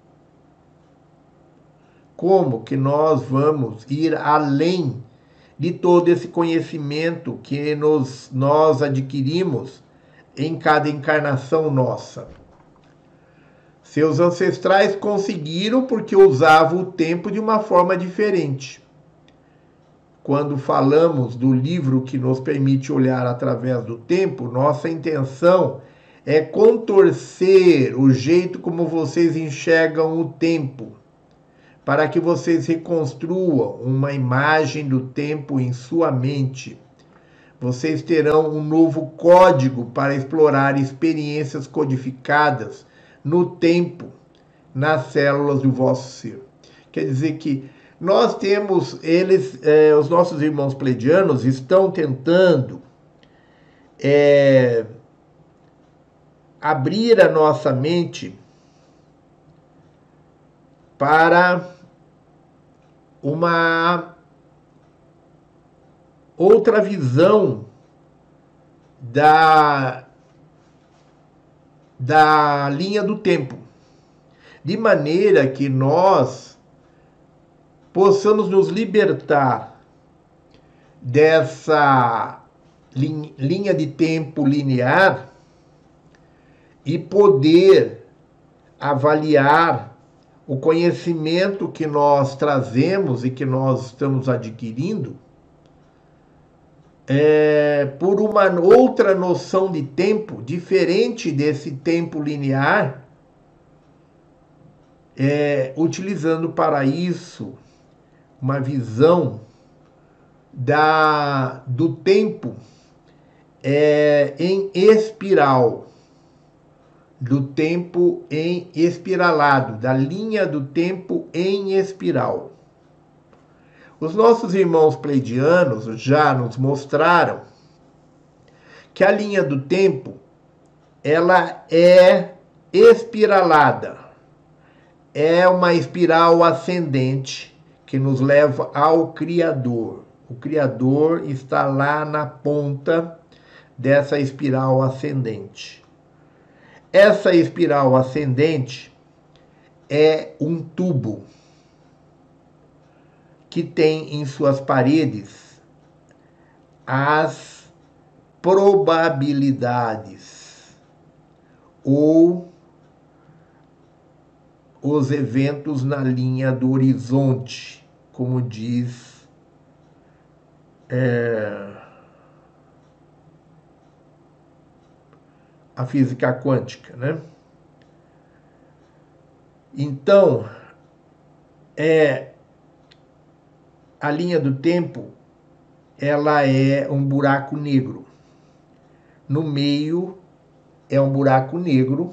Como que nós vamos ir além de todo esse conhecimento que nós adquirimos em cada encarnação nossa? Seus ancestrais conseguiram porque usavam o tempo de uma forma diferente. Quando falamos do livro que nos permite olhar através do tempo, nossa intenção é contorcer o jeito como vocês enxergam o tempo, para que vocês reconstruam uma imagem do tempo em sua mente. Vocês terão um novo código para explorar experiências codificadas no tempo, nas células do vosso ser. Quer dizer que nós temos, os nossos irmãos pleiadianos estão tentando abrir a nossa mente para uma outra visão da linha do tempo, de maneira que nós possamos nos libertar dessa linha de tempo linear e poder avaliar o conhecimento que nós trazemos e que nós estamos adquirindo por uma outra noção de tempo, diferente desse tempo linear, utilizando para isso uma visão do tempo em espiral. do tempo em espiralado, da linha do tempo em espiral. Os nossos irmãos pleidianos já nos mostraram que a linha do tempo ela é espiralada. É uma espiral ascendente que nos leva ao Criador. O Criador está lá na ponta dessa espiral ascendente. Essa espiral ascendente é um tubo que tem em suas paredes as probabilidades ou os eventos na linha do horizonte, como diz a física quântica, né? Então, a linha do tempo, ela é um buraco negro. No meio é um buraco negro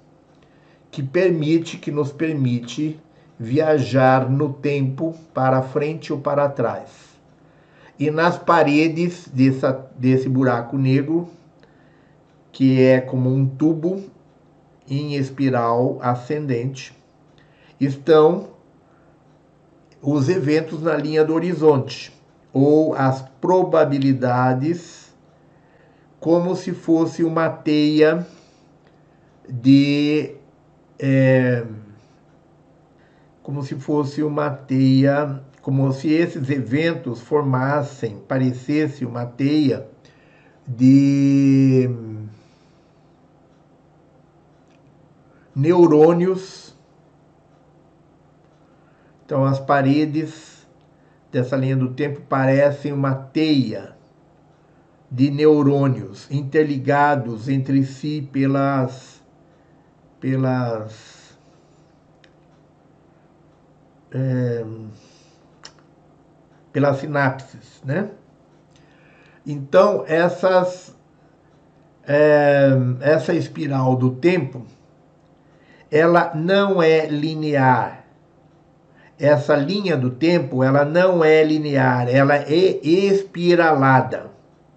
que nos permite viajar no tempo para frente ou para trás. E nas paredes desse buraco negro, que é como um tubo em espiral ascendente, estão os eventos na linha do horizonte, ou as probabilidades, como se fosse uma teia de... como se fosse uma teia, como se esses eventos parecesse uma teia de neurônios. Então, as paredes dessa linha do tempo parecem uma teia de neurônios interligados entre si pelas sinapses, né? Então, essa espiral do tempo, ela não é linear. Essa linha do tempo, ela não é linear, ela é espiralada.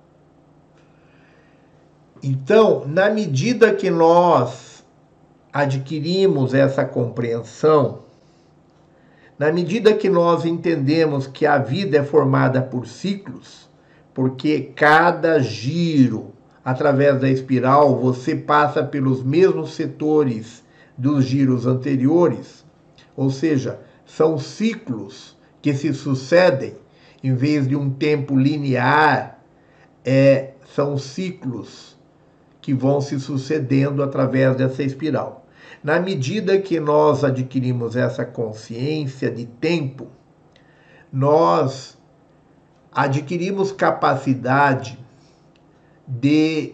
Então, na medida que nós adquirimos essa compreensão, na medida que nós entendemos que a vida é formada por ciclos, porque cada giro através da espiral você passa pelos mesmos setores dos giros anteriores, ou seja, são ciclos que se sucedem, em vez de um tempo linear, são ciclos que vão se sucedendo através dessa espiral. Na medida que nós adquirimos essa consciência de tempo, nós adquirimos capacidade de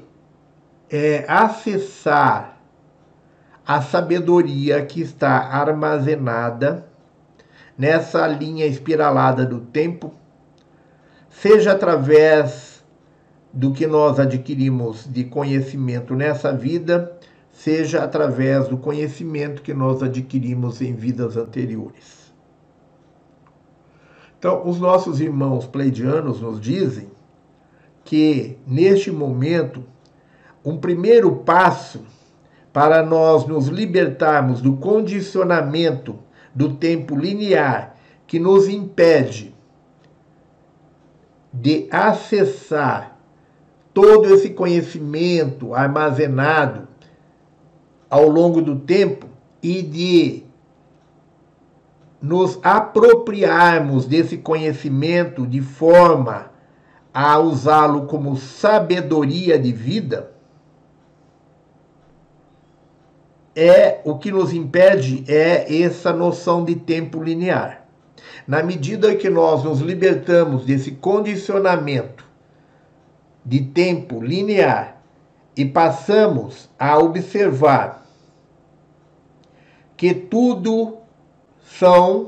acessar a sabedoria que está armazenada nessa linha espiralada do tempo, seja através do que nós adquirimos de conhecimento nessa vida, seja através do conhecimento que nós adquirimos em vidas anteriores. Então, os nossos irmãos pleidianos nos dizem que, neste momento, um primeiro passo para nós nos libertarmos do condicionamento do tempo linear que nos impede de acessar todo esse conhecimento armazenado ao longo do tempo e de nos apropriarmos desse conhecimento de forma a usá-lo como sabedoria de vida, o que nos impede é essa noção de tempo linear. Na medida que nós nos libertamos desse condicionamento de tempo linear e passamos a observar que tudo são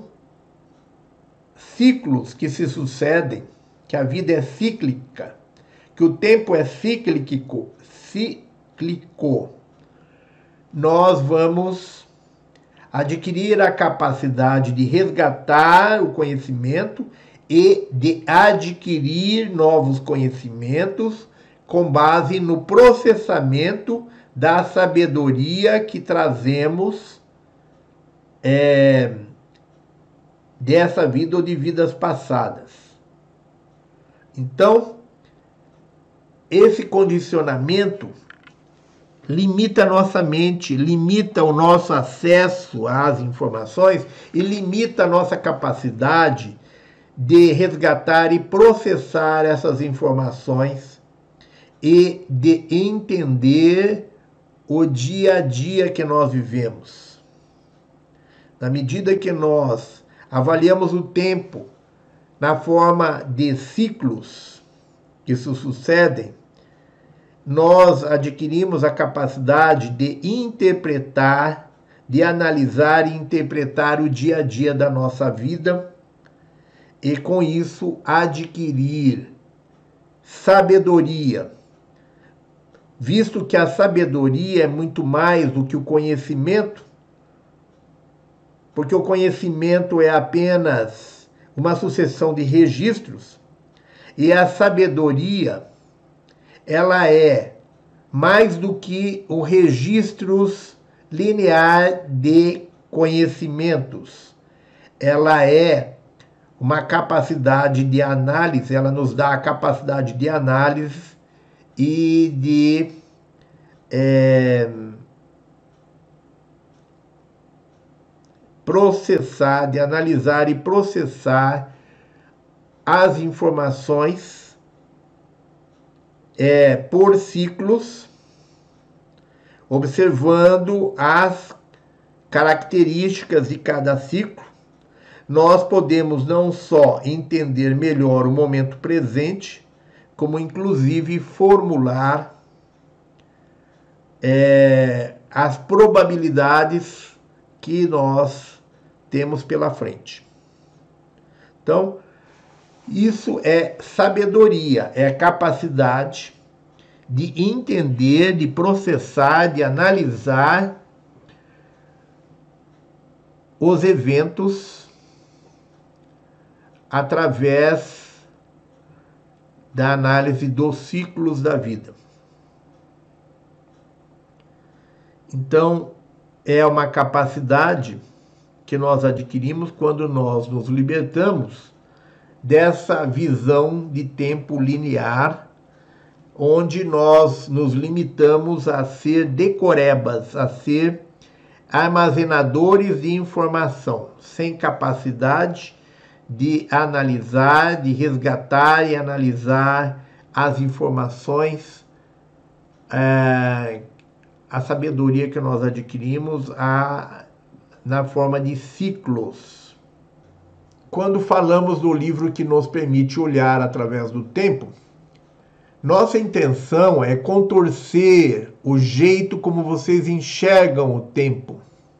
ciclos que se sucedem, que a vida é cíclica, que o tempo é cíclico, nós vamos adquirir a capacidade de resgatar o conhecimento e de adquirir novos conhecimentos com base no processamento da sabedoria que trazemos dessa vida ou de vidas passadas. Então, esse condicionamento limita a nossa mente, limita o nosso acesso às informações e limita a nossa capacidade de resgatar e processar essas informações e de entender o dia a dia que nós vivemos. Na medida que nós avaliamos o tempo na forma de ciclos que se sucedem, nós adquirimos a capacidade de interpretar, de analisar e interpretar o dia a dia da nossa vida e, com isso, adquirir sabedoria, visto que a sabedoria é muito mais do que o conhecimento, porque o conhecimento é apenas uma sucessão de registros, e a sabedoria, ela é mais do que o registros linear de conhecimentos. Ela é uma capacidade de análise, ela nos dá a capacidade de análise e de processar, de analisar e processar as informações por ciclos, observando as características de cada ciclo. Nós podemos não só entender melhor o momento presente, como inclusive formular as probabilidades que nós temos pela frente. Então, isso é sabedoria, é a capacidade de entender, de processar, de analisar os eventos através da análise dos ciclos da vida. Então, é uma capacidade que nós adquirimos quando nós nos libertamos dessa visão de tempo linear, onde nós nos limitamos a ser decorebas, a ser armazenadores de informação, sem capacidade de analisar, de resgatar e analisar as informações, a sabedoria que nós adquirimos na forma de ciclos. Quando falamos do livro que nos permite olhar através do tempo, nossa intenção é contorcer o jeito como vocês enxergam o tempo.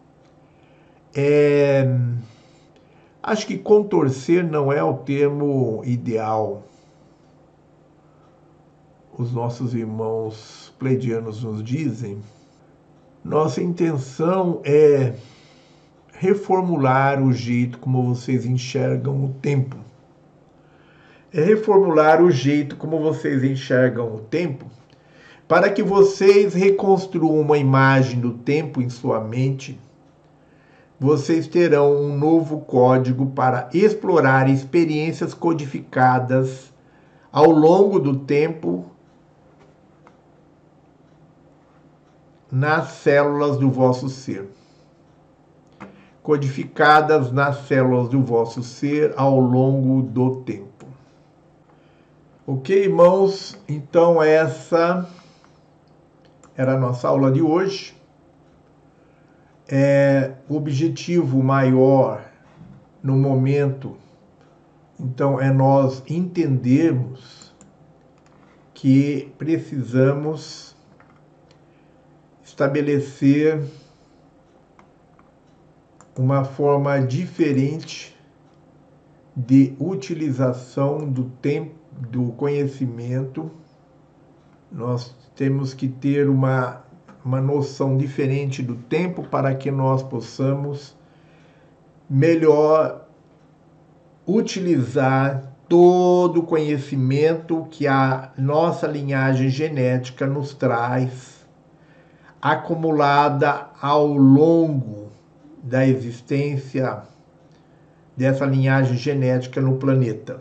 Acho que contorcer não é o termo ideal. Os nossos irmãos pleidianos nos dizem. Nossa intenção é reformular o jeito como vocês enxergam o tempo. É reformular o jeito como vocês enxergam o tempo, para que vocês reconstruam uma imagem do tempo em sua mente. Vocês terão um novo código para explorar experiências codificadas ao longo do tempo nas células do vosso ser. Codificadas nas células do vosso ser ao longo do tempo. Ok, irmãos? Então essa era a nossa aula de hoje. O objetivo maior no momento, então, é nós entendermos que precisamos estabelecer uma forma diferente de utilização do tempo, do conhecimento. Nós temos que ter uma uma noção diferente do tempo para que nós possamos melhor utilizar todo o conhecimento que a nossa linhagem genética nos traz, acumulada ao longo da existência dessa linhagem genética no planeta.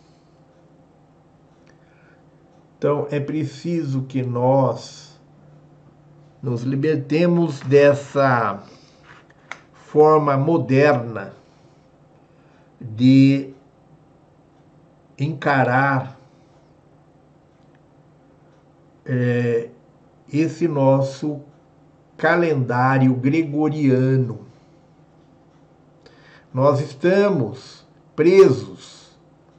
Então, é preciso que nós nos libertemos dessa forma moderna de encarar esse nosso calendário gregoriano. Nós estamos presos,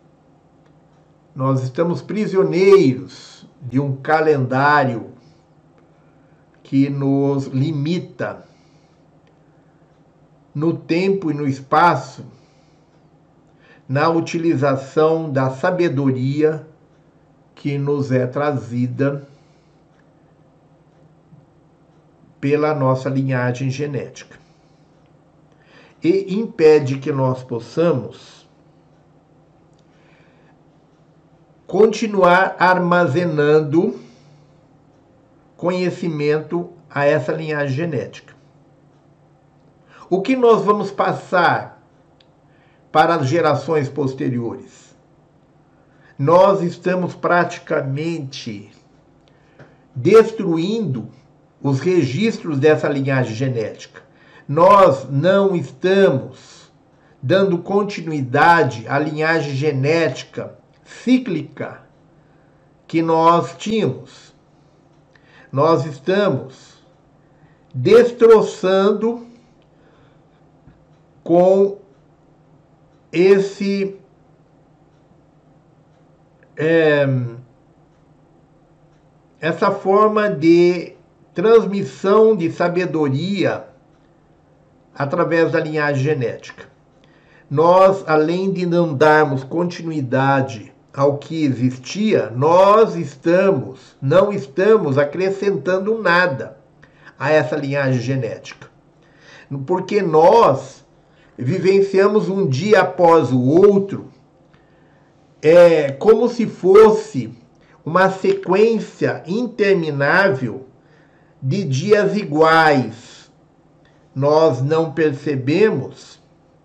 nós estamos prisioneiros de um calendário que nos limita no tempo e no espaço, na utilização da sabedoria que nos é trazida pela nossa linhagem genética. E impede que nós possamos continuar armazenando conhecimento a essa linhagem genética. O que nós vamos passar para as gerações posteriores? Nós estamos praticamente destruindo os registros dessa linhagem genética. Nós não estamos dando continuidade à linhagem genética cíclica que nós tínhamos. Nós estamos destroçando com essa forma de transmissão de sabedoria através da linhagem genética. Nós, além de não darmos continuidade ao que existia, nós não estamos acrescentando nada a essa linhagem genética. Porque nós vivenciamos um dia após o outro, como se fosse uma sequência interminável de dias iguais. Nós não percebemos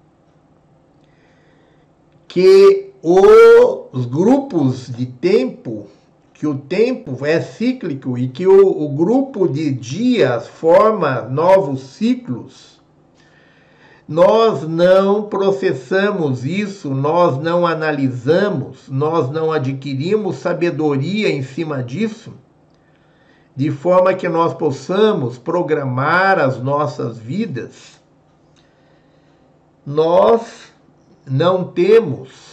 que os grupos de tempo, que o tempo é cíclico e que o grupo de dias forma novos ciclos, nós não processamos isso, nós não analisamos, nós não adquirimos sabedoria em cima disso, de forma que nós possamos programar as nossas vidas. Nós não temos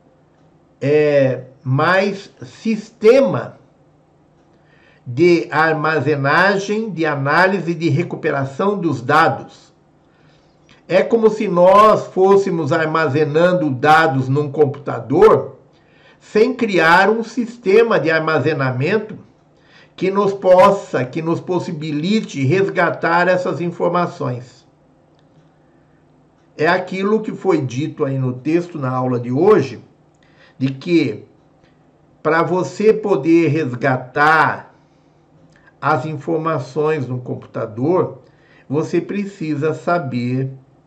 mais sistema de armazenagem, de análise, de recuperação dos dados. É como se nós fôssemos armazenando dados num computador sem criar um sistema de armazenamento que nos possibilite resgatar essas informações. É aquilo que foi dito aí no texto, na aula de hoje, de que para você poder resgatar as informações no computador, você precisa saber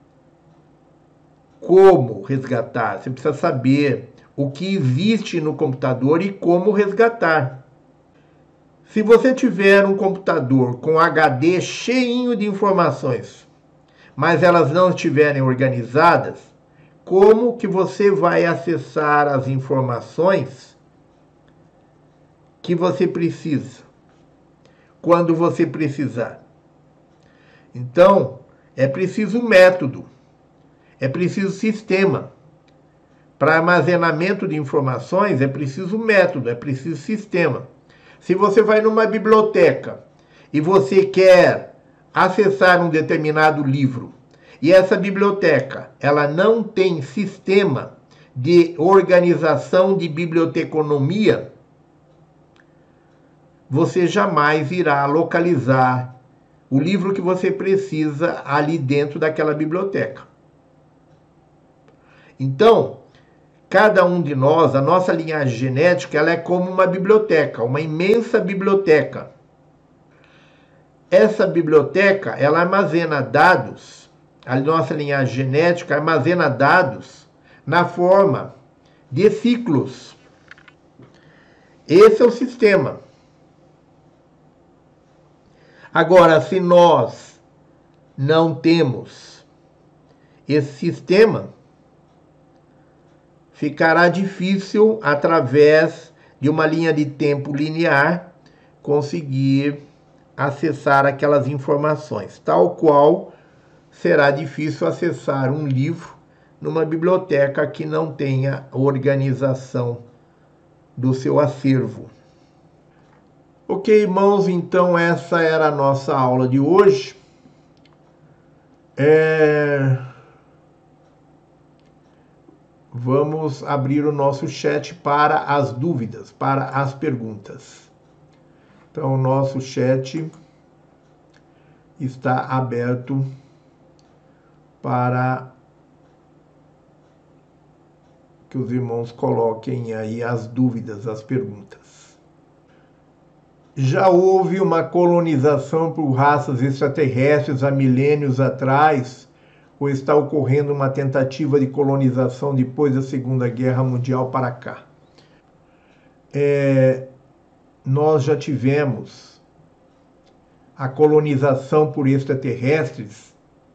como resgatar, você precisa saber o que existe no computador e como resgatar. Se você tiver um computador com HD cheinho de informações, mas elas não estiverem organizadas, como que você vai acessar as informações que você precisa, quando você precisar? Então, é preciso método, é preciso sistema. Para armazenamento de informações, é preciso método, é preciso sistema. Se você vai numa biblioteca e você quer acessar um determinado livro, e essa biblioteca ela não tem sistema de organização de biblioteconomia, você jamais irá localizar o livro que você precisa ali dentro daquela biblioteca. Então, cada um de nós, a nossa linhagem genética, ela é como uma biblioteca, uma imensa biblioteca. Essa biblioteca, ela armazena dados, a nossa linhagem genética armazena dados na forma de ciclos. Esse é o sistema. Agora, se nós não temos esse sistema, ficará difícil, através de uma linha de tempo linear, conseguir acessar aquelas informações, tal qual será difícil acessar um livro numa biblioteca que não tenha organização do seu acervo. Ok, irmãos, então essa era a nossa aula de hoje. Vamos abrir o nosso chat para as dúvidas, para as perguntas. Então, o nosso chat está aberto para que os irmãos coloquem aí as dúvidas, as perguntas. Já houve uma colonização por raças extraterrestres há milênios atrás, ou está ocorrendo uma tentativa de colonização depois da Segunda Guerra Mundial para cá? Nós já tivemos a colonização por extraterrestres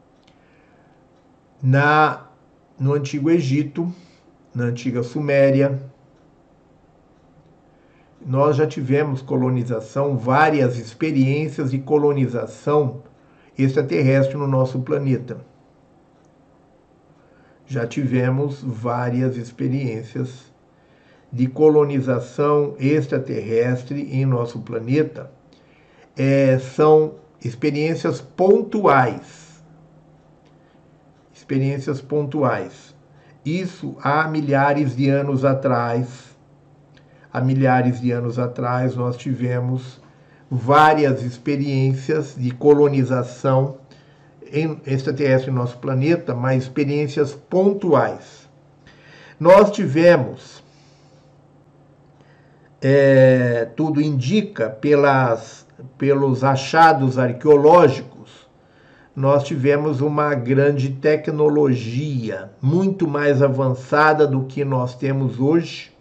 no Antigo Egito, na Antiga Suméria. Nós já tivemos colonização, várias experiências de colonização extraterrestre no nosso planeta. Já tivemos várias experiências de colonização extraterrestre em nosso planeta. São experiências pontuais. Experiências pontuais. Isso há milhares de anos atrás. Há milhares de anos atrás nós tivemos várias experiências de colonização extraterrestre no nosso planeta, mas experiências pontuais. Nós tivemos, tudo indica, pelos achados arqueológicos, nós tivemos uma grande tecnologia, muito mais avançada do que nós temos hoje,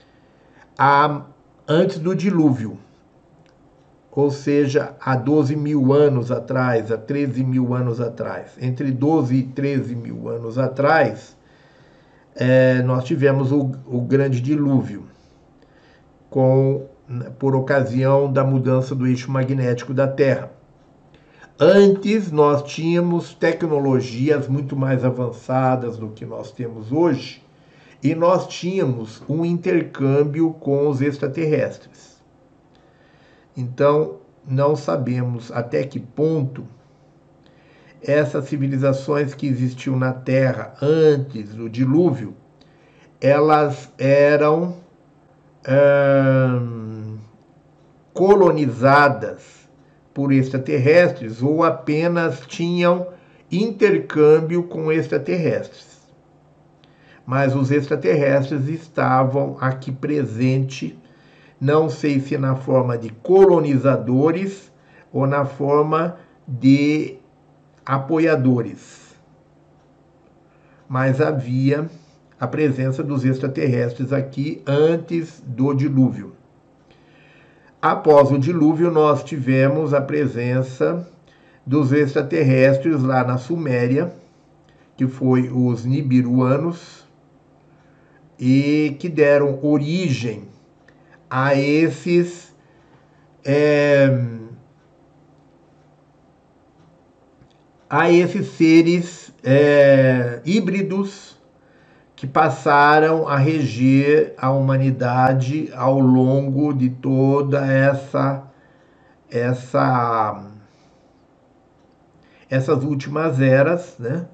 antes do dilúvio. Ou seja, há 12 mil anos atrás, há 13 mil anos atrás. Entre 12 e 13 mil anos atrás, nós tivemos o grande dilúvio, por ocasião da mudança do eixo magnético da Terra. Antes, nós tínhamos tecnologias muito mais avançadas do que nós temos hoje, e nós tínhamos um intercâmbio com os extraterrestres. Então, não sabemos até que ponto essas civilizações que existiam na Terra antes do dilúvio, elas eram colonizadas por extraterrestres ou apenas tinham intercâmbio com extraterrestres. Mas os extraterrestres estavam aqui presentes, não sei se na forma de colonizadores ou na forma de apoiadores. Mas havia a presença dos extraterrestres aqui antes do dilúvio. Após o dilúvio, nós tivemos a presença dos extraterrestres lá na Suméria, que foi os nibiruanos, e que deram origem a esses seres híbridos que passaram a reger a humanidade ao longo de toda essas últimas eras, né?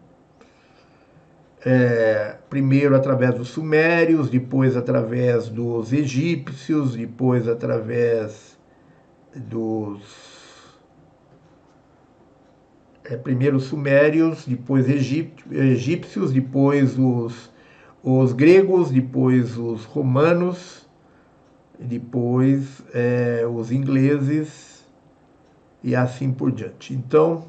Primeiro através dos sumérios, depois através dos egípcios, depois através primeiro os sumérios, depois egípcios, depois os gregos, depois os romanos, depois os ingleses e assim por diante. Então,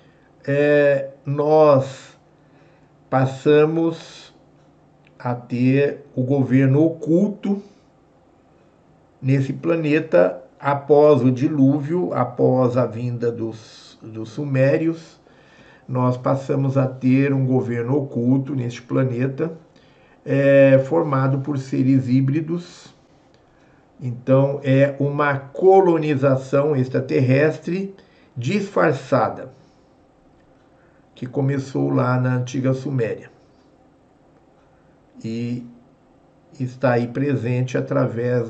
nós passamos a ter o governo oculto nesse planeta após o dilúvio, após a vinda dos sumérios. Nós passamos a ter um governo oculto neste planeta, formado por seres híbridos. Então, é uma colonização extraterrestre disfarçada, que começou lá na antiga Suméria e está aí presente através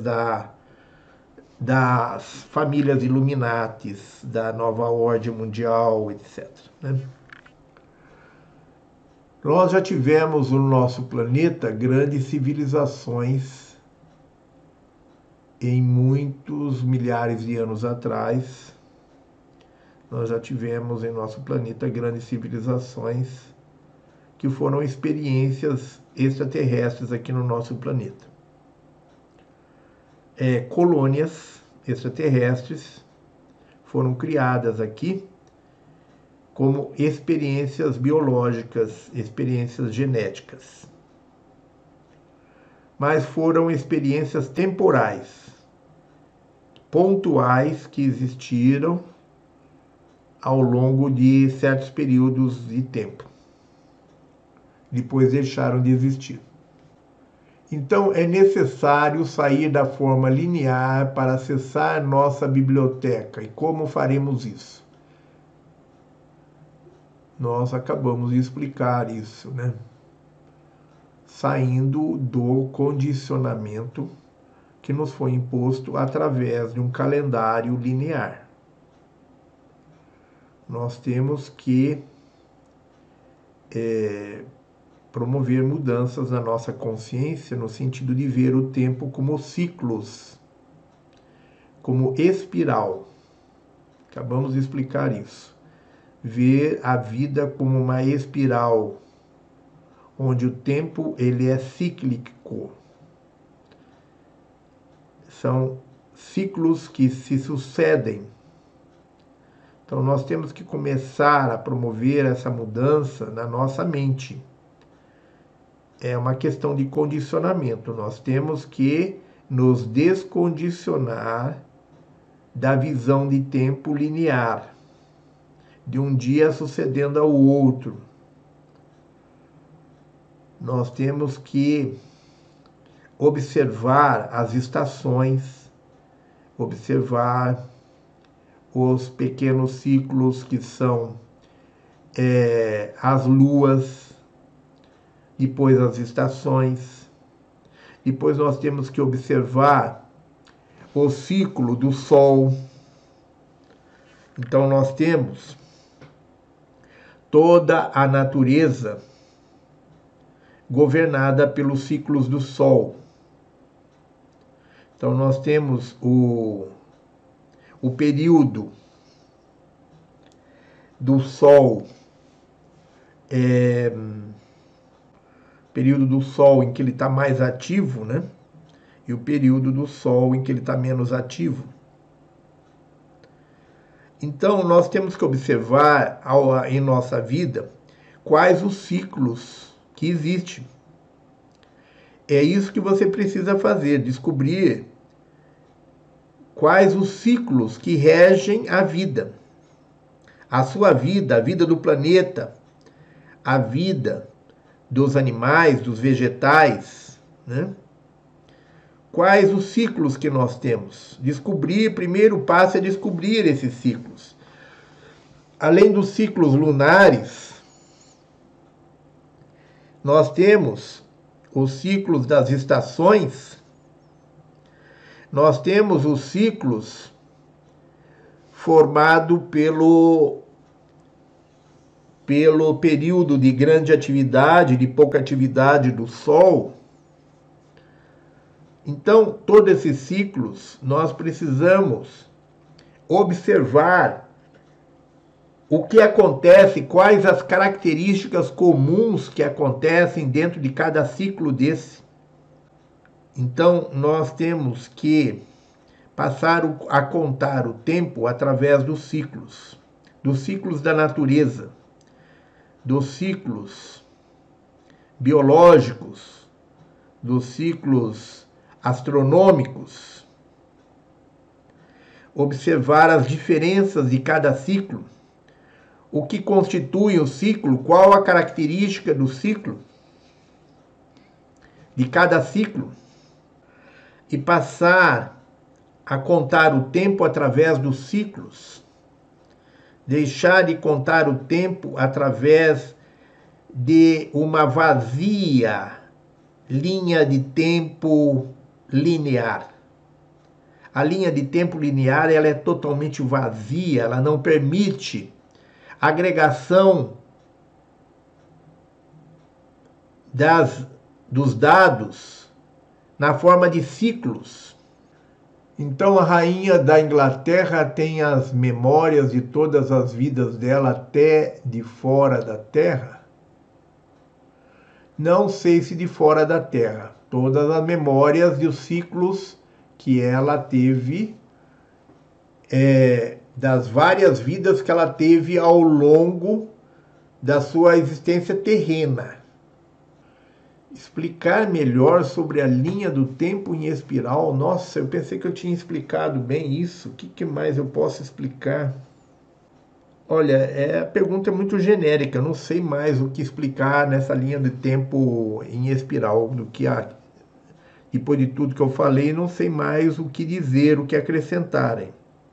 das famílias Illuminatis, da nova ordem mundial, etc. Né? Nós já tivemos no nosso planeta grandes civilizações em muitos milhares de anos atrás. Nós já tivemos em nosso planeta grandes civilizações que foram experiências extraterrestres aqui no nosso planeta. Colônias extraterrestres foram criadas aqui como experiências biológicas, experiências genéticas. Mas foram experiências temporais, pontuais, que existiram ao longo de certos períodos de tempo. Depois deixaram de existir. Então, é necessário sair da forma linear para acessar nossa biblioteca. E como faremos isso? Nós acabamos de explicar isso, né? Saindo do condicionamento que nos foi imposto através de um calendário linear. Nós temos que promover mudanças na nossa consciência no sentido de ver o tempo como ciclos, como espiral. Acabamos de explicar isso. Ver a vida como uma espiral, onde o tempo ele é cíclico. São ciclos que se sucedem. Então nós temos que começar a promover essa mudança na nossa mente. É uma questão de condicionamento. Nós temos que nos descondicionar da visão de tempo linear, de um dia sucedendo ao outro. Nós temos que observar as estações, observar os pequenos ciclos que são as luas, depois as estações. Depois nós temos que observar o ciclo do Sol. Então nós temos toda a natureza governada pelos ciclos do Sol. Então nós temos o período do Sol, período do Sol em que ele está mais ativo, né? E o período do Sol em que ele está menos ativo. Então, nós temos que observar em nossa vida quais os ciclos que existem. É isso que você precisa fazer, descobrir quais os ciclos que regem a vida. A sua vida, a vida do planeta, a vida dos animais, dos vegetais, né? Quais os ciclos que nós temos? Descobrir, primeiro passo é descobrir esses ciclos. Além dos ciclos lunares, nós temos os ciclos das estações, nós temos os ciclos formados pelo período de grande atividade, de pouca atividade do Sol. Então, todos esses ciclos, nós precisamos observar o que acontece, quais as características comuns que acontecem dentro de cada ciclo desse. Então, nós temos que passar a contar o tempo através dos ciclos da natureza, dos ciclos biológicos, dos ciclos astronômicos, observar as diferenças de cada ciclo, o que constitui o ciclo, qual a característica do ciclo, de cada ciclo, e passar a contar o tempo através dos ciclos, deixar de contar o tempo através de uma vazia linha de tempo linear. A linha de tempo linear ela é totalmente vazia, ela não permite agregação dos dados na forma de ciclos. Então a rainha da Inglaterra tem as memórias de todas as vidas dela até de fora da Terra? Não sei se de fora da Terra. Todas as memórias e os ciclos que ela teve, das várias vidas que ela teve ao longo da sua existência terrena. Explicar melhor sobre a linha do tempo em espiral. Nossa, eu pensei que eu tinha explicado bem isso. O que mais eu posso explicar? Olha, a pergunta é muito genérica. Eu não sei mais o que explicar nessa linha de tempo em espiral do que depois de tudo que eu falei, não sei mais o que dizer, o que acrescentarem.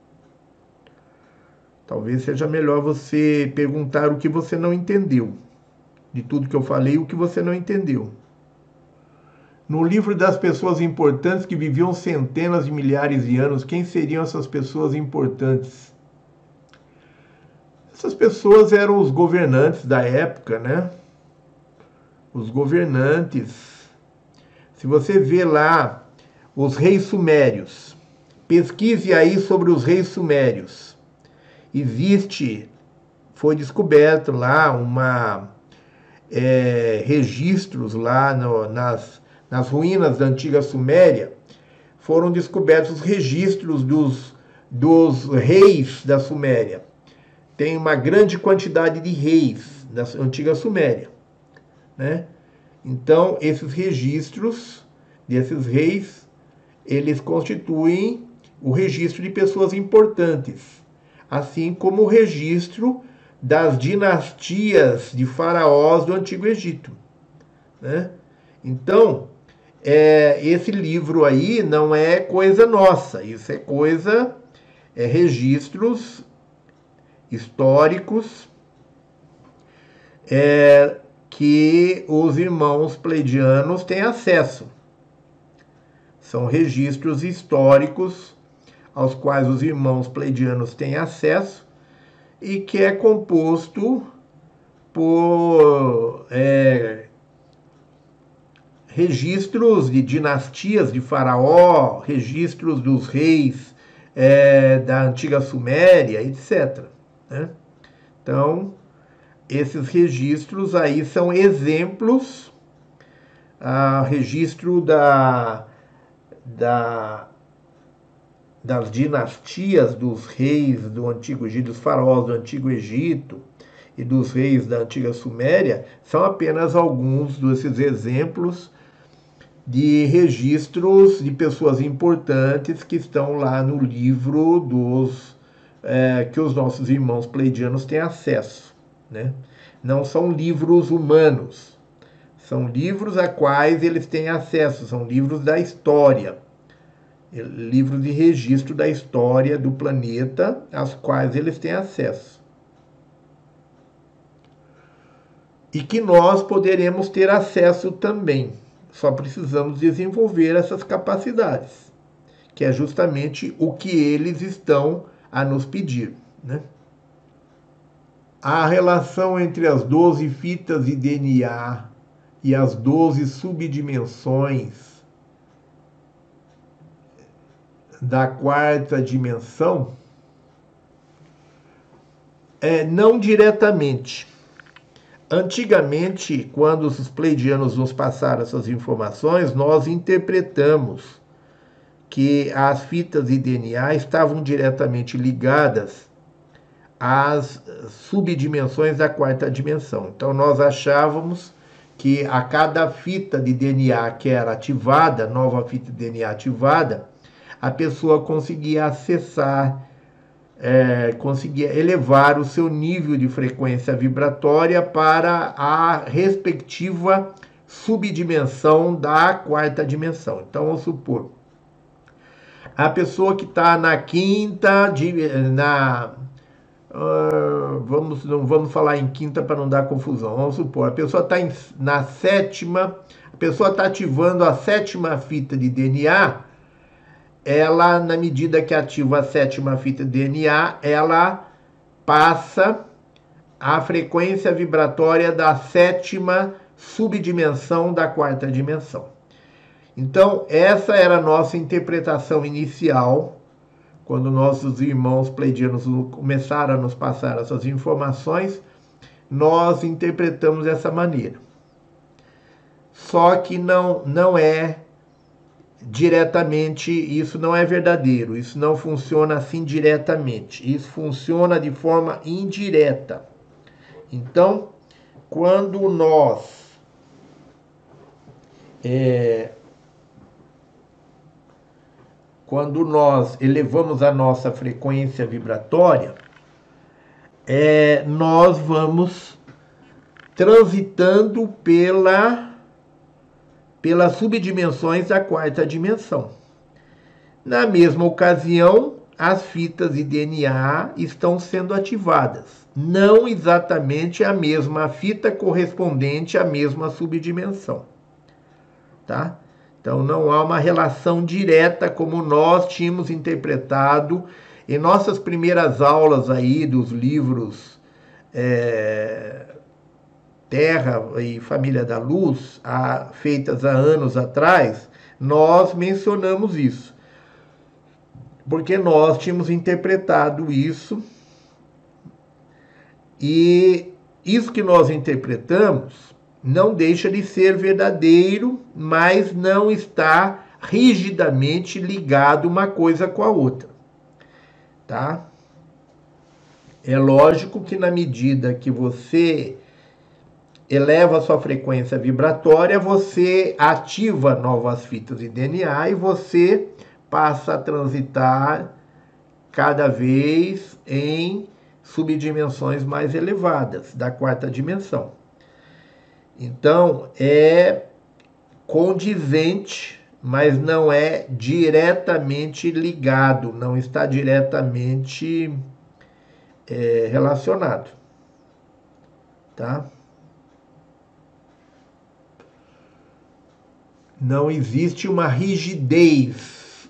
Talvez seja melhor você perguntar o que você não entendeu. De tudo que eu falei, o que você não entendeu. No livro das pessoas importantes que viviam centenas de milhares de anos, quem seriam essas pessoas importantes? Essas pessoas eram os governantes da época, né? Os governantes. Se você vê lá os reis sumérios, pesquise aí sobre os reis sumérios. Foi descoberto lá registros lá nas ruínas da antiga Suméria, foram descobertos os registros dos reis da Suméria. Tem uma grande quantidade de reis da antiga Suméria, né? Então, esses registros desses reis, eles constituem o registro de pessoas importantes, assim como o registro das dinastias de faraós do Antigo Egito, né? Então, esse livro aí não é coisa nossa, isso é registros históricos que os irmãos pleidianos têm acesso. São registros históricos aos quais os irmãos pleidianos têm acesso e que é composto por registros de dinastias de Faraó, registros dos reis da antiga Suméria, etc., né? Então, esses registros aí são exemplos, registro das dinastias dos reis do Antigo Egito, dos faraós do Antigo Egito e dos reis da antiga Suméria, são apenas alguns desses exemplos de registros de pessoas importantes que estão lá no livro que os nossos irmãos pleidianos têm acesso, né? Não são livros humanos, são livros a quais eles têm acesso, são livros da história, livros de registro da história do planeta, aos quais eles têm acesso. E que nós poderemos ter acesso também. Só precisamos desenvolver essas capacidades, que é justamente o que eles estão a nos pedir, né? A relação entre as 12 fitas de DNA e as 12 subdimensões da quarta dimensão Não diretamente. Antigamente, quando os pleidianos nos passaram essas informações, nós interpretamos que as fitas de DNA estavam diretamente ligadas às subdimensões da quarta dimensão. Então, nós achávamos que a cada fita de DNA que era ativada, nova fita de DNA ativada, a pessoa conseguia acessar, conseguia elevar o seu nível de frequência vibratória para a respectiva subdimensão da quarta dimensão. Então, vamos supor, a pessoa que está na quinta, não vamos falar em quinta para não dar confusão. Vamos supor, a pessoa está na sétima, a pessoa está ativando a sétima fita de DNA. Ela, na medida que ativa a sétima fita de DNA, ela passa a frequência vibratória da sétima subdimensão da quarta dimensão. Então, essa era a nossa interpretação inicial, quando nossos irmãos pleidianos começaram a nos passar essas informações, nós interpretamos dessa maneira. Só que não é diretamente, isso não é verdadeiro, isso não funciona assim diretamente, isso funciona de forma indireta. Então, quando nós elevamos a nossa frequência vibratória, nós vamos transitando pelas subdimensões da quarta dimensão. Na mesma ocasião, as fitas de DNA estão sendo ativadas. Não exatamente a mesma fita correspondente à mesma subdimensão. Tá? Então, não há uma relação direta como nós tínhamos interpretado em nossas primeiras aulas aí dos livros Terra e Família da Luz, feitas há anos atrás. Nós mencionamos isso, porque nós tínhamos interpretado isso, e isso que nós interpretamos não deixa de ser verdadeiro, mas não está rigidamente ligado uma coisa com a outra, tá? É lógico que na medida que você eleva a sua frequência vibratória, você ativa novas fitas de DNA e você passa a transitar cada vez em subdimensões mais elevadas da quarta dimensão. Então, é condizente, mas não é diretamente ligado, não está diretamente relacionado, tá? Não existe uma rigidez,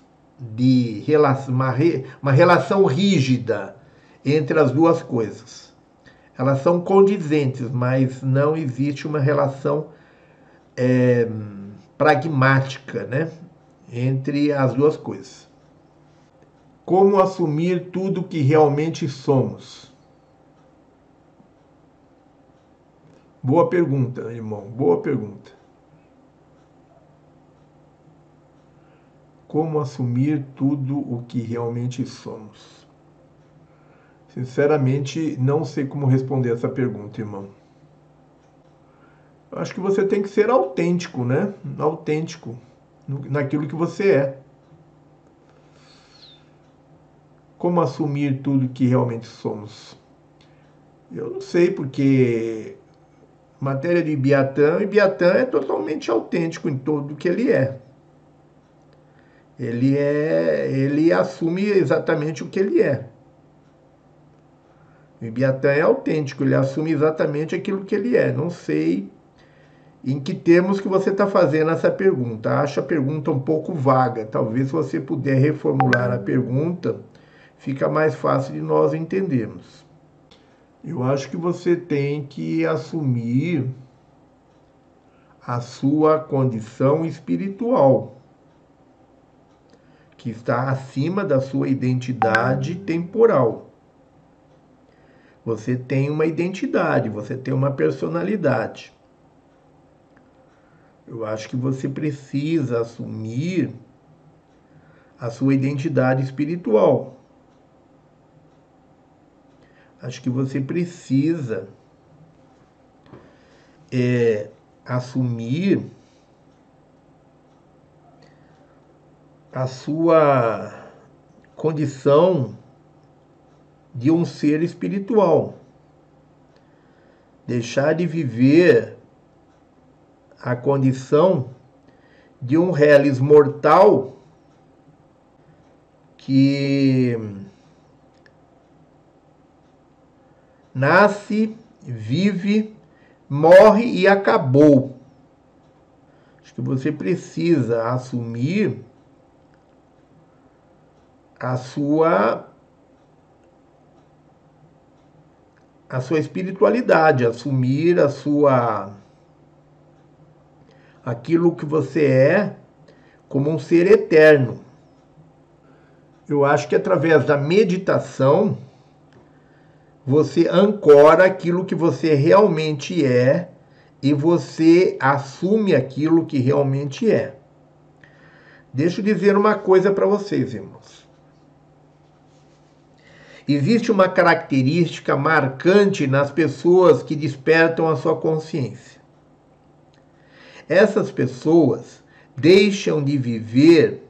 uma relação rígida entre as duas coisas. Elas são condizentes, mas não existe uma relação pragmática, né, entre as duas coisas. Como assumir tudo que realmente somos? Boa pergunta, irmão, boa pergunta. Como assumir tudo o que realmente somos? Sinceramente, não sei como responder essa pergunta, irmão. Eu acho que você tem que ser autêntico, né? Autêntico naquilo que você é. Como assumir tudo que realmente somos? Eu não sei, porque matéria de Ibiatã é totalmente autêntico em tudo que ele é. Ele assume exatamente o que ele é. O Ibiatã é autêntico, ele assume exatamente aquilo que ele é. Não sei em que termos que você está fazendo essa pergunta. Acho a pergunta um pouco vaga. Talvez se você puder reformular a pergunta, fica mais fácil de nós entendermos. Eu acho que você tem que assumir a sua condição espiritual, que está acima da sua identidade temporal. Você tem uma identidade, você tem uma personalidade. Eu acho que você precisa assumir a sua identidade espiritual. Acho que você precisa assumir a sua condição de um ser espiritual. Deixar de viver a condição de um reles mortal que nasce, vive, morre e acabou. Acho que você precisa assumir a sua espiritualidade, assumir aquilo que você é como um ser eterno. Eu acho que através da meditação você ancora aquilo que você realmente é e você assume aquilo que realmente é. Deixa eu dizer uma coisa para vocês, irmãos. Existe uma característica marcante nas pessoas que despertam a sua consciência. Essas pessoas deixam de viver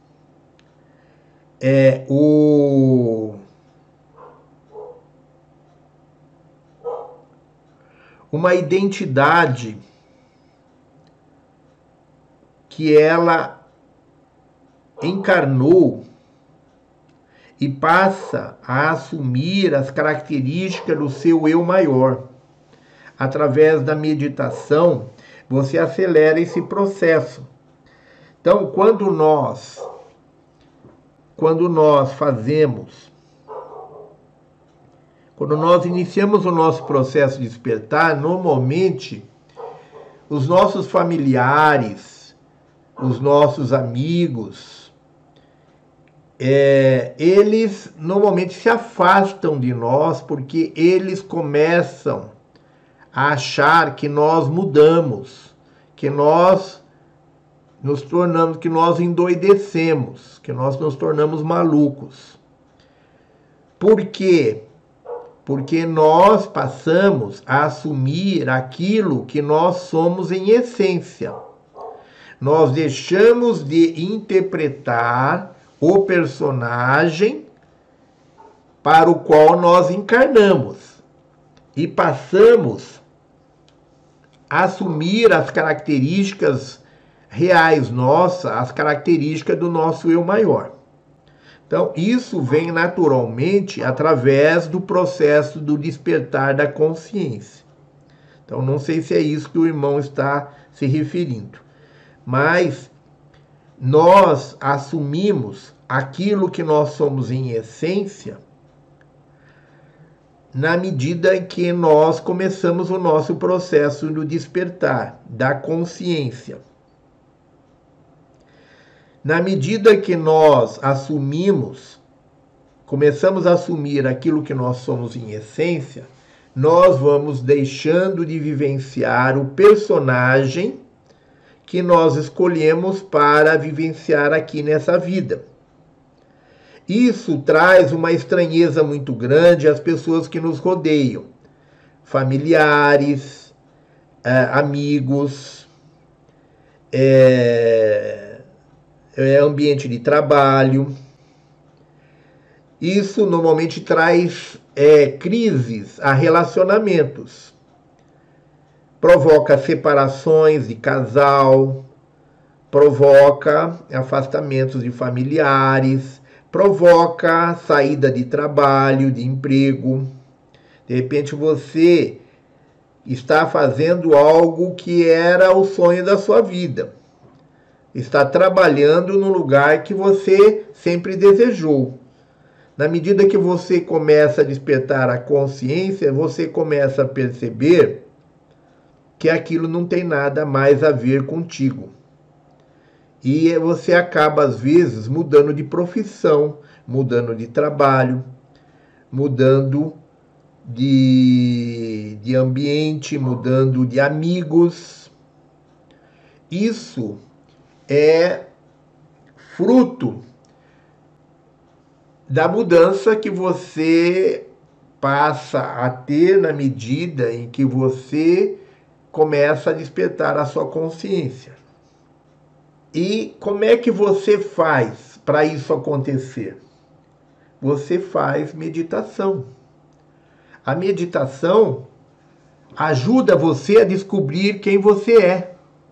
uma identidade que ela encarnou e passa a assumir as características do seu eu maior. Através da meditação, você acelera esse processo. Então, quando nós iniciamos o nosso processo de despertar, normalmente os nossos familiares, os nossos amigos, eles normalmente se afastam de nós porque eles começam a achar que nós mudamos, que nós nos tornamos, que nós endoidecemos, que nós nos tornamos malucos. Por quê? Porque nós passamos a assumir aquilo que nós somos em essência. Nós deixamos de interpretar o personagem para o qual nós encarnamos e passamos a assumir as características reais nossas, as características do nosso eu maior. Então, isso vem naturalmente através do processo do despertar da consciência. Então, não sei se é isso que o irmão está se referindo, mas nós assumimos aquilo que nós somos em essência na medida em que nós começamos o nosso processo do despertar da consciência. Na medida que nós começamos a assumir aquilo que nós somos em essência, nós vamos deixando de vivenciar o personagem que nós escolhemos para vivenciar aqui nessa vida. Isso traz uma estranheza muito grande às pessoas que nos rodeiam, familiares, amigos, ambiente de trabalho. Isso normalmente traz crises a relacionamentos. Provoca separações de casal, provoca afastamentos de familiares, provoca saída de trabalho, de emprego. De repente você está fazendo algo que era o sonho da sua vida. Está trabalhando no lugar que você sempre desejou. Na medida que você começa a despertar a consciência, você começa a perceber que aquilo não tem nada mais a ver contigo. E você acaba, às vezes, mudando de profissão, mudando de trabalho, mudando de ambiente, mudando de amigos. Isso é fruto da mudança que você passa a ter na medida em que você começa a despertar a sua consciência. E como é que você faz para isso acontecer? Você faz meditação. A meditação ajuda você a descobrir quem você é.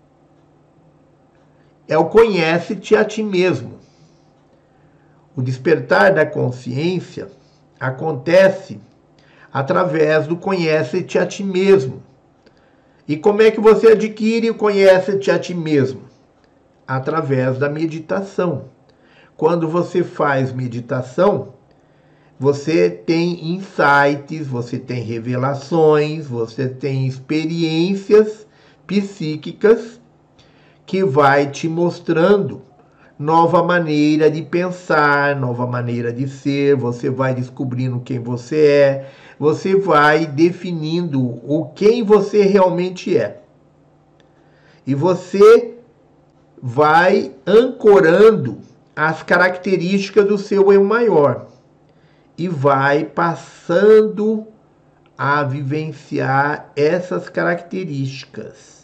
É o conhece-te a ti mesmo. O despertar da consciência acontece através do conhece-te a ti mesmo. E como é que você adquire o conhece-te a ti mesmo? Através da meditação. Quando você faz meditação, você tem insights, você tem revelações, você tem experiências psíquicas que vai te mostrando nova maneira de pensar, nova maneira de ser, você vai descobrindo quem você é, você vai definindo o quem você realmente é. E você vai ancorando as características do seu eu maior e vai passando a vivenciar essas características.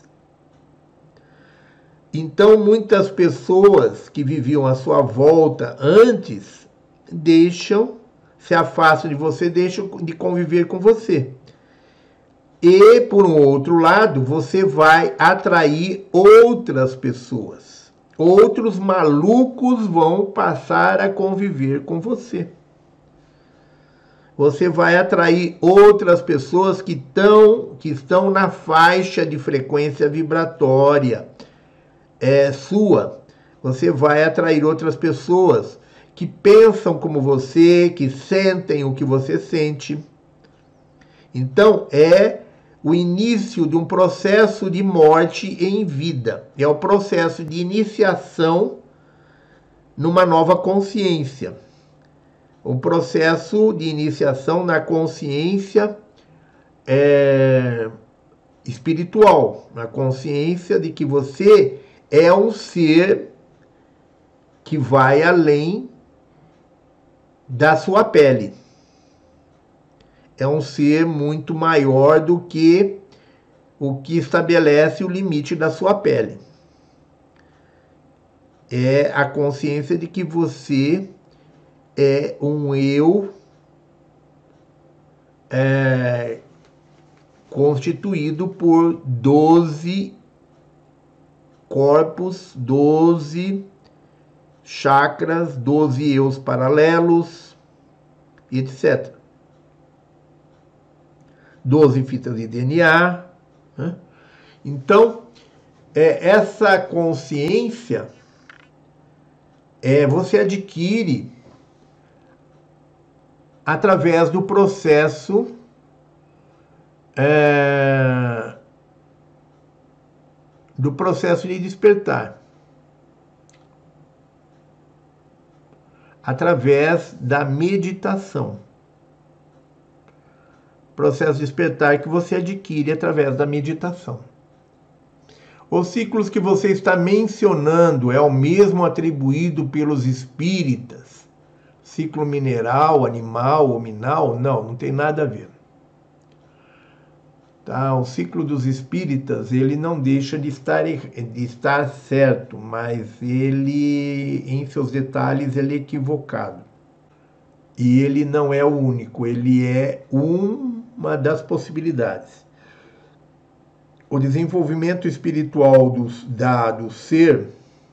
Então, muitas pessoas que viviam à sua volta antes se afastam de você, deixam de conviver com você. E, por um outro lado, você vai atrair outras pessoas. Outros malucos vão passar a conviver com você. Você vai atrair outras pessoas que estão na faixa de frequência vibratória sua. Você vai atrair outras pessoas que pensam como você, que sentem o que você sente. Então, é o início de um processo de morte em vida. É o processo de iniciação numa nova consciência. O processo de iniciação na consciência espiritual, na consciência de que você é um ser que vai além da sua pele. É um ser muito maior do que o que estabelece o limite da sua pele. É a consciência de que você é um eu constituído por 12 corpos, 12 chakras, 12 eus paralelos, etc. 12 fitas de DNA. Né? Então, essa consciência você adquire através do processo de despertar, através da meditação. Processo de despertar que você adquire através da meditação. Os ciclos que você está mencionando é o mesmo atribuído pelos espíritas? Ciclo mineral, animal, hominal? Não tem nada a ver. Tá? O ciclo dos espíritas, ele não deixa de estar certo, mas ele, em seus detalhes, ele é equivocado. E ele não é o único, ele é uma das possibilidades. O desenvolvimento espiritual do ser,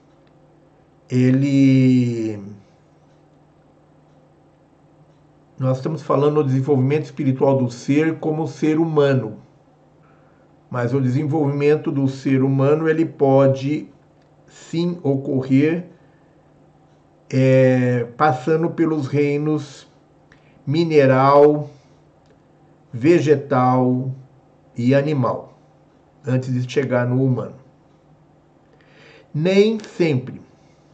nós estamos falando do desenvolvimento espiritual do ser como ser humano. Mas o desenvolvimento do ser humano, ele pode sim ocorrer passando pelos reinos mineral, vegetal e animal, antes de chegar no humano. Nem sempre.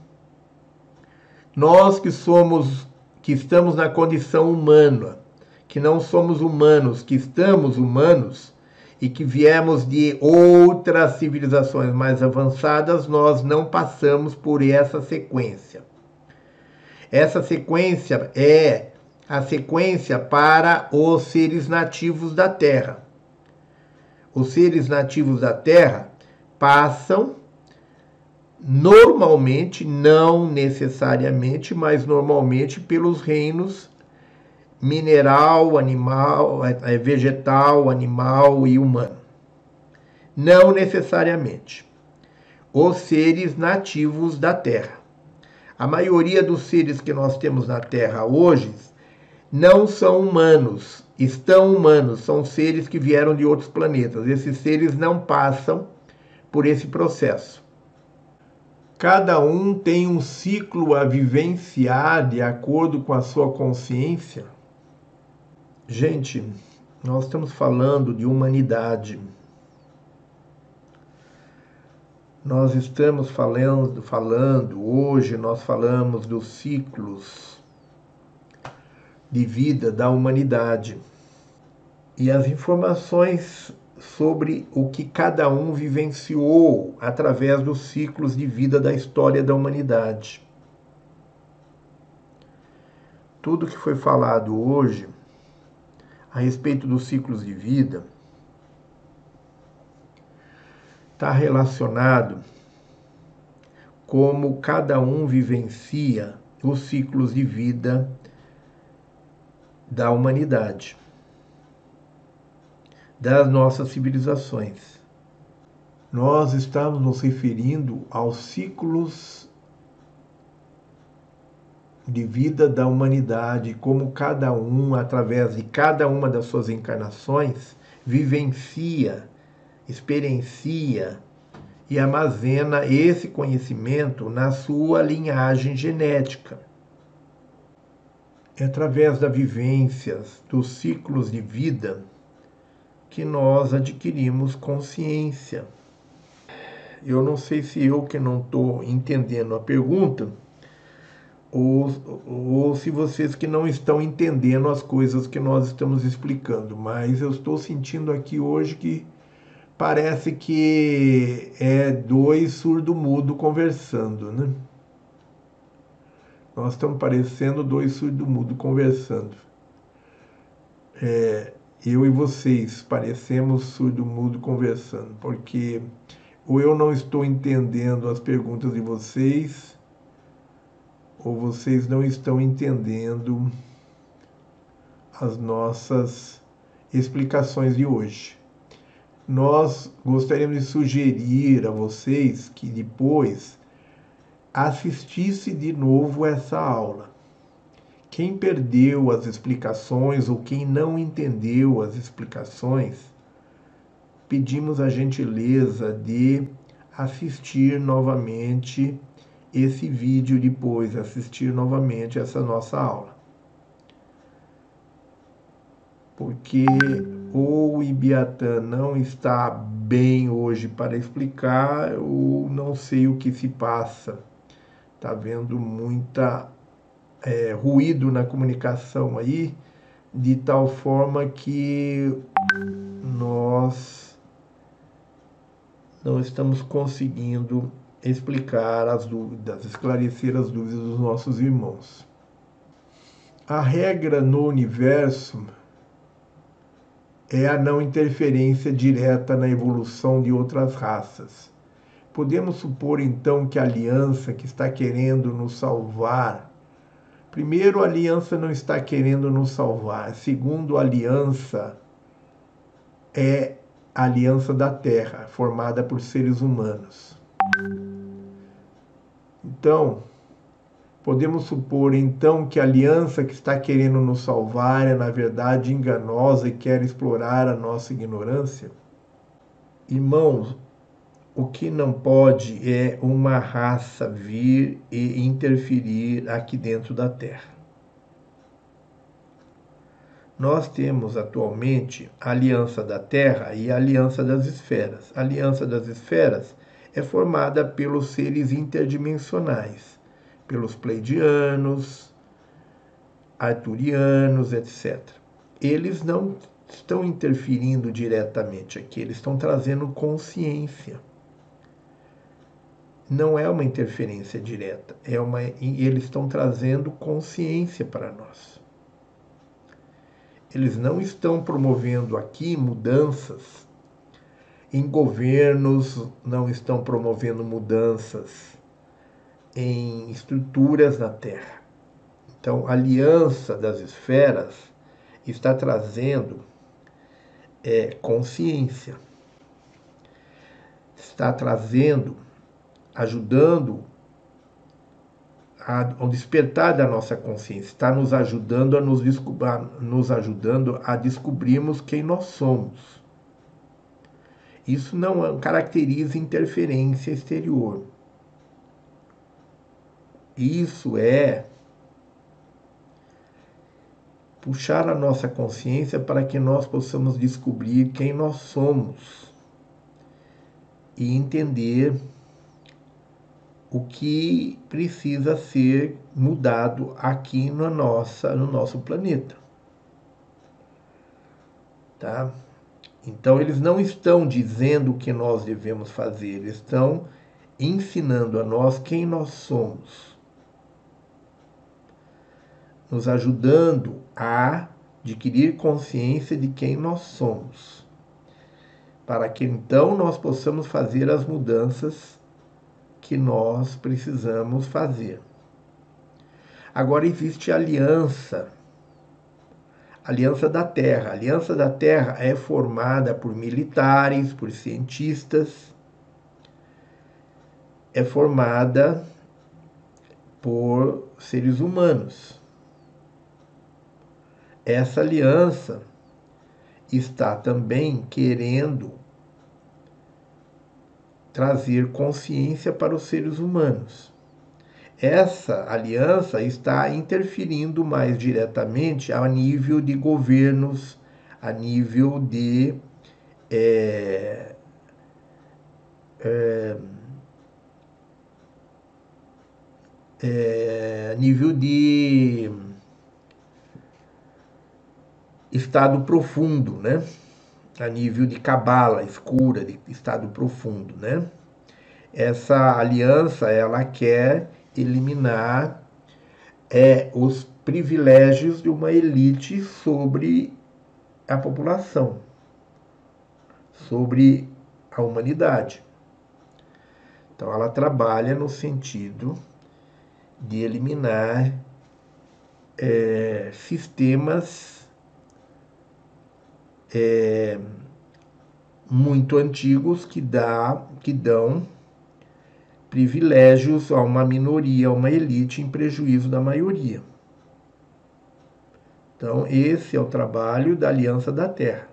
Nós que estamos na condição humana, que não somos humanos, que estamos humanos e que viemos de outras civilizações mais avançadas, nós não passamos por essa sequência. Essa sequência é a sequência para os seres nativos da Terra. Os seres nativos da Terra passam normalmente, não necessariamente, mas normalmente pelos reinos mineral, animal, vegetal, animal e humano. Não necessariamente. Os seres nativos da Terra. A maioria dos seres que nós temos na Terra hoje não são humanos, estão humanos, são seres que vieram de outros planetas. Esses seres não passam por esse processo. Cada um tem um ciclo a vivenciar de acordo com a sua consciência. Gente, nós estamos falando de humanidade. Nós estamos falando hoje, nós falamos dos ciclos de vida da humanidade. E as informações sobre o que cada um vivenciou através dos ciclos de vida da história da humanidade. Tudo que foi falado hoje a respeito dos ciclos de vida está relacionado como cada um vivencia os ciclos de vida da humanidade, das nossas civilizações. Nós estamos nos referindo aos ciclos de vida da humanidade, como cada um, através de cada uma das suas encarnações, vivencia, experiencia e armazena esse conhecimento na sua linhagem genética. É através das vivências dos ciclos de vida que nós adquirimos consciência. Eu não sei se eu que não estou entendendo a pergunta, ou se vocês que não estão entendendo as coisas que nós estamos explicando, mas eu estou sentindo aqui hoje que parece que é dois surdo-mudo conversando, né? Nós estamos parecendo dois surdo-mudo conversando. Eu e vocês parecemos surdo-mudo conversando, porque ou eu não estou entendendo as perguntas de vocês, ou vocês não estão entendendo as nossas explicações de hoje. Nós gostaríamos de sugerir a vocês que depois assistisse de novo essa aula. Quem perdeu as explicações ou quem não entendeu as explicações, pedimos a gentileza de assistir novamente esse vídeo depois, assistir novamente essa nossa aula. Porque ou o Ibiatã não está bem hoje para explicar, ou não sei o que se passa. Está havendo muita ruído na comunicação aí, de tal forma que nós não estamos conseguindo explicar as dúvidas, esclarecer as dúvidas dos nossos irmãos. A regra no universo é a não interferência direta na evolução de outras raças. Podemos supor então que a aliança que está querendo nos salvar, primeiro, a aliança não está querendo nos salvar. Segundo, a aliança é a aliança da Terra, formada por seres humanos. Então, podemos supor então que a aliança que está querendo nos salvar é na verdade enganosa e quer explorar a nossa ignorância? Irmãos, o que não pode é uma raça vir e interferir aqui dentro da Terra. Nós temos atualmente a Aliança da Terra e a Aliança das Esferas. A Aliança das Esferas é formada pelos seres interdimensionais, pelos pleidianos, arturianos, etc. eles não estão interferindo diretamente aqui, eles estão trazendo consciência. Não é uma interferência direta, eles estão trazendo consciência para nós. Eles não estão promovendo aqui mudanças em governos, não estão promovendo mudanças em estruturas na Terra. Então, a aliança das esferas está trazendo consciência, está trazendo, ajudando ao despertar da nossa consciência, está nos ajudando a descobrirmos quem nós somos. Isso não caracteriza interferência exterior. Isso é puxar a nossa consciência para que nós possamos descobrir quem nós somos e entender o que precisa ser mudado aqui no nosso planeta. Tá? Então, eles não estão dizendo o que nós devemos fazer, eles estão ensinando a nós quem nós somos, nos ajudando a adquirir consciência de quem nós somos, para que então nós possamos fazer as mudanças que nós precisamos fazer. Agora existe a aliança da Terra. A Aliança da Terra é formada por militares, por cientistas, é formada por seres humanos. Essa aliança está também querendo trazer consciência para os seres humanos. Essa aliança está interferindo mais diretamente a nível de governos, a nível de estado profundo, né? A nível de cabala escura, de estado profundo, né? Essa aliança, ela quer eliminar os privilégios de uma elite sobre a população, sobre a humanidade. Então, ela trabalha no sentido de eliminar sistemas muito antigos que dão privilégios a uma minoria, a uma elite, em prejuízo da maioria. Então, esse é o trabalho da Aliança da Terra.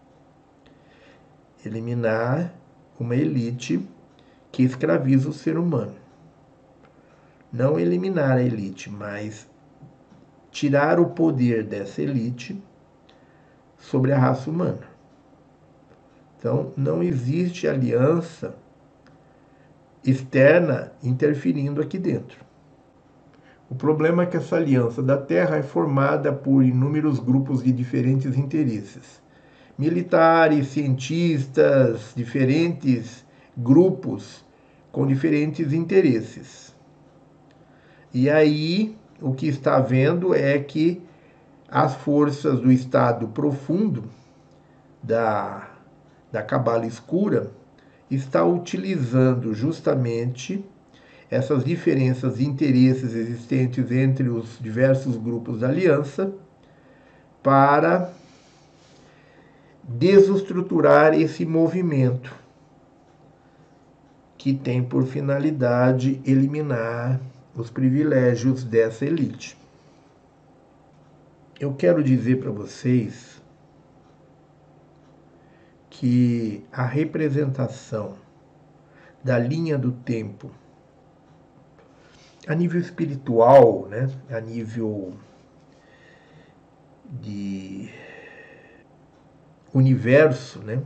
Eliminar uma elite que escraviza o ser humano. Não eliminar a elite, mas tirar o poder dessa elite sobre a raça humana. Então, não existe aliança externa interferindo aqui dentro. O problema é que essa aliança da Terra é formada por inúmeros grupos de diferentes interesses. Militares, cientistas, diferentes grupos com diferentes interesses. E aí, o que está vendo é que as forças do estado profundo da cabala escura está utilizando justamente essas diferenças de interesses existentes entre os diversos grupos da aliança para desestruturar esse movimento que tem por finalidade eliminar os privilégios dessa elite. Eu quero dizer para vocês que a representação da linha do tempo a nível espiritual, né, a nível de universo, né,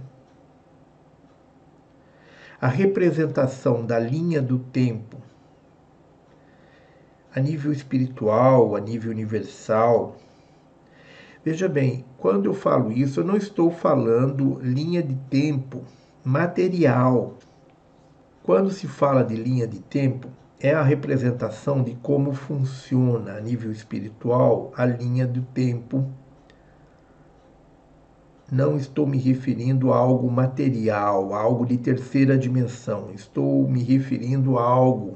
a representação da linha do tempo a nível espiritual, a nível universal. Veja bem, quando eu falo isso, eu não estou falando linha de tempo material. Quando se fala de linha de tempo, é a representação de como funciona a nível espiritual a linha do tempo. Não estou me referindo a algo material, a algo de terceira dimensão. Estou me referindo a algo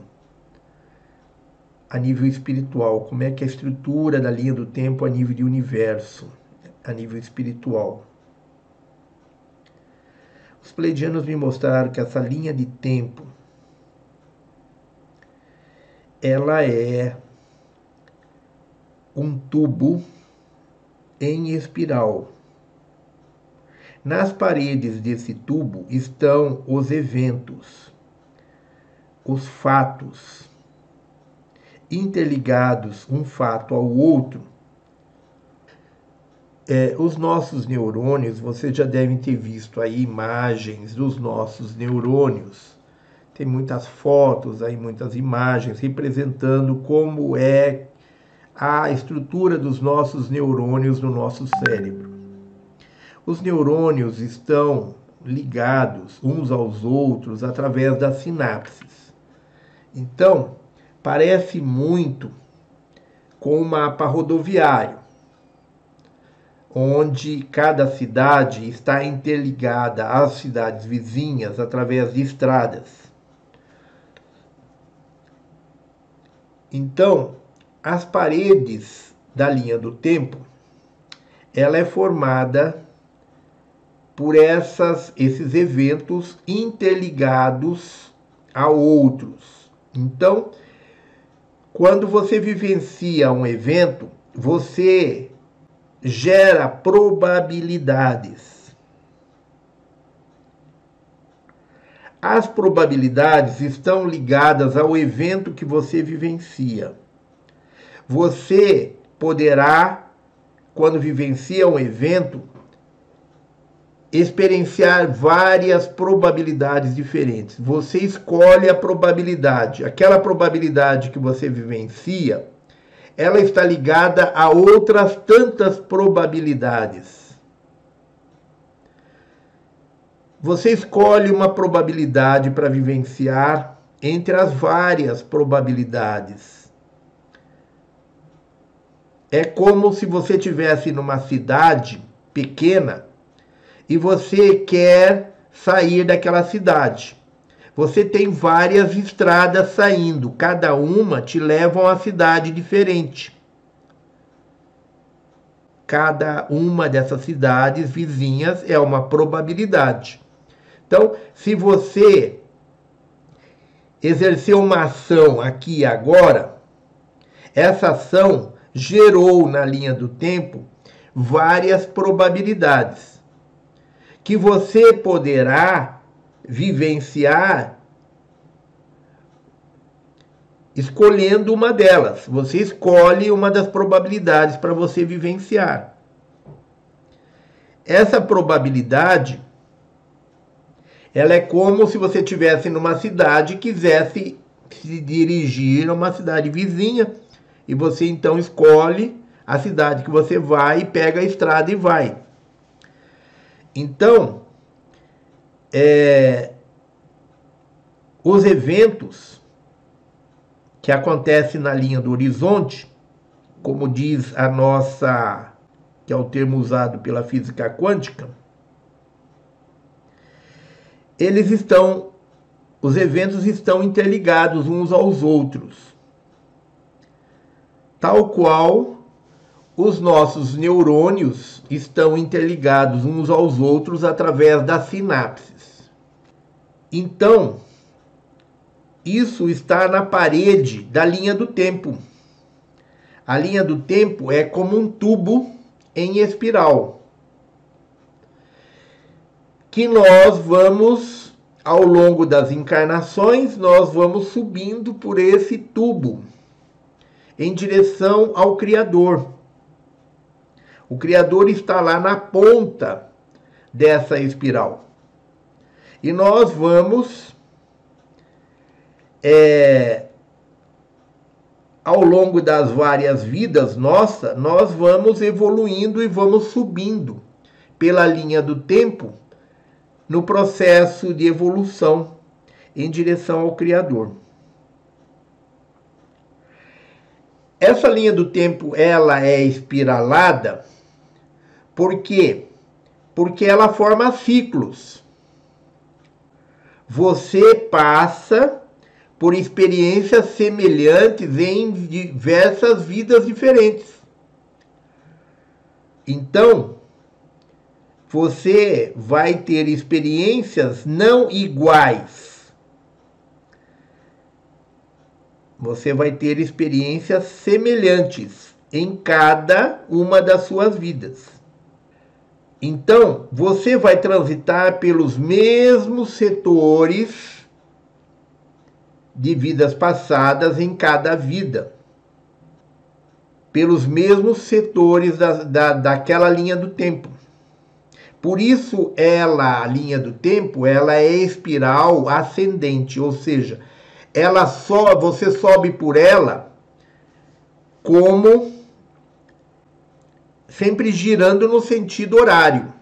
a nível espiritual. Como é que é a estrutura da linha do tempo a nível de universo, a nível espiritual. Os pleiadianos me mostraram que essa linha de tempo ela é um tubo em espiral. Nas paredes desse tubo estão os eventos, os fatos, interligados um fato ao outro. Os nossos neurônios, vocês já devem ter visto aí imagens dos nossos neurônios. Tem muitas fotos aí, muitas imagens representando como é a estrutura dos nossos neurônios no nosso cérebro. Os neurônios estão ligados uns aos outros através das sinapses. Então, parece muito com um mapa rodoviário, onde cada cidade está interligada às cidades vizinhas através de estradas. Então, as paredes da linha do tempo, ela é formada por esses eventos interligados a outros. Então, quando você vivencia um evento, você gera probabilidades. As probabilidades estão ligadas ao evento que você vivencia. Você poderá, quando vivencia um evento, experienciar várias probabilidades diferentes. Você escolhe a probabilidade. Aquela probabilidade que você vivencia, ela está ligada a outras tantas probabilidades. Você escolhe uma probabilidade para vivenciar entre as várias probabilidades. É como se você estivesse numa cidade pequena e você quer sair daquela cidade. Você tem várias estradas saindo, cada uma te leva a uma cidade diferente. Cada uma dessas cidades vizinhas é uma probabilidade. Então, se você exerceu uma ação aqui e agora, essa ação gerou na linha do tempo várias probabilidades que você poderá vivenciar escolhendo uma delas. Você escolhe uma das probabilidades para você vivenciar. Essa probabilidade, ela é como se você estivesse numa cidade e quisesse se dirigir a uma cidade vizinha, e você então escolhe a cidade que você vai e pega a estrada e vai. Então, os eventos que acontecem na linha do horizonte, como diz a nossa, que é o termo usado pela física quântica, os eventos estão interligados uns aos outros, tal qual os nossos neurônios estão interligados uns aos outros através das sinapses. Então, isso está na parede da linha do tempo. A linha do tempo é como um tubo em espiral, que nós vamos, ao longo das encarnações, nós vamos subindo por esse tubo em direção ao Criador. O Criador está lá na ponta dessa espiral. E nós vamos ao longo das várias vidas nossas, nós vamos evoluindo e vamos subindo pela linha do tempo no processo de evolução em direção ao Criador. Essa linha do tempo, ela é espiralada, por quê? Porque ela forma ciclos. Você passa por experiências semelhantes em diversas vidas diferentes. Então, você vai ter experiências não iguais. Você vai ter experiências semelhantes em cada uma das suas vidas. Então, você vai transitar pelos mesmos setores de vidas passadas em cada vida. Pelos mesmos setores daquela linha do tempo. Por isso, a linha do tempo, ela é espiral ascendente, ou seja, você sobe por ela como sempre girando no sentido horário.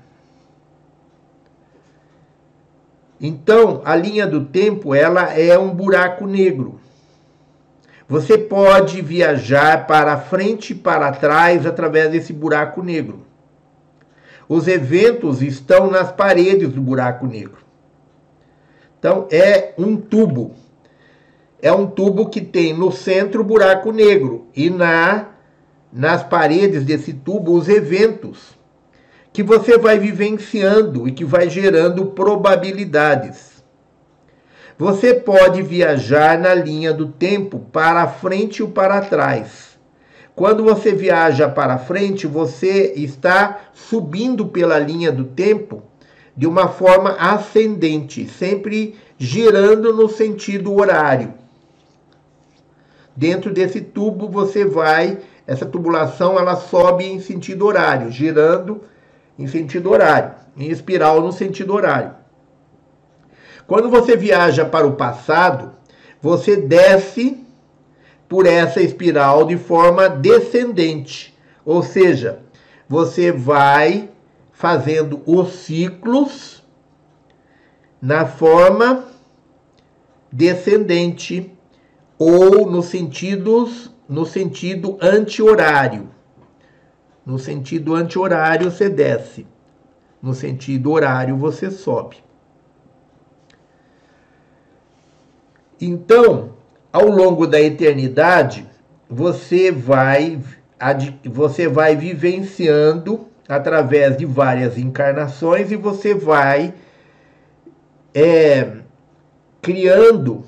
Então, a linha do tempo, ela é um buraco negro. Você pode viajar para frente e para trás através desse buraco negro. Os eventos estão nas paredes do buraco negro. Então, é um tubo. É um tubo que tem no centro o buraco negro e nas paredes desse tubo os eventos que você vai vivenciando e que vai gerando probabilidades. Você pode viajar na linha do tempo para frente ou para trás. Quando você viaja para frente, você está subindo pela linha do tempo de uma forma ascendente, sempre girando no sentido horário. Dentro desse tubo essa tubulação ela sobe em sentido horário, girando em sentido horário, em espiral no sentido horário. Quando você viaja para o passado, você desce por essa espiral de forma descendente, ou seja, você vai fazendo os ciclos na forma descendente ou no sentido anti-horário. No sentido anti-horário você desce, no sentido horário você sobe. Então, ao longo da eternidade, você vai vivenciando através de várias encarnações e você vai criando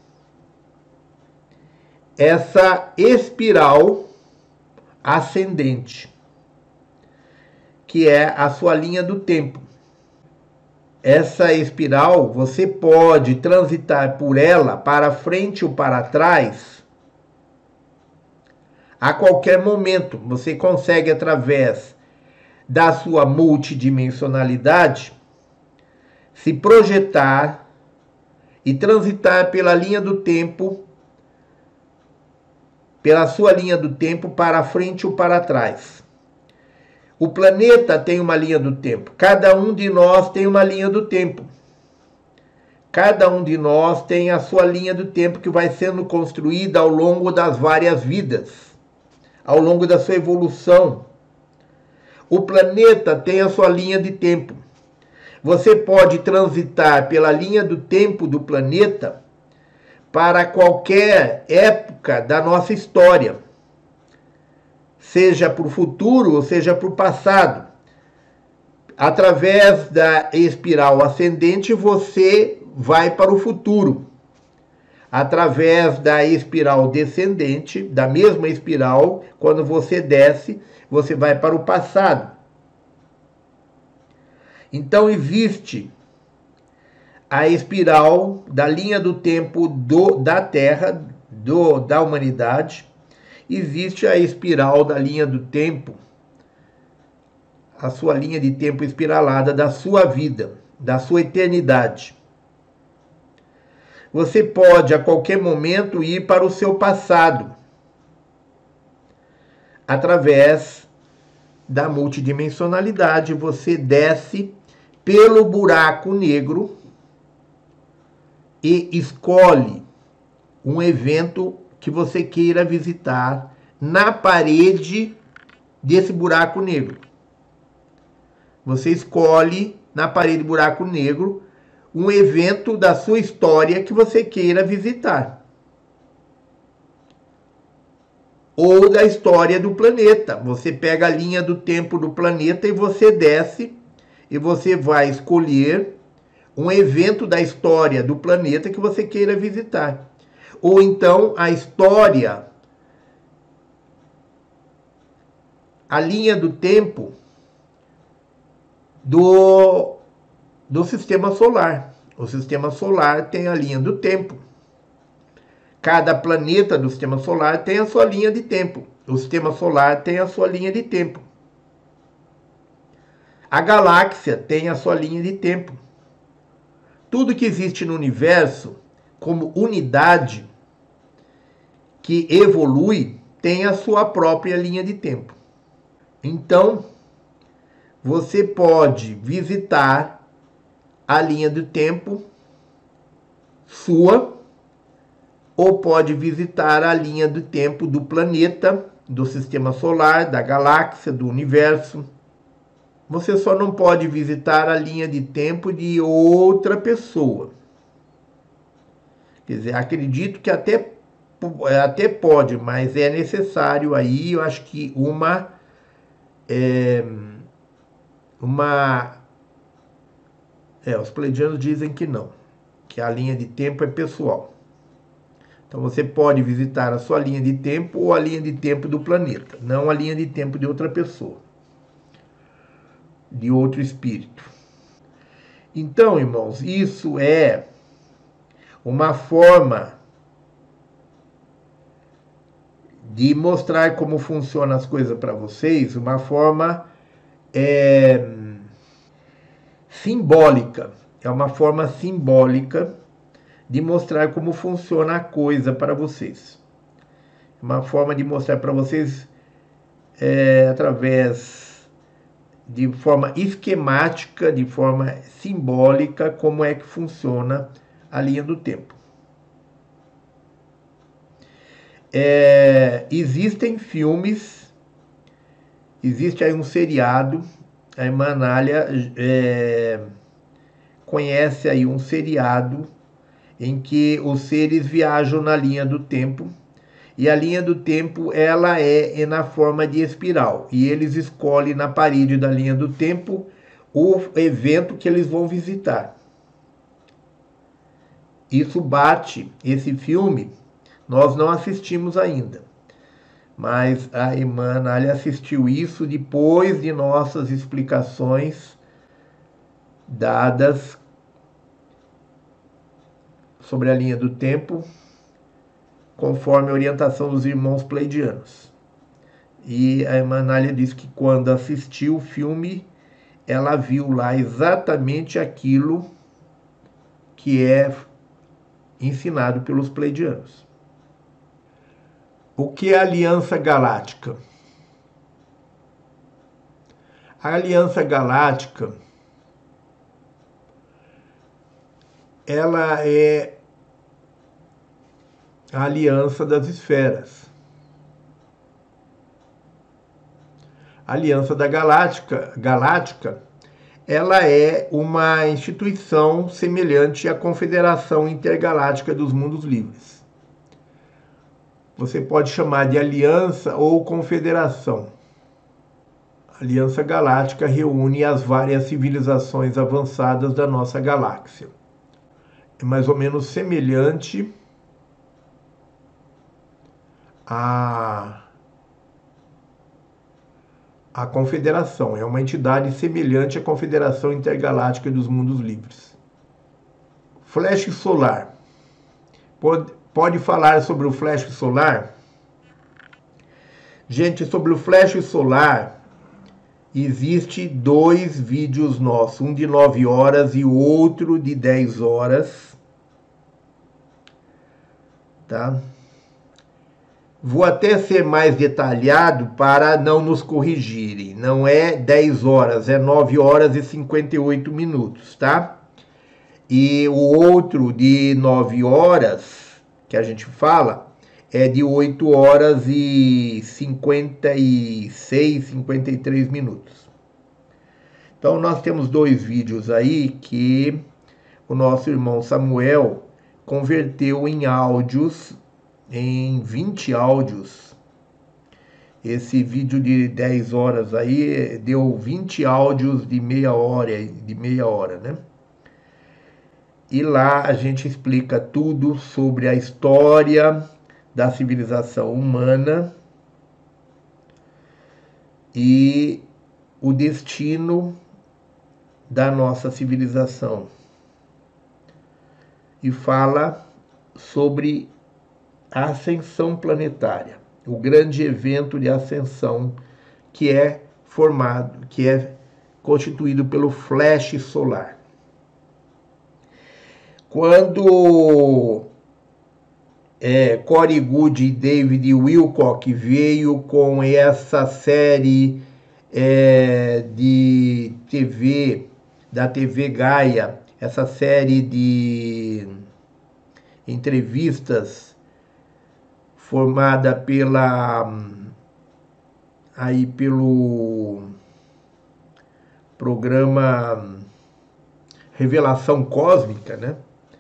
essa espiral ascendente, que é a sua linha do tempo. Essa espiral, você pode transitar por ela para frente ou para trás a qualquer momento. Você consegue, através da sua multidimensionalidade, se projetar e transitar pela linha do tempo, pela sua linha do tempo para frente ou para trás. O planeta tem uma linha do tempo. Cada um de nós tem uma linha do tempo. Cada um de nós tem a sua linha do tempo que vai sendo construída ao longo das várias vidas, ao longo da sua evolução. O planeta tem a sua linha de tempo. Você pode transitar pela linha do tempo do planeta para qualquer época da nossa história, seja para o futuro ou seja para o passado. Através da espiral ascendente, você vai para o futuro. Através da espiral descendente, da mesma espiral, quando você desce, você vai para o passado. Então existe a espiral da linha do tempo da Terra, da humanidade. Existe a espiral da linha do tempo, a sua linha de tempo espiralada da sua vida, da sua eternidade. Você pode a qualquer momento ir para o seu passado através da multidimensionalidade, você desce pelo buraco negro e escolhe um evento que você queira visitar na parede desse buraco negro. Você escolhe na parede do buraco negro um evento da sua história que você queira visitar. Ou da história do planeta. Você pega a linha do tempo do planeta e você desce e você vai escolher um evento da história do planeta que você queira visitar. Ou então a história, a linha do tempo do sistema solar. O sistema solar tem a linha do tempo. Cada planeta do sistema solar tem a sua linha de tempo. O sistema solar tem a sua linha de tempo. A galáxia tem a sua linha de tempo. Tudo que existe no universo, como unidade que evolui, tem a sua própria linha de tempo. Então, você pode visitar a linha do tempo sua, ou pode visitar a linha do tempo do planeta, do sistema solar, da galáxia, do universo. Você só não pode visitar a linha de tempo de outra pessoa. Quer dizer, acredito que até pode, mas é necessário aí, eu acho que os pleiadianos dizem que não, que a linha de tempo é pessoal. Então você pode visitar a sua linha de tempo ou a linha de tempo do planeta, não a linha de tempo de outra pessoa, de outro espírito. Então, irmãos, isso é uma forma de mostrar como funcionam as coisas para vocês, uma forma simbólica. É uma forma simbólica de mostrar como funciona a coisa para vocês. Uma forma de mostrar para vocês através de forma esquemática, de forma simbólica, como é que funciona a linha do tempo. Existem filmes, existe aí um seriado, a irmã Anália conhece aí um seriado em que os seres viajam na linha do tempo, e a linha do tempo ela é na forma de espiral, e eles escolhem na parede da linha do tempo o evento que eles vão visitar. Isso bate, esse filme, nós não assistimos ainda, mas a irmã Anália assistiu isso depois de nossas explicações dadas sobre a linha do tempo, conforme a orientação dos irmãos pleiadianos. E a irmã Anália disse que quando assistiu o filme, ela viu lá exatamente aquilo que é ensinado pelos pleiadianos. O que é a Aliança Galáctica? A Aliança Galáctica, ela é a aliança das esferas. A Aliança da Galáctica, ela é uma instituição semelhante à Confederação Intergaláctica dos Mundos Livres. Você pode chamar de aliança ou confederação. A Aliança Galáctica reúne as várias civilizações avançadas da nossa galáxia. É mais ou menos semelhante à Confederação. É uma entidade semelhante à Confederação Intergaláctica dos Mundos Livres. Flash solar. Pode falar sobre o flash solar? Gente, sobre o flash solar, existe 2 vídeos nossos, um de 9 horas e o outro de 10 horas. Tá? Vou até ser mais detalhado para não nos corrigirem. Não é 10 horas, é 9 horas e 58 minutos, tá? E o outro de 9 horas, que a gente fala, é de 8 horas e 56, 53 minutos. Então nós temos dois vídeos aí que o nosso irmão Samuel converteu em áudios, em 20 áudios. Esse vídeo de 10 horas aí deu 20 áudios de meia hora, né? E lá a gente explica tudo sobre a história da civilização humana e o destino da nossa civilização. E fala sobre a ascensão planetária, o grande evento de ascensão que é constituído pelo flash solar. Quando Corey Goode e David Wilcock veio com essa série de TV, da TV Gaia, essa série de entrevistas formada pelo programa Revelação Cósmica, né?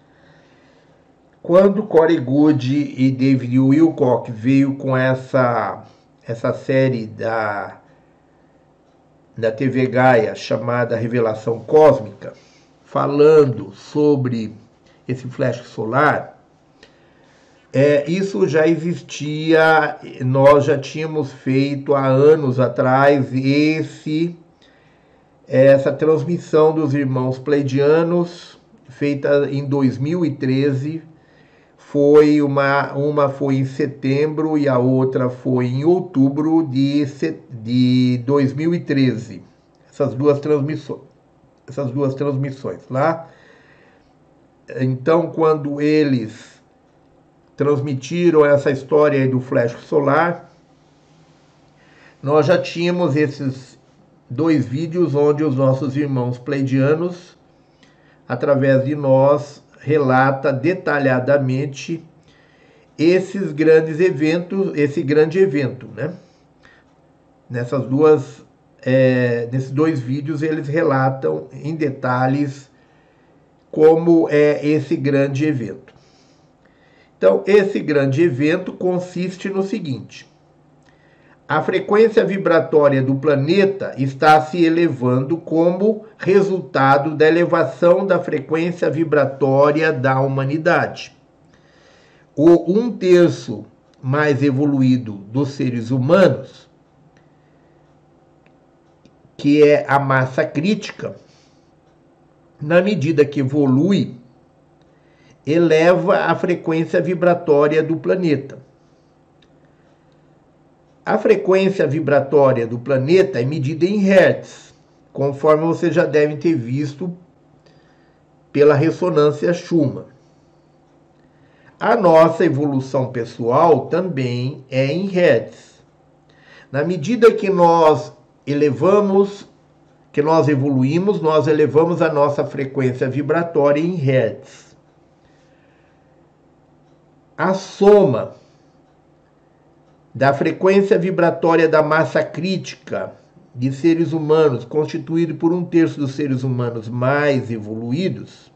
Quando Corey Goode e David Wilcock veio com essa série da TV Gaia chamada Revelação Cósmica, falando sobre esse flash solar, isso já existia, nós já tínhamos feito há anos atrás essa transmissão dos irmãos pleidianos, feita em 2013, uma foi em setembro e a outra foi em outubro de 2013. Essas duas transmissões lá. Então, quando eles transmitiram essa história aí do flash solar, nós já tínhamos esses dois vídeos onde os nossos irmãos pleidianos, através de nós, relata detalhadamente esse grande evento, né? Nesses dois vídeos eles relatam em detalhes como é esse grande evento. Então, esse grande evento consiste no seguinte: a frequência vibratória do planeta está se elevando como resultado da elevação da frequência vibratória da humanidade. O 1/3 mais evoluído dos seres humanos, que é a massa crítica, na medida que evolui, eleva a frequência vibratória do planeta. A frequência vibratória do planeta é medida em Hertz, conforme vocês já devem ter visto pela ressonância Schumann. A nossa evolução pessoal também é em Hertz. Na medida que nós evoluímos, nós elevamos a nossa frequência vibratória em Hertz. A soma da frequência vibratória da massa crítica de seres humanos, constituído por 1/3 dos seres humanos mais evoluídos,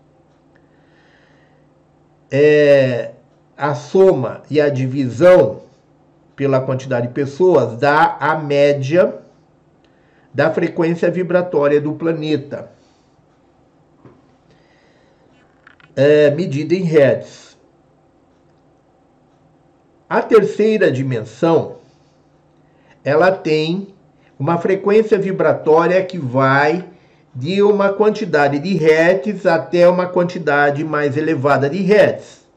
a soma e a divisão pela quantidade de pessoas dá a média da frequência vibratória do planeta, medida em Hertz. A terceira dimensão, ela tem uma frequência vibratória que vai de uma quantidade de Hertz até uma quantidade mais elevada de Hertz.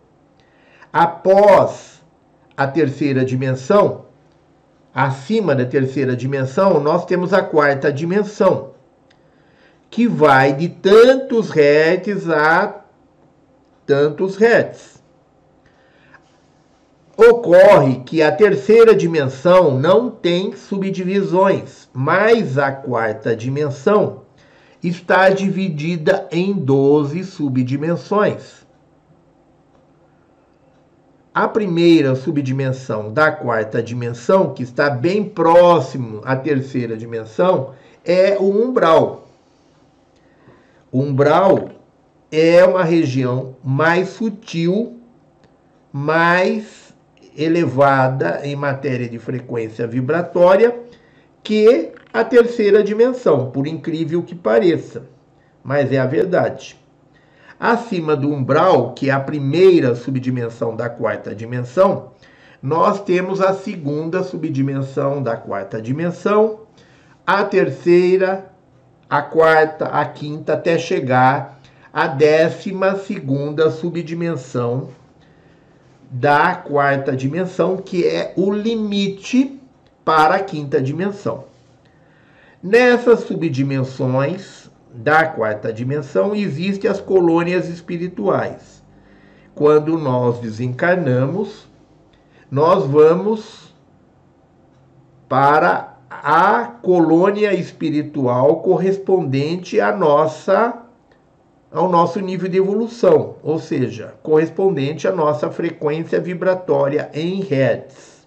Após a terceira dimensão, acima da terceira dimensão, nós temos a quarta dimensão, que vai de tantos Hertz a tantos Hertz. Ocorre que a terceira dimensão não tem subdivisões, mas a quarta dimensão está dividida em 12 subdimensões. A primeira subdimensão da quarta dimensão, que está bem próximo à terceira dimensão, é o umbral. O umbral é uma região mais sutil, mais elevada em matéria de frequência vibratória que a terceira dimensão, por incrível que pareça, mas é a verdade. Acima do umbral, que é a primeira subdimensão da quarta dimensão, nós temos a segunda subdimensão da quarta dimensão, a terceira, a quarta, a quinta, até chegar à 12ª subdimensão da quarta dimensão, que é o limite para a quinta dimensão. Nessas subdimensões da quarta dimensão existem as colônias espirituais. Quando nós desencarnamos, nós vamos para a colônia espiritual correspondente ao nosso nível de evolução, ou seja, correspondente à nossa frequência vibratória em Hertz.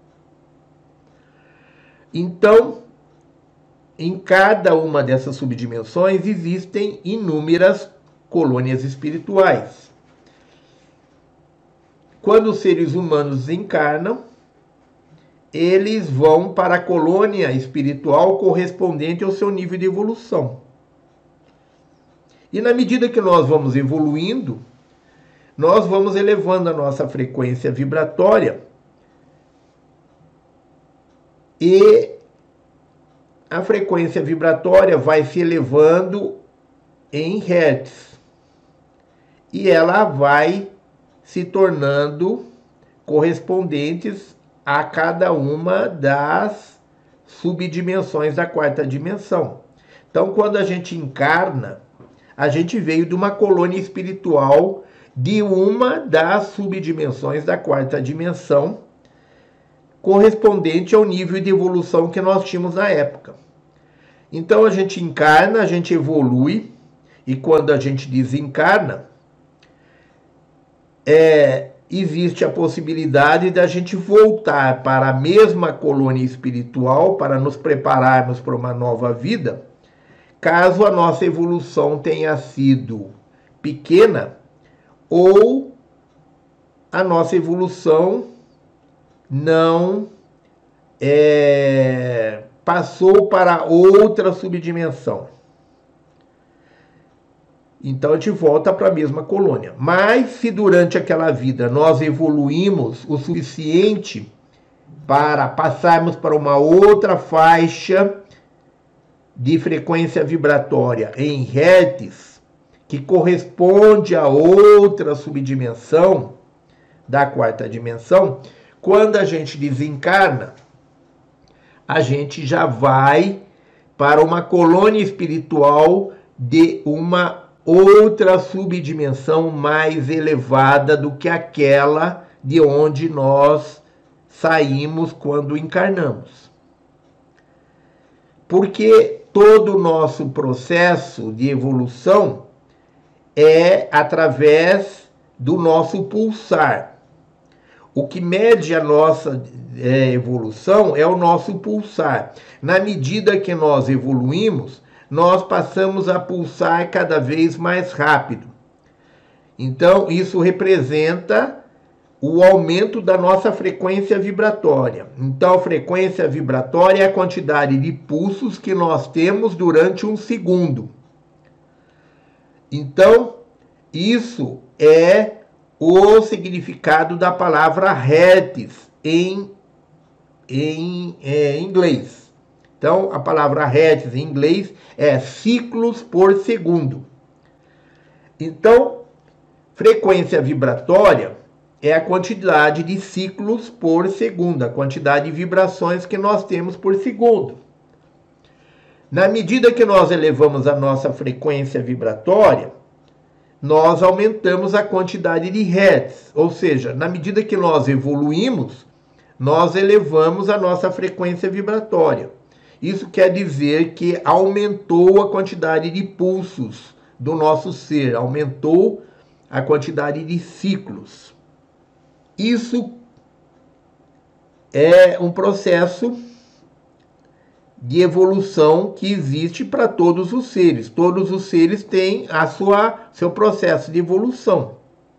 Então, em cada uma dessas subdimensões existem inúmeras colônias espirituais. Quando os seres humanos desencarnam, eles vão para a colônia espiritual correspondente ao seu nível de evolução. E na medida que nós vamos evoluindo, nós vamos elevando a nossa frequência vibratória e a frequência vibratória vai se elevando em Hertz e ela vai se tornando correspondentes a cada uma das subdimensões da quarta dimensão. Então, quando a gente encarna, a gente veio de uma colônia espiritual de uma das subdimensões da quarta dimensão, correspondente ao nível de evolução que nós tínhamos na época. Então a gente encarna, a gente evolui, e quando a gente desencarna, existe a possibilidade da gente voltar para a mesma colônia espiritual para nos prepararmos para uma nova vida, caso a nossa evolução tenha sido pequena ou a nossa evolução não passou para outra subdimensão. Então a gente volta para a mesma colônia. Mas se durante aquela vida nós evoluímos o suficiente para passarmos para uma outra faixa de frequência vibratória em Hertz, que corresponde a outra subdimensão da quarta dimensão, quando a gente desencarna, a gente já vai para uma colônia espiritual de uma outra subdimensão mais elevada do que aquela de onde nós saímos quando encarnamos. Porque todo o nosso processo de evolução é através do nosso pulsar. O que mede a nossa evolução é o nosso pulsar. Na medida que nós evoluímos, nós passamos a pulsar cada vez mais rápido. Então, isso representa o aumento da nossa frequência vibratória. Então, a frequência vibratória é a quantidade de pulsos que nós temos durante um segundo. Então, isso é o significado da palavra Hertz em inglês. Então, a palavra Hertz em inglês é ciclos por segundo. Então, frequência vibratória é a quantidade de ciclos por segundo, a quantidade de vibrações que nós temos por segundo. Na medida que nós elevamos a nossa frequência vibratória, nós aumentamos a quantidade de hertz. Ou seja, na medida que nós evoluímos, nós elevamos a nossa frequência vibratória. Isso quer dizer que aumentou a quantidade de pulsos do nosso ser, aumentou a quantidade de ciclos. Isso é um processo de evolução que existe para todos os seres. Todos os seres têm seu processo de evolução.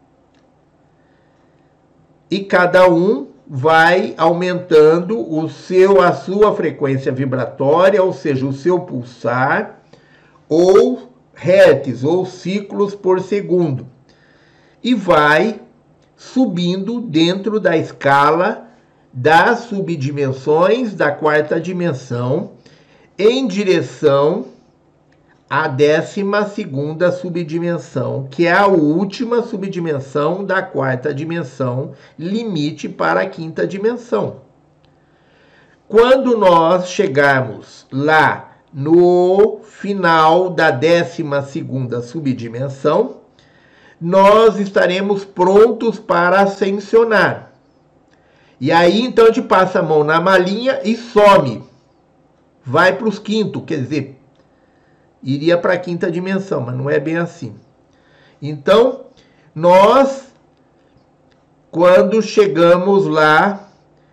E cada um vai aumentando a sua frequência vibratória, ou seja, o seu pulsar, ou hertz, ou ciclos por segundo. E vai subindo dentro da escala das subdimensões da quarta dimensão, em direção à 12ª subdimensão, que é a última subdimensão da quarta dimensão, limite para a quinta dimensão. Quando nós chegarmos lá no final da 12ª subdimensão, nós estaremos prontos para ascensionar. E aí, então, a gente passa a mão na malinha e some. Vai para os quintos, quer dizer, iria para a quinta dimensão, mas não é bem assim. Então, nós, quando chegamos lá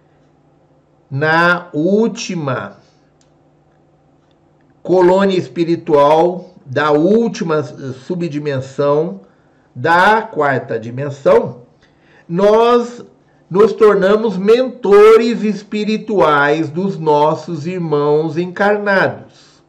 na última colônia espiritual da última subdimensão da quarta dimensão, nós nos tornamos mentores espirituais dos nossos irmãos encarnados.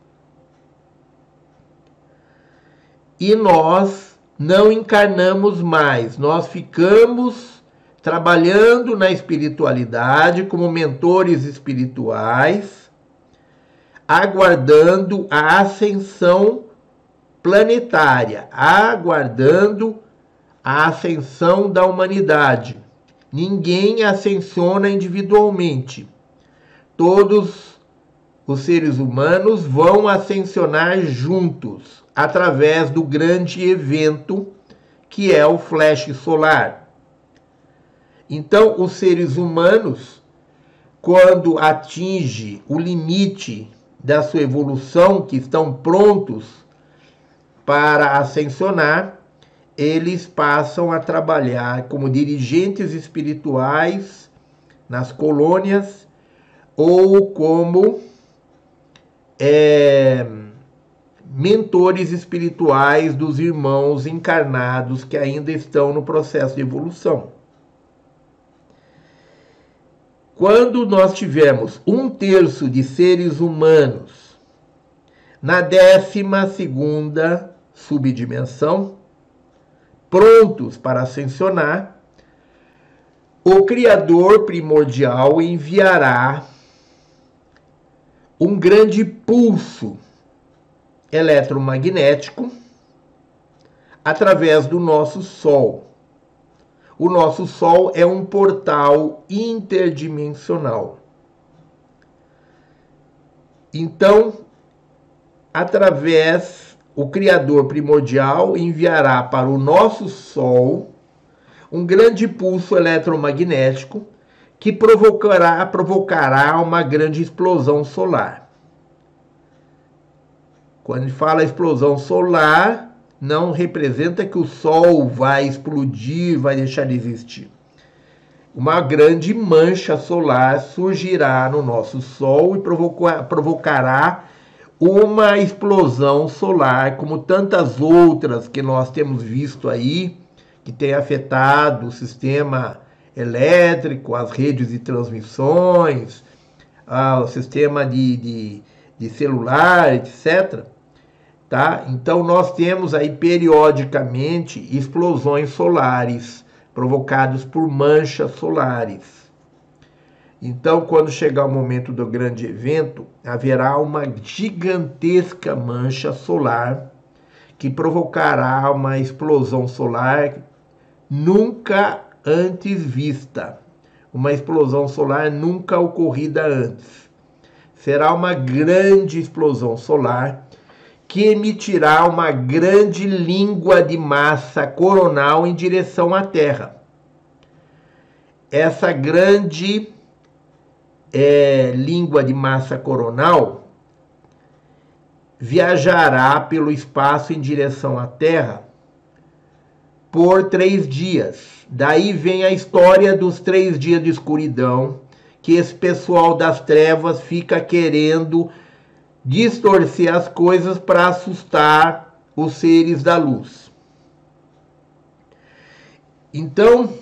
E nós não encarnamos mais, nós ficamos trabalhando na espiritualidade como mentores espirituais, aguardando a ascensão planetária, aguardando a ascensão da humanidade. Ninguém ascensiona individualmente. Todos os seres humanos vão ascensionar juntos, através do grande evento que é o flash solar. Então, os seres humanos, quando atingem o limite da sua evolução, que estão prontos para ascensionar, eles passam a trabalhar como dirigentes espirituais nas colônias ou como mentores espirituais dos irmãos encarnados que ainda estão no processo de evolução. Quando nós tivermos 1/3 de seres humanos na 12ª subdimensão, prontos para ascensionar, o Criador primordial enviará um grande pulso eletromagnético através do nosso Sol. O nosso Sol é um portal interdimensional. Então, o Criador primordial enviará para o nosso Sol um grande pulso eletromagnético que provocará uma grande explosão solar. Quando a gente fala explosão solar, não representa que o Sol vai explodir, vai deixar de existir. Uma grande mancha solar surgirá no nosso Sol e provocará uma explosão solar, como tantas outras que nós temos visto aí, que tem afetado o sistema elétrico, as redes de transmissões, o sistema de celular, etc. Tá? Então nós temos aí periodicamente explosões solares provocadas por manchas solares. Então, quando chegar o momento do grande evento, haverá uma gigantesca mancha solar que provocará uma explosão solar nunca antes vista. Uma explosão solar nunca ocorrida antes. Será uma grande explosão solar que emitirá uma grande língua de massa coronal em direção à Terra. Essa grande língua de massa coronal viajará pelo espaço em direção à Terra por 3 dias. Daí vem a história dos 3 dias de escuridão, que esse pessoal das trevas fica querendo distorcer as coisas para assustar os seres da luz. Então,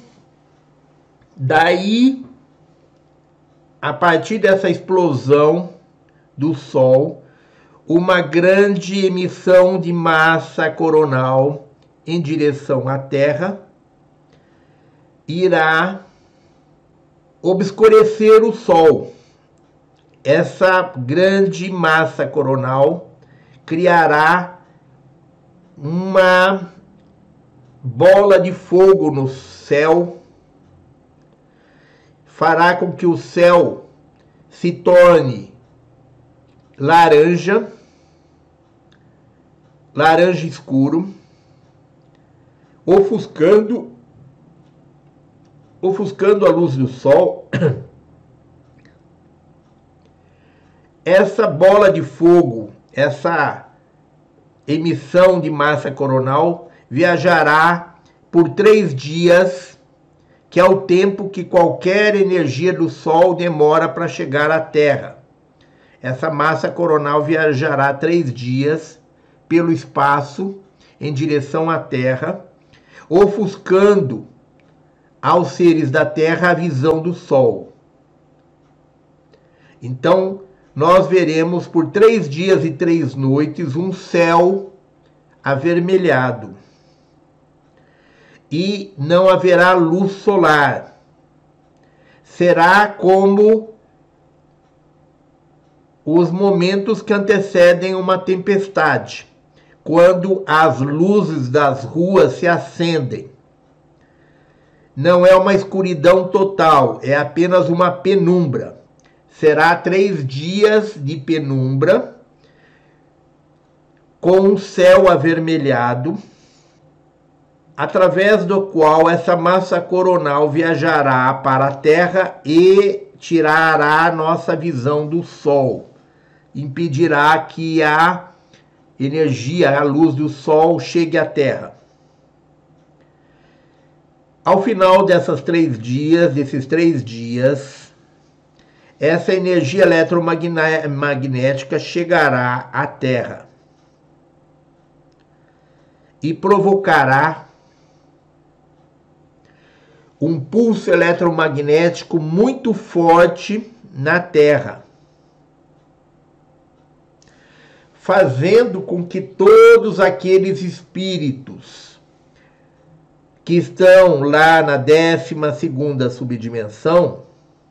daí, a partir dessa explosão do Sol, uma grande emissão de massa coronal em direção à Terra irá obscurecer o Sol. Essa grande massa coronal criará uma bola de fogo no céu, fará com que o céu se torne laranja escuro, ofuscando a luz do sol. Essa bola de fogo, essa emissão de massa coronal, viajará por 3 dias, que é o tempo que qualquer energia do Sol demora para chegar à Terra. Essa massa coronal viajará 3 dias pelo espaço em direção à Terra, ofuscando aos seres da Terra a visão do Sol. Então, nós veremos por 3 dias e 3 noites um céu avermelhado. E não haverá luz solar. Será como os momentos que antecedem uma tempestade, quando as luzes das ruas se acendem. Não é uma escuridão total, é apenas uma penumbra. Será 3 dias de penumbra, com um céu avermelhado, através do qual essa massa coronal viajará para a Terra e tirará a nossa visão do Sol. Impedirá que a energia, a luz do Sol, chegue à Terra. Ao final desses 3 dias, essa energia eletromagnética chegará à Terra e provocará um pulso eletromagnético muito forte na Terra, fazendo com que todos aqueles espíritos que estão lá na 12ª subdimensão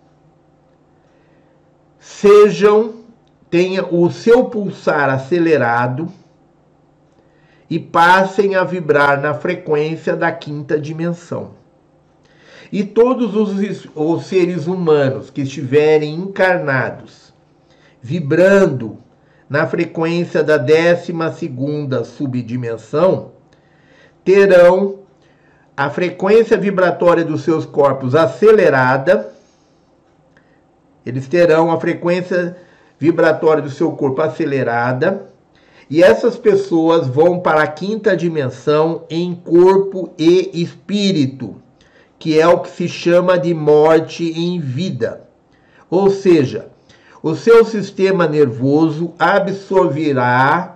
tenham o seu pulsar acelerado e passem a vibrar na frequência da 5ª dimensão. E todos os seres humanos que estiverem encarnados, vibrando na frequência da 12ª subdimensão, terão a frequência vibratória dos seus corpos acelerada. Eles terão a frequência vibratória do seu corpo acelerada, e essas pessoas vão para a 5ª dimensão em corpo e espírito, que é o que se chama de morte em vida. Ou seja, o seu sistema nervoso absorverá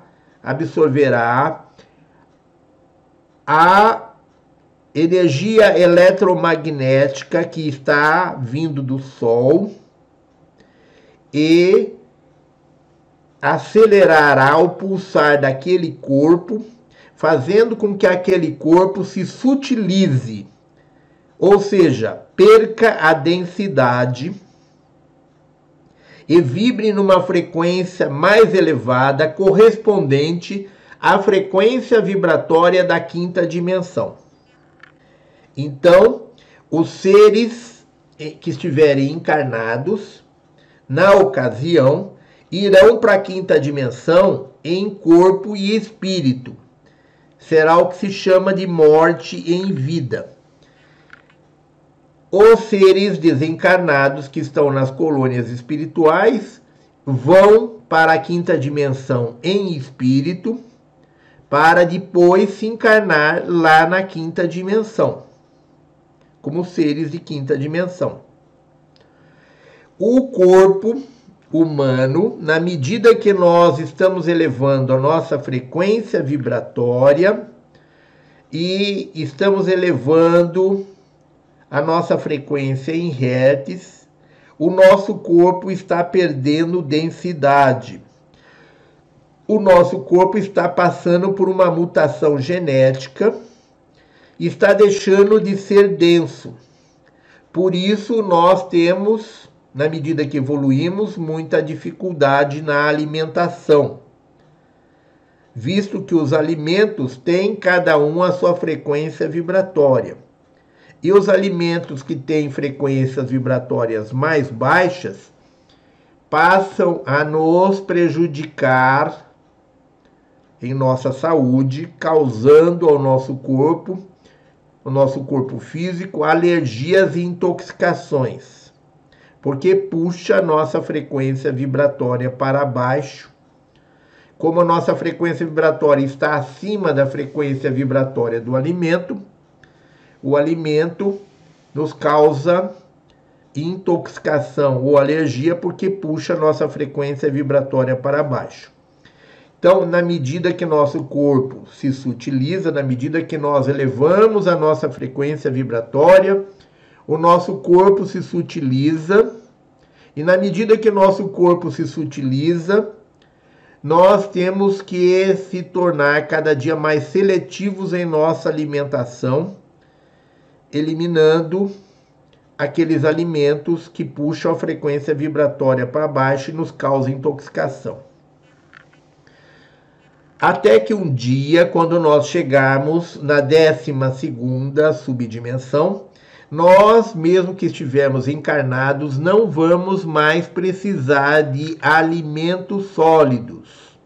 a energia eletromagnética que está vindo do Sol e acelerará o pulsar daquele corpo, fazendo com que aquele corpo se sutilize, ou seja, perca a densidade e vibre numa frequência mais elevada, correspondente à frequência vibratória da 5ª dimensão. Então, os seres que estiverem encarnados, na ocasião, irão para a 5ª dimensão em corpo e espírito. Será o que se chama de morte em vida. Os seres desencarnados que estão nas colônias espirituais vão para a quinta dimensão em espírito, para depois se encarnar lá na quinta dimensão, como seres de quinta dimensão. O corpo humano, na medida que nós estamos elevando a nossa frequência vibratória e estamos elevando a nossa frequência em hertz, o nosso corpo está perdendo densidade. O nosso corpo está passando por uma mutação genética, está deixando de ser denso. Por isso nós temos, na medida que evoluímos, muita dificuldade na alimentação, visto que os alimentos têm cada um a sua frequência vibratória. E os alimentos que têm frequências vibratórias mais baixas passam a nos prejudicar em nossa saúde, causando ao nosso corpo, o nosso corpo físico, alergias e intoxicações, porque puxa a nossa frequência vibratória para baixo. Como a nossa frequência vibratória está acima da frequência vibratória do alimento, o alimento nos causa intoxicação ou alergia porque puxa a nossa frequência vibratória para baixo. Então, na medida que nosso corpo se sutiliza, na medida que nós elevamos a nossa frequência vibratória, o nosso corpo se sutiliza, e na medida que nosso corpo se sutiliza, nós temos que se tornar cada dia mais seletivos em nossa alimentação, eliminando aqueles alimentos que puxam a frequência vibratória para baixo e nos causam intoxicação. Até que um dia, quando nós chegarmos na 12ª subdimensão, nós, mesmo que estivermos encarnados, não vamos mais precisar de alimentos sólidos.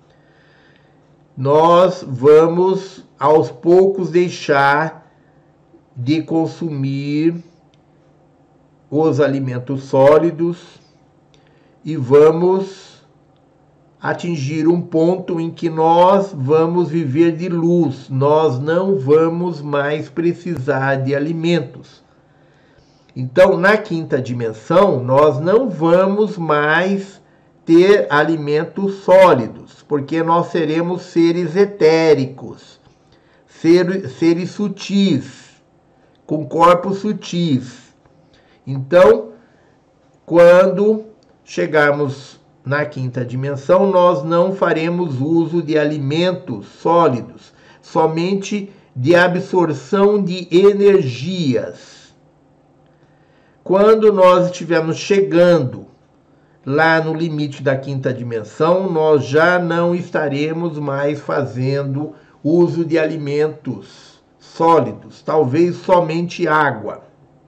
Nós vamos, aos poucos, deixar de consumir os alimentos sólidos e vamos atingir um ponto em que nós vamos viver de luz, nós não vamos mais precisar de alimentos. Então, na quinta dimensão, nós não vamos mais ter alimentos sólidos, porque nós seremos seres etéricos, seres sutis, com corpos sutis. Então, quando chegarmos na quinta dimensão, nós não faremos uso de alimentos sólidos, somente de absorção de energias. Quando nós estivermos chegando lá no limite da quinta dimensão, nós já não estaremos mais fazendo uso de alimentos sólidos, talvez somente água.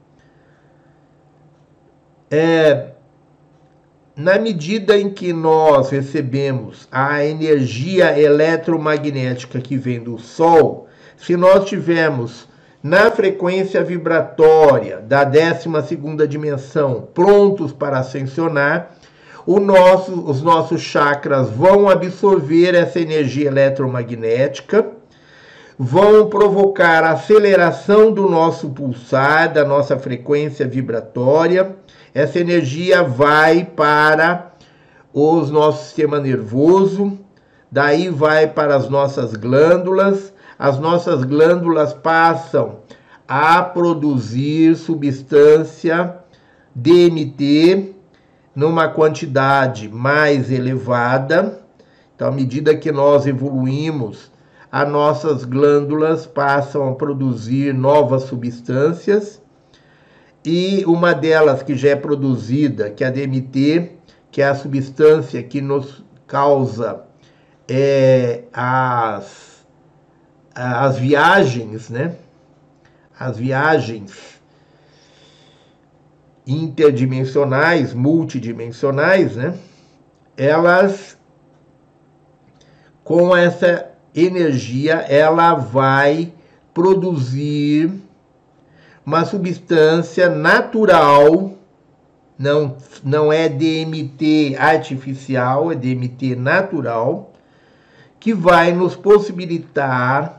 Na medida em que nós recebemos a energia eletromagnética que vem do Sol, se nós tivermos na frequência vibratória da 12ª dimensão prontos para ascensionar, os nossos chakras vão absorver essa energia eletromagnética, vão provocar a aceleração do nosso pulsar, da nossa frequência vibratória. Essa energia vai para o nosso sistema nervoso, daí vai para as nossas glândulas passam a produzir substância DMT numa quantidade mais elevada. Então, à medida que nós evoluímos, as nossas glândulas passam a produzir novas substâncias, e uma delas que já é produzida, que é a DMT, que é a substância que nos causa as viagens, né? As viagens interdimensionais, multidimensionais, né? Elas com essa energia, ela vai produzir uma substância natural, não é DMT artificial, é DMT natural, que vai nos possibilitar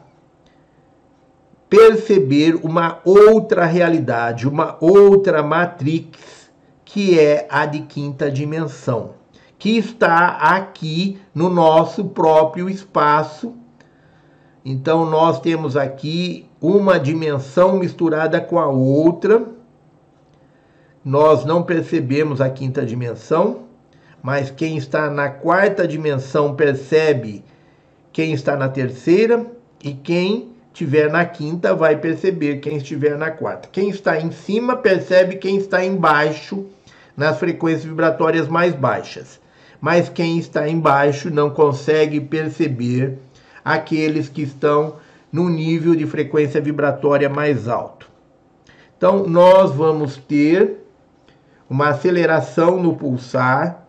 perceber uma outra realidade, uma outra matrix, que é a de quinta dimensão, que está aqui no nosso próprio espaço. Então nós temos aqui uma dimensão misturada com a outra. Nós não percebemos a quinta dimensão, mas quem está na quarta dimensão percebe quem está na terceira, e quem estiver na quinta vai perceber quem estiver na quarta. Quem está em cima percebe quem está embaixo, nas frequências vibratórias mais baixas. Mas quem está embaixo não consegue perceber aqueles que estão no nível de frequência vibratória mais alto. Então, nós vamos ter uma aceleração no pulsar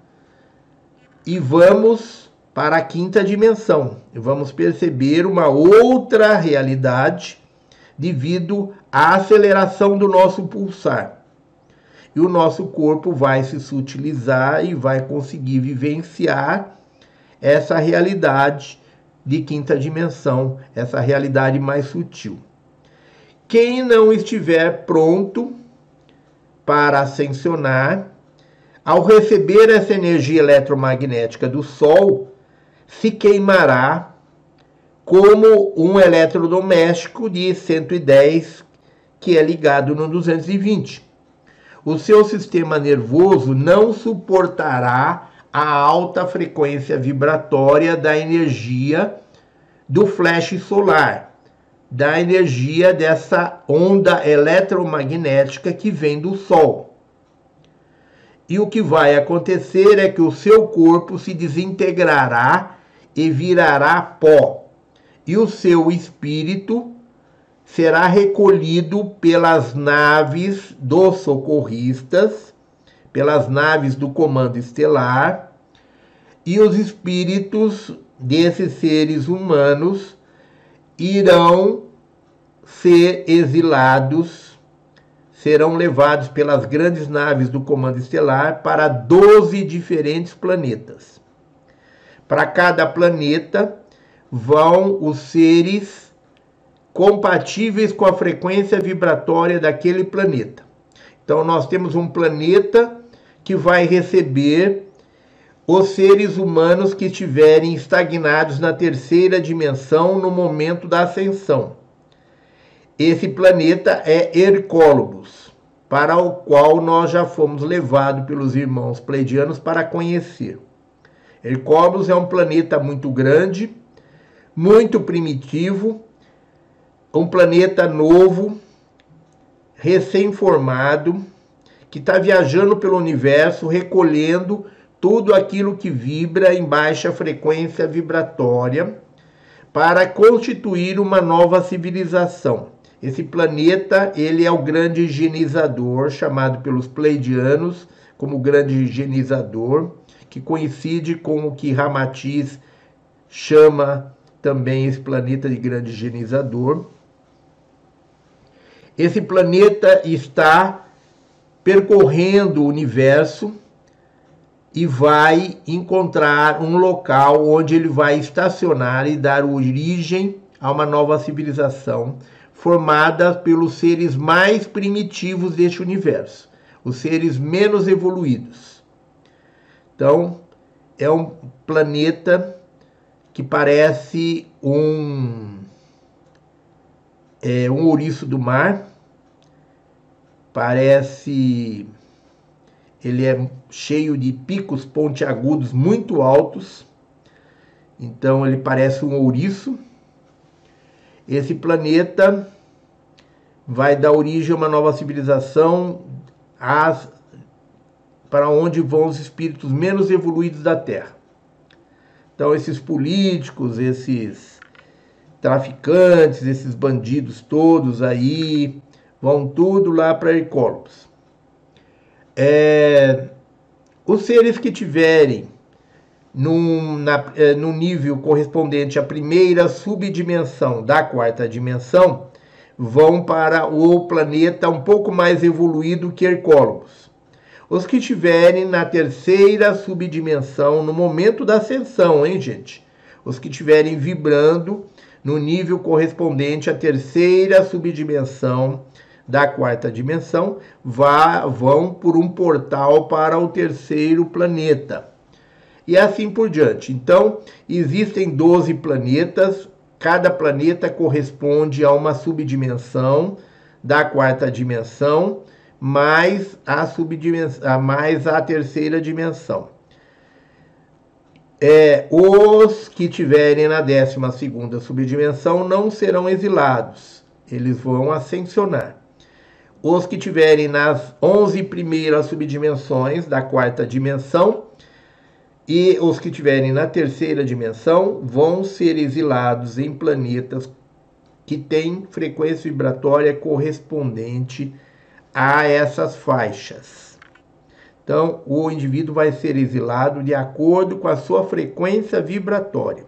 e vamos para a quinta dimensão. Vamos perceber uma outra realidade devido à aceleração do nosso pulsar. E o nosso corpo vai se sutilizar e vai conseguir vivenciar essa realidade de quinta dimensão, essa realidade mais sutil. Quem não estiver pronto para ascensionar, ao receber essa energia eletromagnética do Sol, se queimará como um eletrodoméstico de 110 que é ligado no 220. O seu sistema nervoso não suportará a alta frequência vibratória da energia do flash solar, da energia dessa onda eletromagnética que vem do Sol. E o que vai acontecer é que o seu corpo se desintegrará e virará pó, e o seu espírito será recolhido pelas naves dos socorristas, pelas naves do comando estelar, e os espíritos desses seres humanos irão ser exilados, serão levados pelas grandes naves do comando estelar para 12 diferentes planetas. Para cada planeta vão os seres compatíveis com a frequência vibratória daquele planeta. Então nós temos um planeta que vai receber os seres humanos que estiverem estagnados na terceira dimensão no momento da ascensão. Esse planeta é Hercólobos, para o qual nós já fomos levados pelos irmãos pleidianos para conhecer. Hercólobos é um planeta muito grande, muito primitivo, um planeta novo, recém-formado, que está viajando pelo universo, recolhendo tudo aquilo que vibra em baixa frequência vibratória para constituir uma nova civilização. Esse planeta, ele é o grande higienizador, chamado pelos pleidianos como grande higienizador, que coincide com o que Ramatiz chama também esse planeta de grande higienizador. Esse planeta está percorrendo o universo e vai encontrar um local onde ele vai estacionar e dar origem a uma nova civilização formada pelos seres mais primitivos deste universo, os seres menos evoluídos. Então, é um planeta que parece um ouriço do mar, ele é cheio de picos pontiagudos muito altos, então ele parece um ouriço. Esse planeta vai dar origem a uma nova civilização para onde vão os espíritos menos evoluídos da Terra. Então esses políticos, esses traficantes, esses bandidos todos aí, vão tudo lá para Hercólobos. Os seres que tiverem no nível correspondente à primeira subdimensão da quarta dimensão, vão para o planeta um pouco mais evoluído que Hercólogos. Os que estiverem na terceira subdimensão, no momento da ascensão, hein, gente? Os que estiverem vibrando no nível correspondente à terceira subdimensão da quarta dimensão, vão por um portal para o terceiro planeta. E assim por diante. Então, existem 12 planetas, cada planeta corresponde a uma subdimensão da quarta dimensão, mais a terceira dimensão. Os que tiverem na 12ª subdimensão não serão exilados, eles vão ascensionar. Os que tiverem nas 11 primeiras subdimensões da quarta dimensão e os que tiverem na terceira dimensão vão ser exilados em planetas que têm frequência vibratória correspondente a essas faixas. Então, o indivíduo vai ser exilado de acordo com a sua frequência vibratória.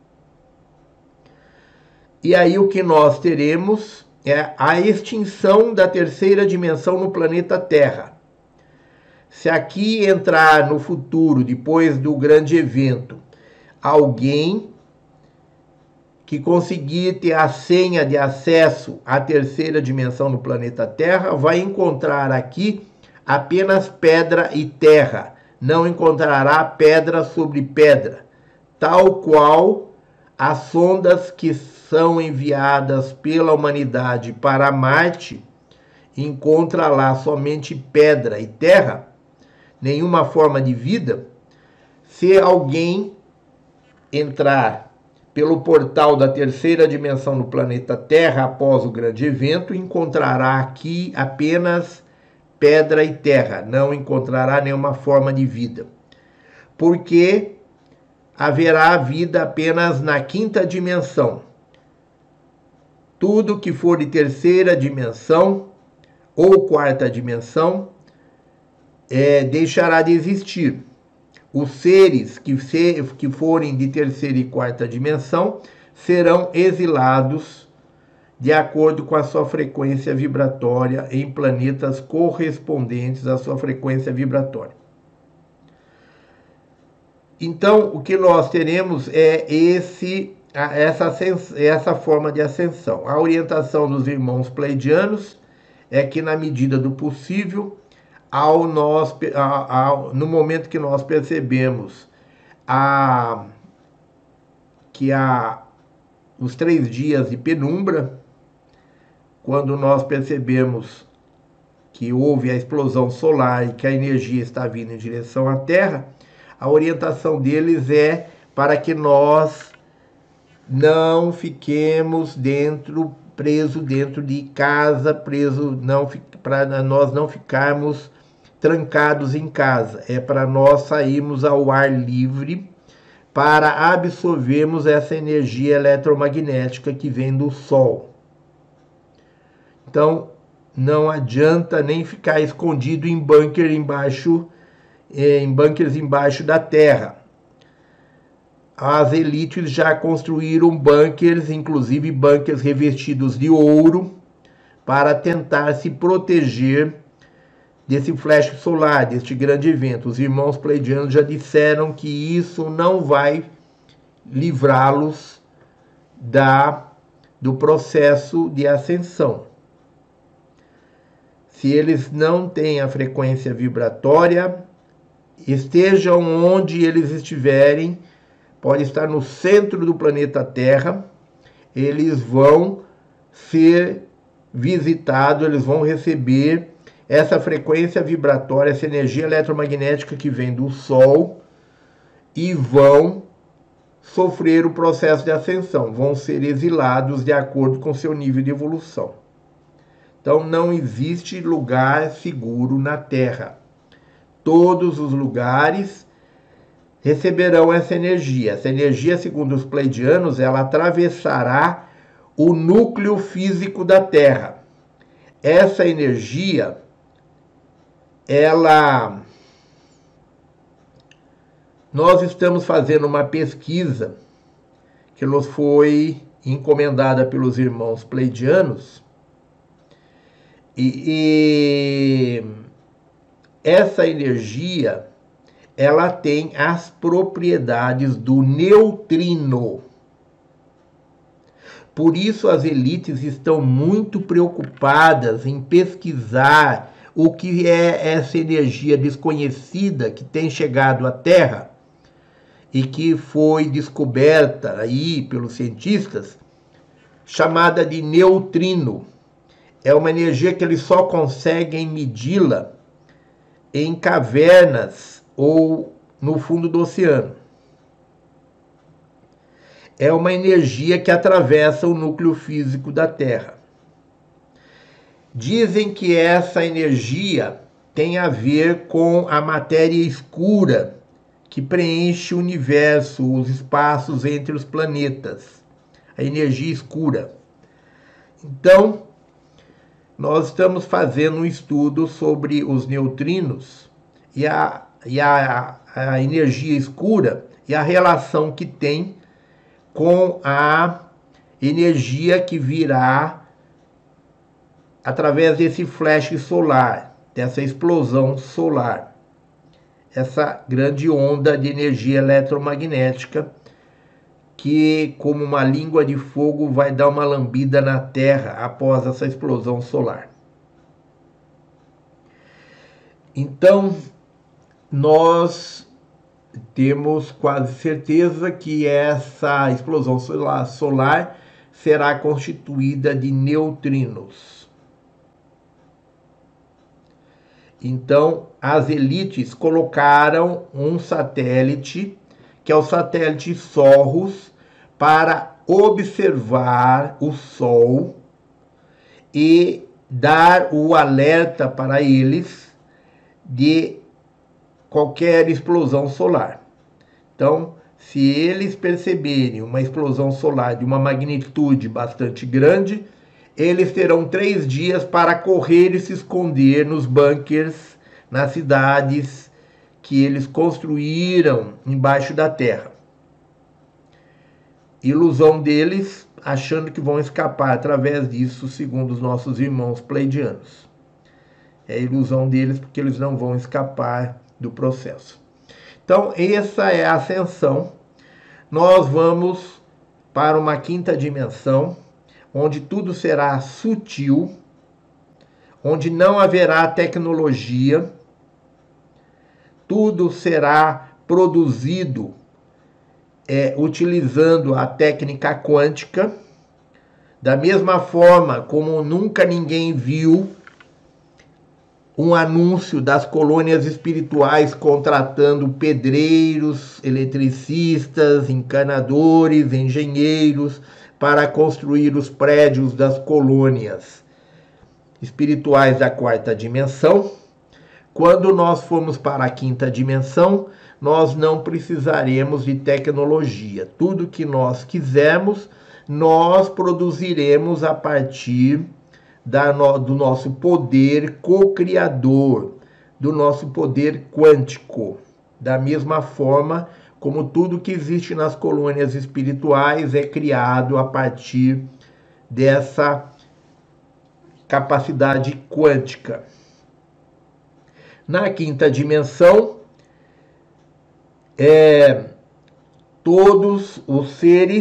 E aí o que nós teremos é a extinção da terceira dimensão no planeta Terra. Se aqui entrar no futuro, depois do grande evento, alguém que conseguir ter a senha de acesso à terceira dimensão no planeta Terra, vai encontrar aqui apenas pedra e terra, não encontrará pedra sobre pedra, tal qual as sondas que são enviadas pela humanidade para Marte, encontra lá somente pedra e terra, nenhuma forma de vida. Se alguém entrar pelo portal da terceira dimensão no planeta Terra após o grande evento, encontrará aqui apenas pedra e terra, não encontrará nenhuma forma de vida, porque haverá vida apenas na quinta dimensão. Tudo que for de terceira dimensão ou quarta dimensão deixará de existir. Os seres que forem de terceira e quarta dimensão serão exilados de acordo com a sua frequência vibratória em planetas correspondentes à sua frequência vibratória. Então, o que nós teremos é essa forma de ascensão. A orientação dos irmãos pleiadianos é que, na medida do possível, no momento que nós percebemos que há os 3 dias de penumbra, quando nós percebemos que houve a explosão solar e que a energia está vindo em direção à Terra, a orientação deles é para que nós não fiquemos preso dentro de casa, para nós não ficarmos trancados em casa. É para nós sairmos ao ar livre para absorvermos essa energia eletromagnética que vem do Sol. Então, não adianta nem ficar escondido em bunkers embaixo da terra. As elites já construíram bunkers, inclusive bunkers revestidos de ouro, para tentar se proteger desse flash solar, deste grande evento. Os irmãos pleiadianos já disseram que isso não vai livrá-los do processo de ascensão. Se eles não têm a frequência vibratória, estejam onde eles estiverem, pode estar no centro do planeta Terra, eles vão ser visitados, eles vão receber essa frequência vibratória, essa energia eletromagnética que vem do Sol e vão sofrer o processo de ascensão, vão ser exilados de acordo com seu nível de evolução. Então, não existe lugar seguro na Terra. Todos os lugares receberão essa energia. Essa energia, segundo os pleiadianos, ela atravessará o núcleo físico da Terra. Essa energia, ela nós estamos fazendo uma pesquisa que nos foi encomendada pelos irmãos pleidianos, e essa energia, ela tem as propriedades do neutrino. Por isso as elites estão muito preocupadas em pesquisar o que é essa energia desconhecida que tem chegado à Terra e que foi descoberta aí pelos cientistas, chamada de neutrino. É uma energia que eles só conseguem medi-la em cavernas ou no fundo do oceano. É uma energia que atravessa o núcleo físico da Terra. Dizem que essa energia tem a ver com a matéria escura que preenche o universo, os espaços entre os planetas, a energia escura. Então, nós estamos fazendo um estudo sobre os neutrinos e a energia escura e a relação que tem com a energia que virá através desse flash solar, dessa explosão solar, essa grande onda de energia eletromagnética que, como uma língua de fogo, vai dar uma lambida na Terra após essa explosão solar. Então, nós temos quase certeza que essa explosão solar será constituída de neutrinos. Então, as elites colocaram um satélite, que é o satélite Soros, para observar o Sol e dar o alerta para eles de qualquer explosão solar. Então, se eles perceberem uma explosão solar de uma magnitude bastante grande, eles terão 3 dias para correr e se esconder nos bunkers, nas cidades que eles construíram embaixo da terra. Ilusão deles, achando que vão escapar através disso, segundo os nossos irmãos pleidianos. É ilusão deles porque eles não vão escapar do processo. Então, essa é a ascensão. Nós vamos para uma 5ª dimensão, onde tudo será sutil, onde não haverá tecnologia, tudo será produzido utilizando a técnica quântica, da mesma forma como nunca ninguém viu um anúncio das colônias espirituais contratando pedreiros, eletricistas, encanadores, engenheiros para construir os prédios das colônias espirituais da 4ª dimensão. Quando nós formos para a 5ª dimensão, nós não precisaremos de tecnologia. Tudo que nós quisermos, nós produziremos a partir do nosso poder co-criador, do nosso poder quântico. Da mesma forma como tudo que existe nas colônias espirituais é criado a partir dessa capacidade quântica. Na 5ª dimensão, todos os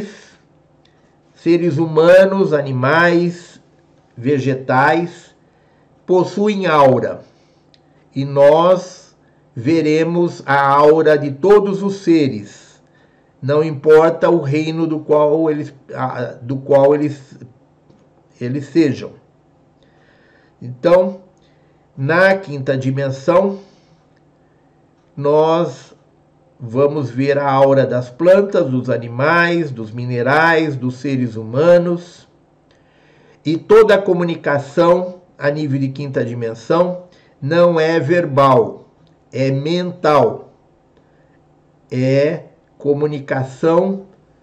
seres humanos, animais, vegetais, possuem aura, e nós veremos a aura de todos os seres, não importa o reino do qual eles sejam. Então, na 5ª dimensão, nós vamos ver a aura das plantas, dos animais, dos minerais, dos seres humanos. E toda a comunicação a nível de 5ª dimensão não é verbal, é mental. É comunicação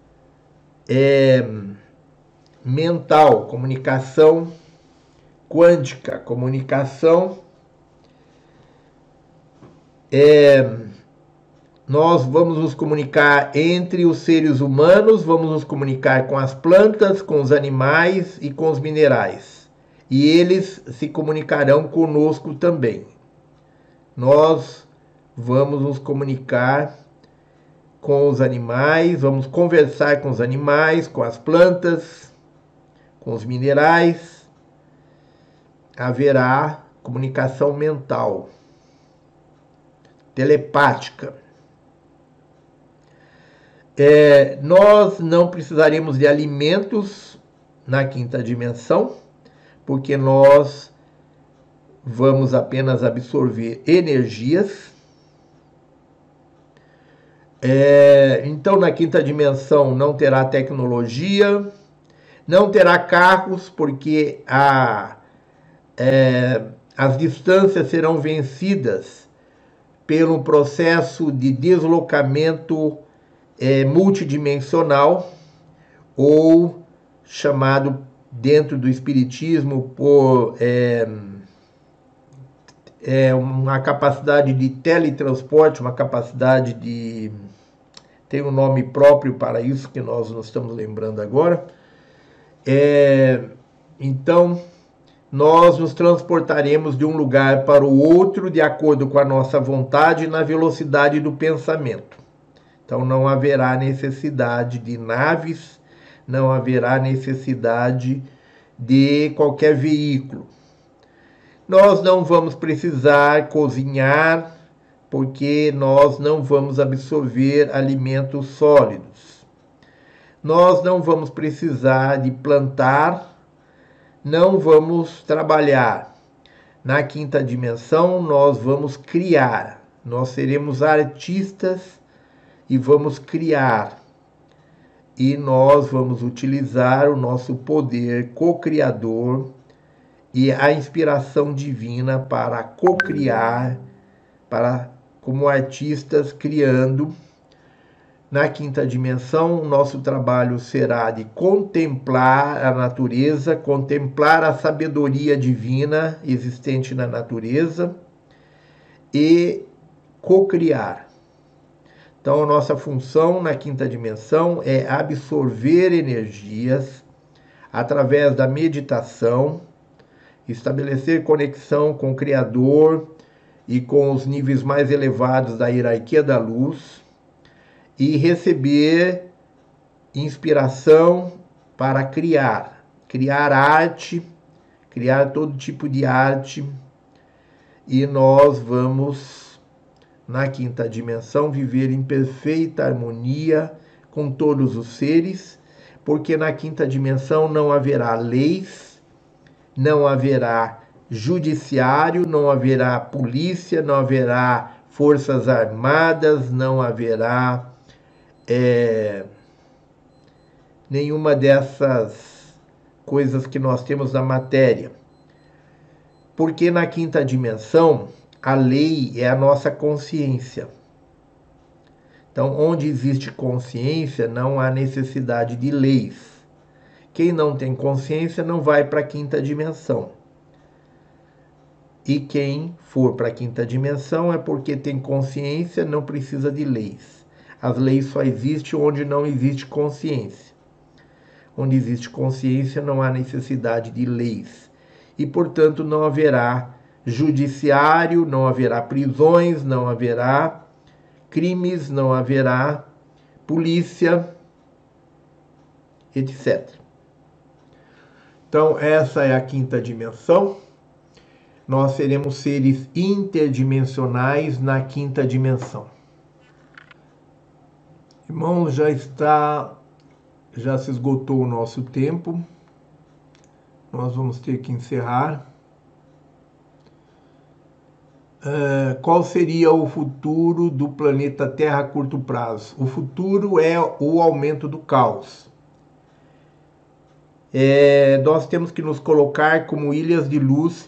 mental, comunicação quântica, comunicação nós vamos nos comunicar entre os seres humanos, vamos nos comunicar com as plantas, com os animais e com os minerais. E eles se comunicarão conosco também. Nós vamos nos comunicar com os animais, vamos conversar com os animais, com as plantas, com os minerais. Haverá comunicação mental, telepática. Nós não precisaremos de alimentos na quinta dimensão, porque nós vamos apenas absorver energias. Então, na quinta dimensão não terá tecnologia, não terá carros, porque as distâncias serão vencidas pelo processo de deslocamento multidimensional, ou chamado dentro do espiritismo por uma capacidade de teletransporte, uma capacidade de... tem um nome próprio para isso que nós não estamos lembrando agora. Então, nós nos transportaremos de um lugar para o outro de acordo com a nossa vontade na velocidade do pensamento. Então não haverá necessidade de naves, não haverá necessidade de qualquer veículo. Nós não vamos precisar cozinhar, porque nós não vamos absorver alimentos sólidos. Nós não vamos precisar de plantar, não vamos trabalhar. Na quinta dimensão, nós vamos criar. Nós seremos artistas e vamos criar. E nós vamos utilizar o nosso poder co-criador e a inspiração divina para co-criar, como artistas criando. Na quinta dimensão, o nosso trabalho será de contemplar a natureza, contemplar a sabedoria divina existente na natureza e co-criar. Então, a nossa função na quinta dimensão é absorver energias através da meditação, estabelecer conexão com o Criador e com os níveis mais elevados da hierarquia da luz e receber inspiração para criar arte, criar todo tipo de arte. E nós vamos, na quinta dimensão, viver em perfeita harmonia com todos os seres, porque na quinta dimensão não haverá leis, não haverá judiciário, não haverá polícia, não haverá forças armadas, não haverá nenhuma dessas coisas que nós temos na matéria. Porque na quinta dimensão, a lei é a nossa consciência. Então, onde existe consciência, não há necessidade de leis. Quem não tem consciência não vai para a quinta dimensão. E quem for para a quinta dimensão é porque tem consciência, não precisa de leis. As leis só existem onde não existe consciência. Onde existe consciência não há necessidade de leis. E, portanto, não haverá judiciário, não haverá prisões, não haverá crimes, não haverá polícia, etc. Então, essa é a quinta dimensão. Nós seremos seres interdimensionais na quinta dimensão. Irmãos, já se esgotou o nosso tempo. Nós vamos ter que encerrar. Qual seria o futuro do planeta Terra a curto prazo? O futuro é o aumento do caos. Nós temos que nos colocar como ilhas de luz.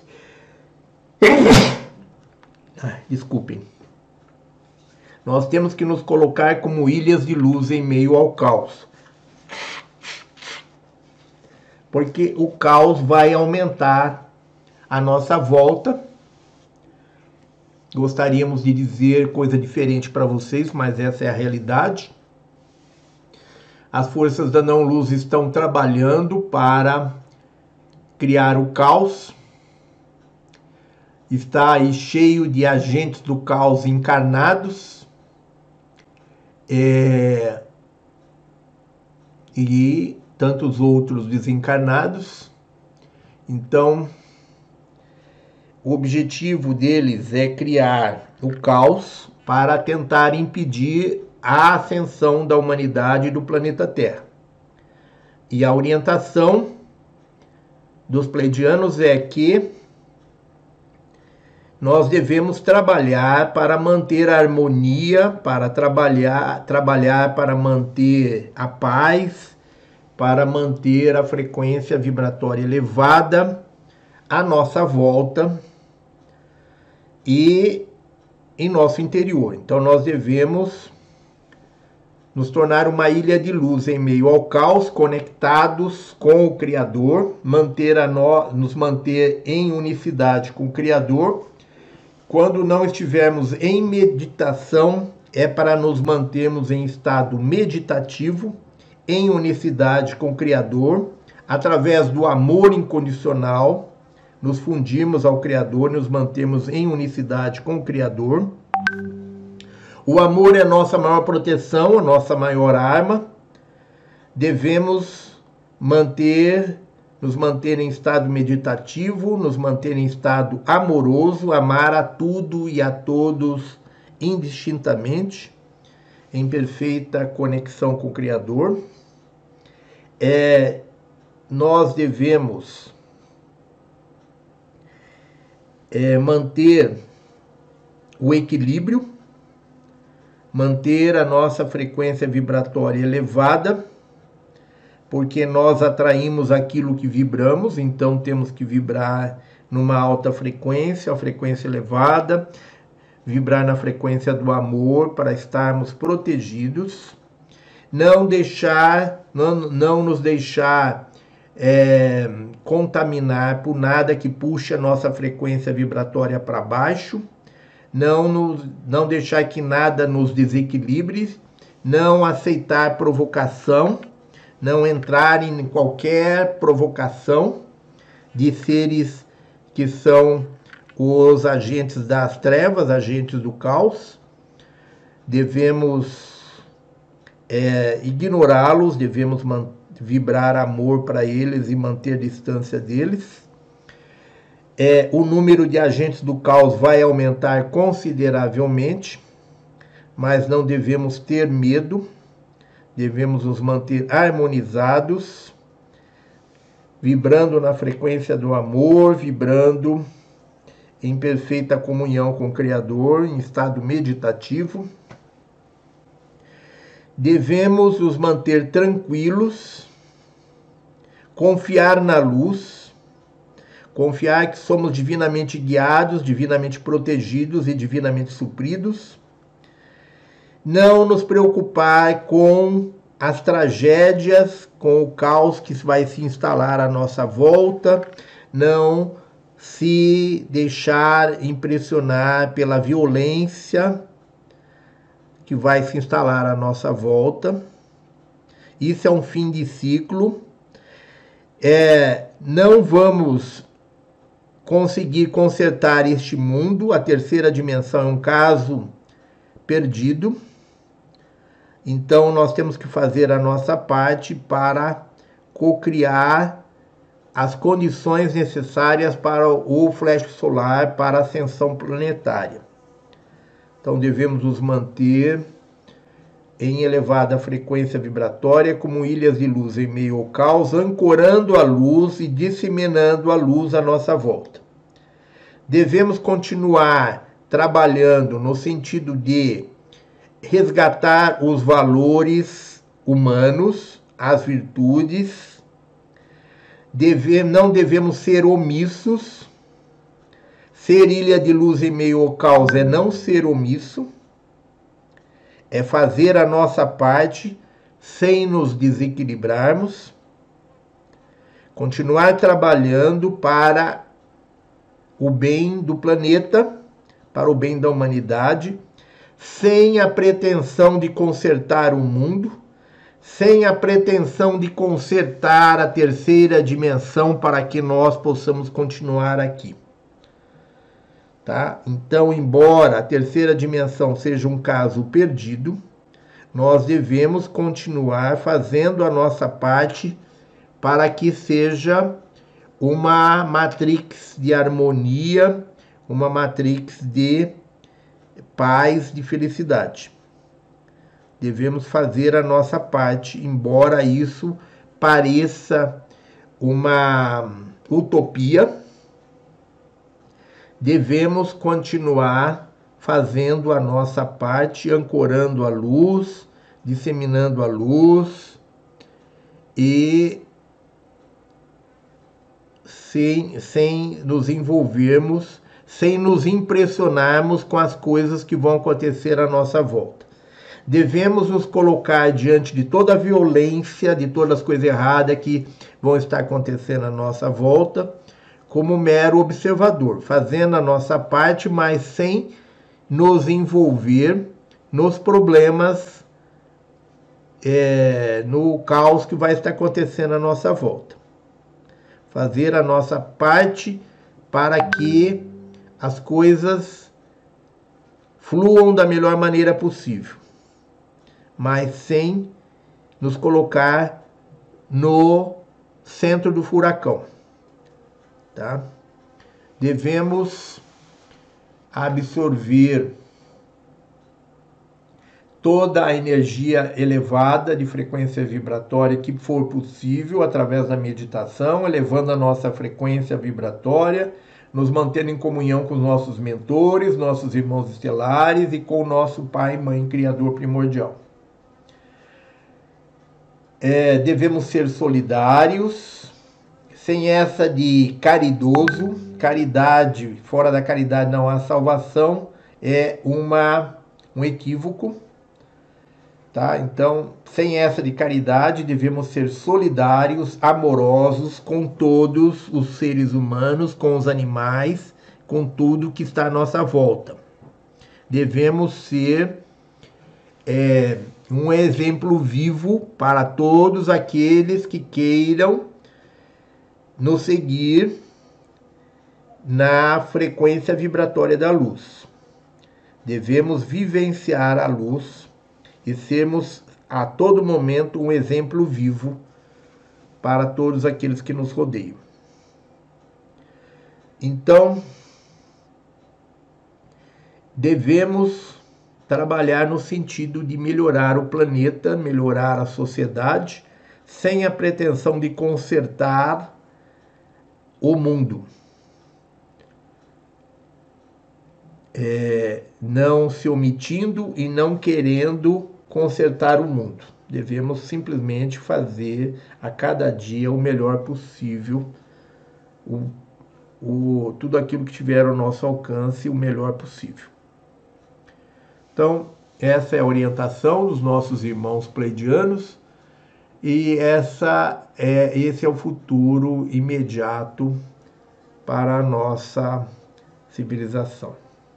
Desculpem. Nós temos que nos colocar como ilhas de luz em meio ao caos. Porque o caos vai aumentar à nossa volta. Gostaríamos de dizer coisa diferente para vocês, mas essa é a realidade. As forças da não-luz estão trabalhando para criar o caos. Está aí cheio de agentes do caos encarnados. E tantos outros desencarnados. Então, o objetivo deles é criar o caos para tentar impedir a ascensão da humanidade e do planeta Terra. E a orientação dos pleidianos é que nós devemos trabalhar para manter a harmonia, para trabalhar para manter a paz, para manter a frequência vibratória elevada à nossa volta e em nosso interior. Então nós devemos nos tornar uma ilha de luz em meio ao caos, conectados com o Criador, nos manter em unicidade com o Criador. Quando não estivermos em meditação, é para nos mantermos em estado meditativo, em unicidade com o Criador, através do amor incondicional, nos fundirmos ao Criador, nos mantemos em unicidade com o Criador. O amor é a nossa maior proteção, a nossa maior arma. Devemos nos manter em estado meditativo, nos manter em estado amoroso, amar a tudo e a todos indistintamente, em perfeita conexão com o Criador. Nós devemos manter o equilíbrio, manter a nossa frequência vibratória elevada, porque nós atraímos aquilo que vibramos, então temos que vibrar numa alta frequência, a frequência elevada, vibrar na frequência do amor para estarmos protegidos, não nos deixar contaminar por nada que puxe a nossa frequência vibratória para baixo, não deixar que nada nos desequilibre, não aceitar provocação, não entrar em qualquer provocação de seres que são os agentes das trevas, agentes do caos. Devemos ignorá-los, devemos vibrar amor para eles e manter distância deles. O número de agentes do caos vai aumentar consideravelmente, mas não devemos ter medo, devemos nos manter harmonizados, vibrando na frequência do amor, vibrando em perfeita comunhão com o Criador, em estado meditativo. Devemos nos manter tranquilos, confiar na luz, confiar que somos divinamente guiados, divinamente protegidos e divinamente supridos. Não nos preocupar com as tragédias, com o caos que vai se instalar à nossa volta. Não se deixar impressionar pela violência que vai se instalar à nossa volta. Isso é um fim de ciclo. Não vamos conseguir consertar este mundo. A terceira dimensão é um caso perdido. Então nós temos que fazer a nossa parte para co-criar as condições necessárias para o flash solar, para a ascensão planetária. Então devemos nos manter em elevada frequência vibratória, como ilhas de luz em meio ao caos, ancorando a luz e disseminando a luz à nossa volta. Devemos continuar trabalhando no sentido de resgatar os valores humanos, as virtudes. Não devemos ser omissos. Ser ilha de luz em meio ao caos é não ser omisso, é fazer a nossa parte sem nos desequilibrarmos, continuar trabalhando para o bem do planeta, para o bem da humanidade, sem a pretensão de consertar o mundo, sem a pretensão de consertar a terceira dimensão para que nós possamos continuar aqui. Tá? Então, embora a terceira dimensão seja um caso perdido, nós devemos continuar fazendo a nossa parte para que seja uma matrix de harmonia, uma matrix de paz, de felicidade. Devemos fazer a nossa parte, embora isso pareça uma utopia, devemos continuar fazendo a nossa parte, ancorando a luz, disseminando a luz e sem nos envolvermos, sem nos impressionarmos com as coisas que vão acontecer à nossa volta. Devemos nos colocar diante de toda a violência, de todas as coisas erradas que vão estar acontecendo à nossa volta, como mero observador, fazendo a nossa parte, mas sem nos envolver nos problemas, no caos que vai estar acontecendo à nossa volta. Fazer a nossa parte para que as coisas fluam da melhor maneira possível, mas sem nos colocar no centro do furacão. Tá? Devemos absorver toda a energia elevada de frequência vibratória que for possível através da meditação, elevando a nossa frequência vibratória, nos mantendo em comunhão com os nossos mentores, nossos irmãos estelares e com o nosso Pai e Mãe Criador primordial. Devemos ser solidários, sem essa de caridoso. Caridade, fora da caridade não há salvação, é um equívoco. Tá? Então, sem essa de caridade, devemos ser solidários, amorosos com todos os seres humanos, com os animais, com tudo que está à nossa volta. Devemos ser um exemplo vivo para todos aqueles que queiram nos seguir na frequência vibratória da luz. Devemos vivenciar a luz e sermos a todo momento um exemplo vivo para todos aqueles que nos rodeiam. Então, devemos trabalhar no sentido de melhorar o planeta, melhorar a sociedade, sem a pretensão de consertar o mundo. Não se omitindo e não querendo consertar o mundo. Devemos simplesmente fazer a cada dia o melhor possível, tudo aquilo que tiver ao nosso alcance, o melhor possível. Então, essa é a orientação dos nossos irmãos pleidianos e esse é o futuro imediato para a nossa civilização.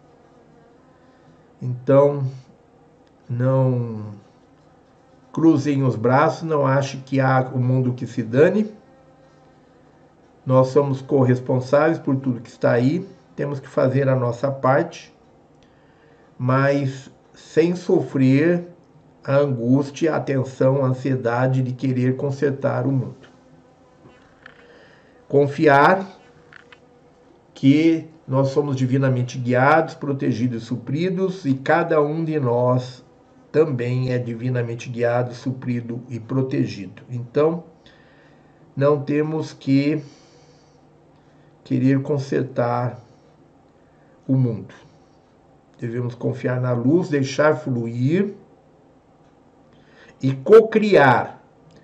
Então, não cruzem os braços, não achem que há o mundo que se dane. Nós somos corresponsáveis por tudo que está aí, temos que fazer a nossa parte, mas sem sofrer a angústia, a tensão, a ansiedade de querer consertar o mundo. Confiar que nós somos divinamente guiados, protegidos e supridos, e cada um de nós também é divinamente guiado, suprido e protegido. Então, não temos que querer consertar o mundo. Devemos confiar na luz, deixar fluir e cocriar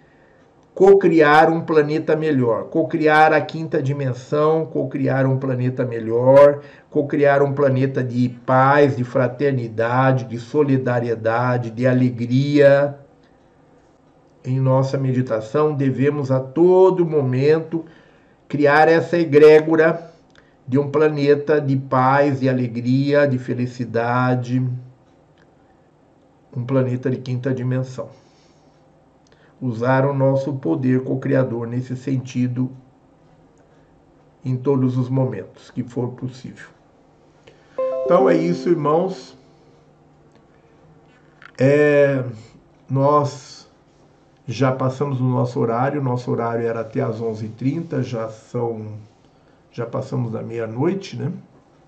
um planeta melhor, cocriar a quinta dimensão, cocriar um planeta melhor, cocriar um planeta de paz, de fraternidade, de solidariedade, de alegria. Em nossa meditação, devemos a todo momento criar essa egrégora de um planeta de paz, de alegria, de felicidade, um planeta de quinta dimensão. Usar o nosso poder co-criador nesse sentido em todos os momentos que for possível. Então é isso, irmãos. Nós já passamos o nosso horário era até às 11h30, já passamos da meia-noite, né?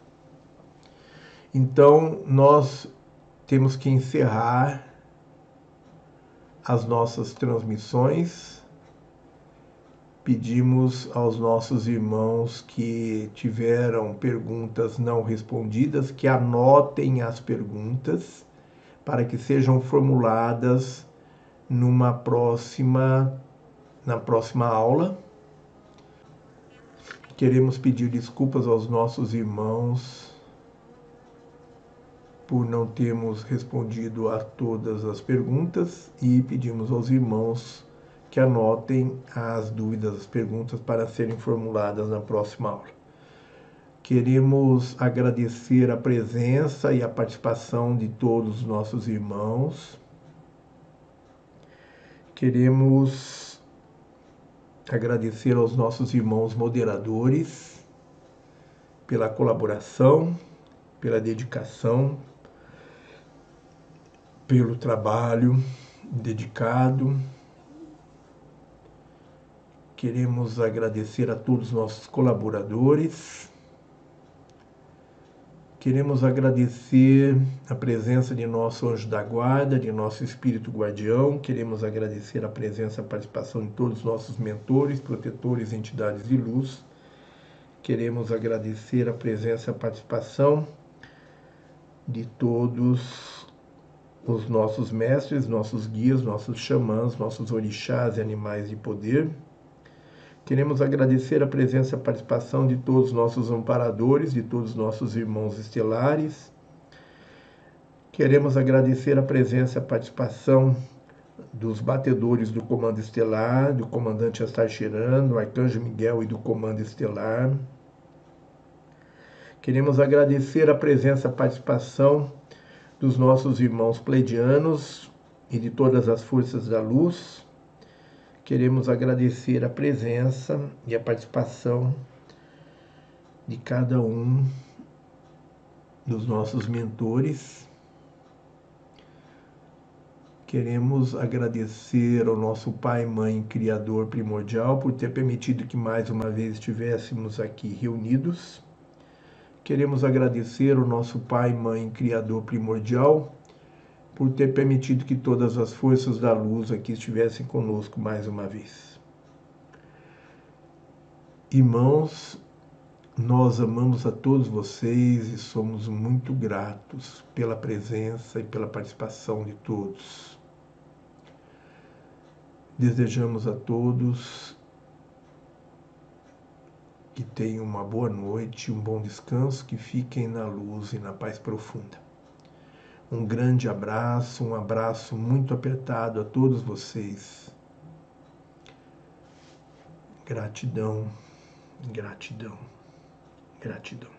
Então nós temos que encerrar as nossas transmissões. Pedimos aos nossos irmãos que tiveram perguntas não respondidas que anotem as perguntas para que sejam formuladas na próxima aula. Queremos pedir desculpas aos nossos irmãos por não termos respondido a todas as perguntas e pedimos aos irmãos que anotem as dúvidas, as perguntas para serem formuladas na próxima aula. Queremos agradecer a presença e a participação de todos os nossos irmãos. Queremos agradecer aos nossos irmãos moderadores pela colaboração, pela dedicação, pelo trabalho dedicado. Queremos agradecer a todos os nossos colaboradores. Queremos agradecer a presença de nosso anjo da guarda, de nosso espírito guardião. Queremos agradecer a presença e a participação de todos os nossos mentores, protetores, entidades de luz. Queremos agradecer a presença e a participação de todos os nossos mestres, nossos guias, nossos xamãs, nossos orixás e animais de poder. Queremos agradecer a presença e a participação de todos os nossos amparadores, de todos os nossos irmãos estelares. Queremos agradecer a presença e a participação dos batedores do Comando Estelar, do Comandante Astar Sheran, do Arcanjo Miguel e do Comando Estelar. Queremos agradecer a presença e a participação dos nossos irmãos pleidianos e de todas as forças da luz. Queremos agradecer a presença e a participação de cada um dos nossos mentores. Queremos agradecer ao nosso Pai, Mãe, Criador primordial por ter permitido que mais uma vez estivéssemos aqui reunidos. Queremos agradecer ao nosso Pai, Mãe, Criador primordial por ter permitido que todas as forças da luz aqui estivessem conosco mais uma vez. Irmãos, nós amamos a todos vocês e somos muito gratos pela presença e pela participação de todos. Desejamos a todos que tenham uma boa noite, um bom descanso, que fiquem na luz e na paz profunda. Um grande abraço, um abraço muito apertado a todos vocês. Gratidão, gratidão, gratidão.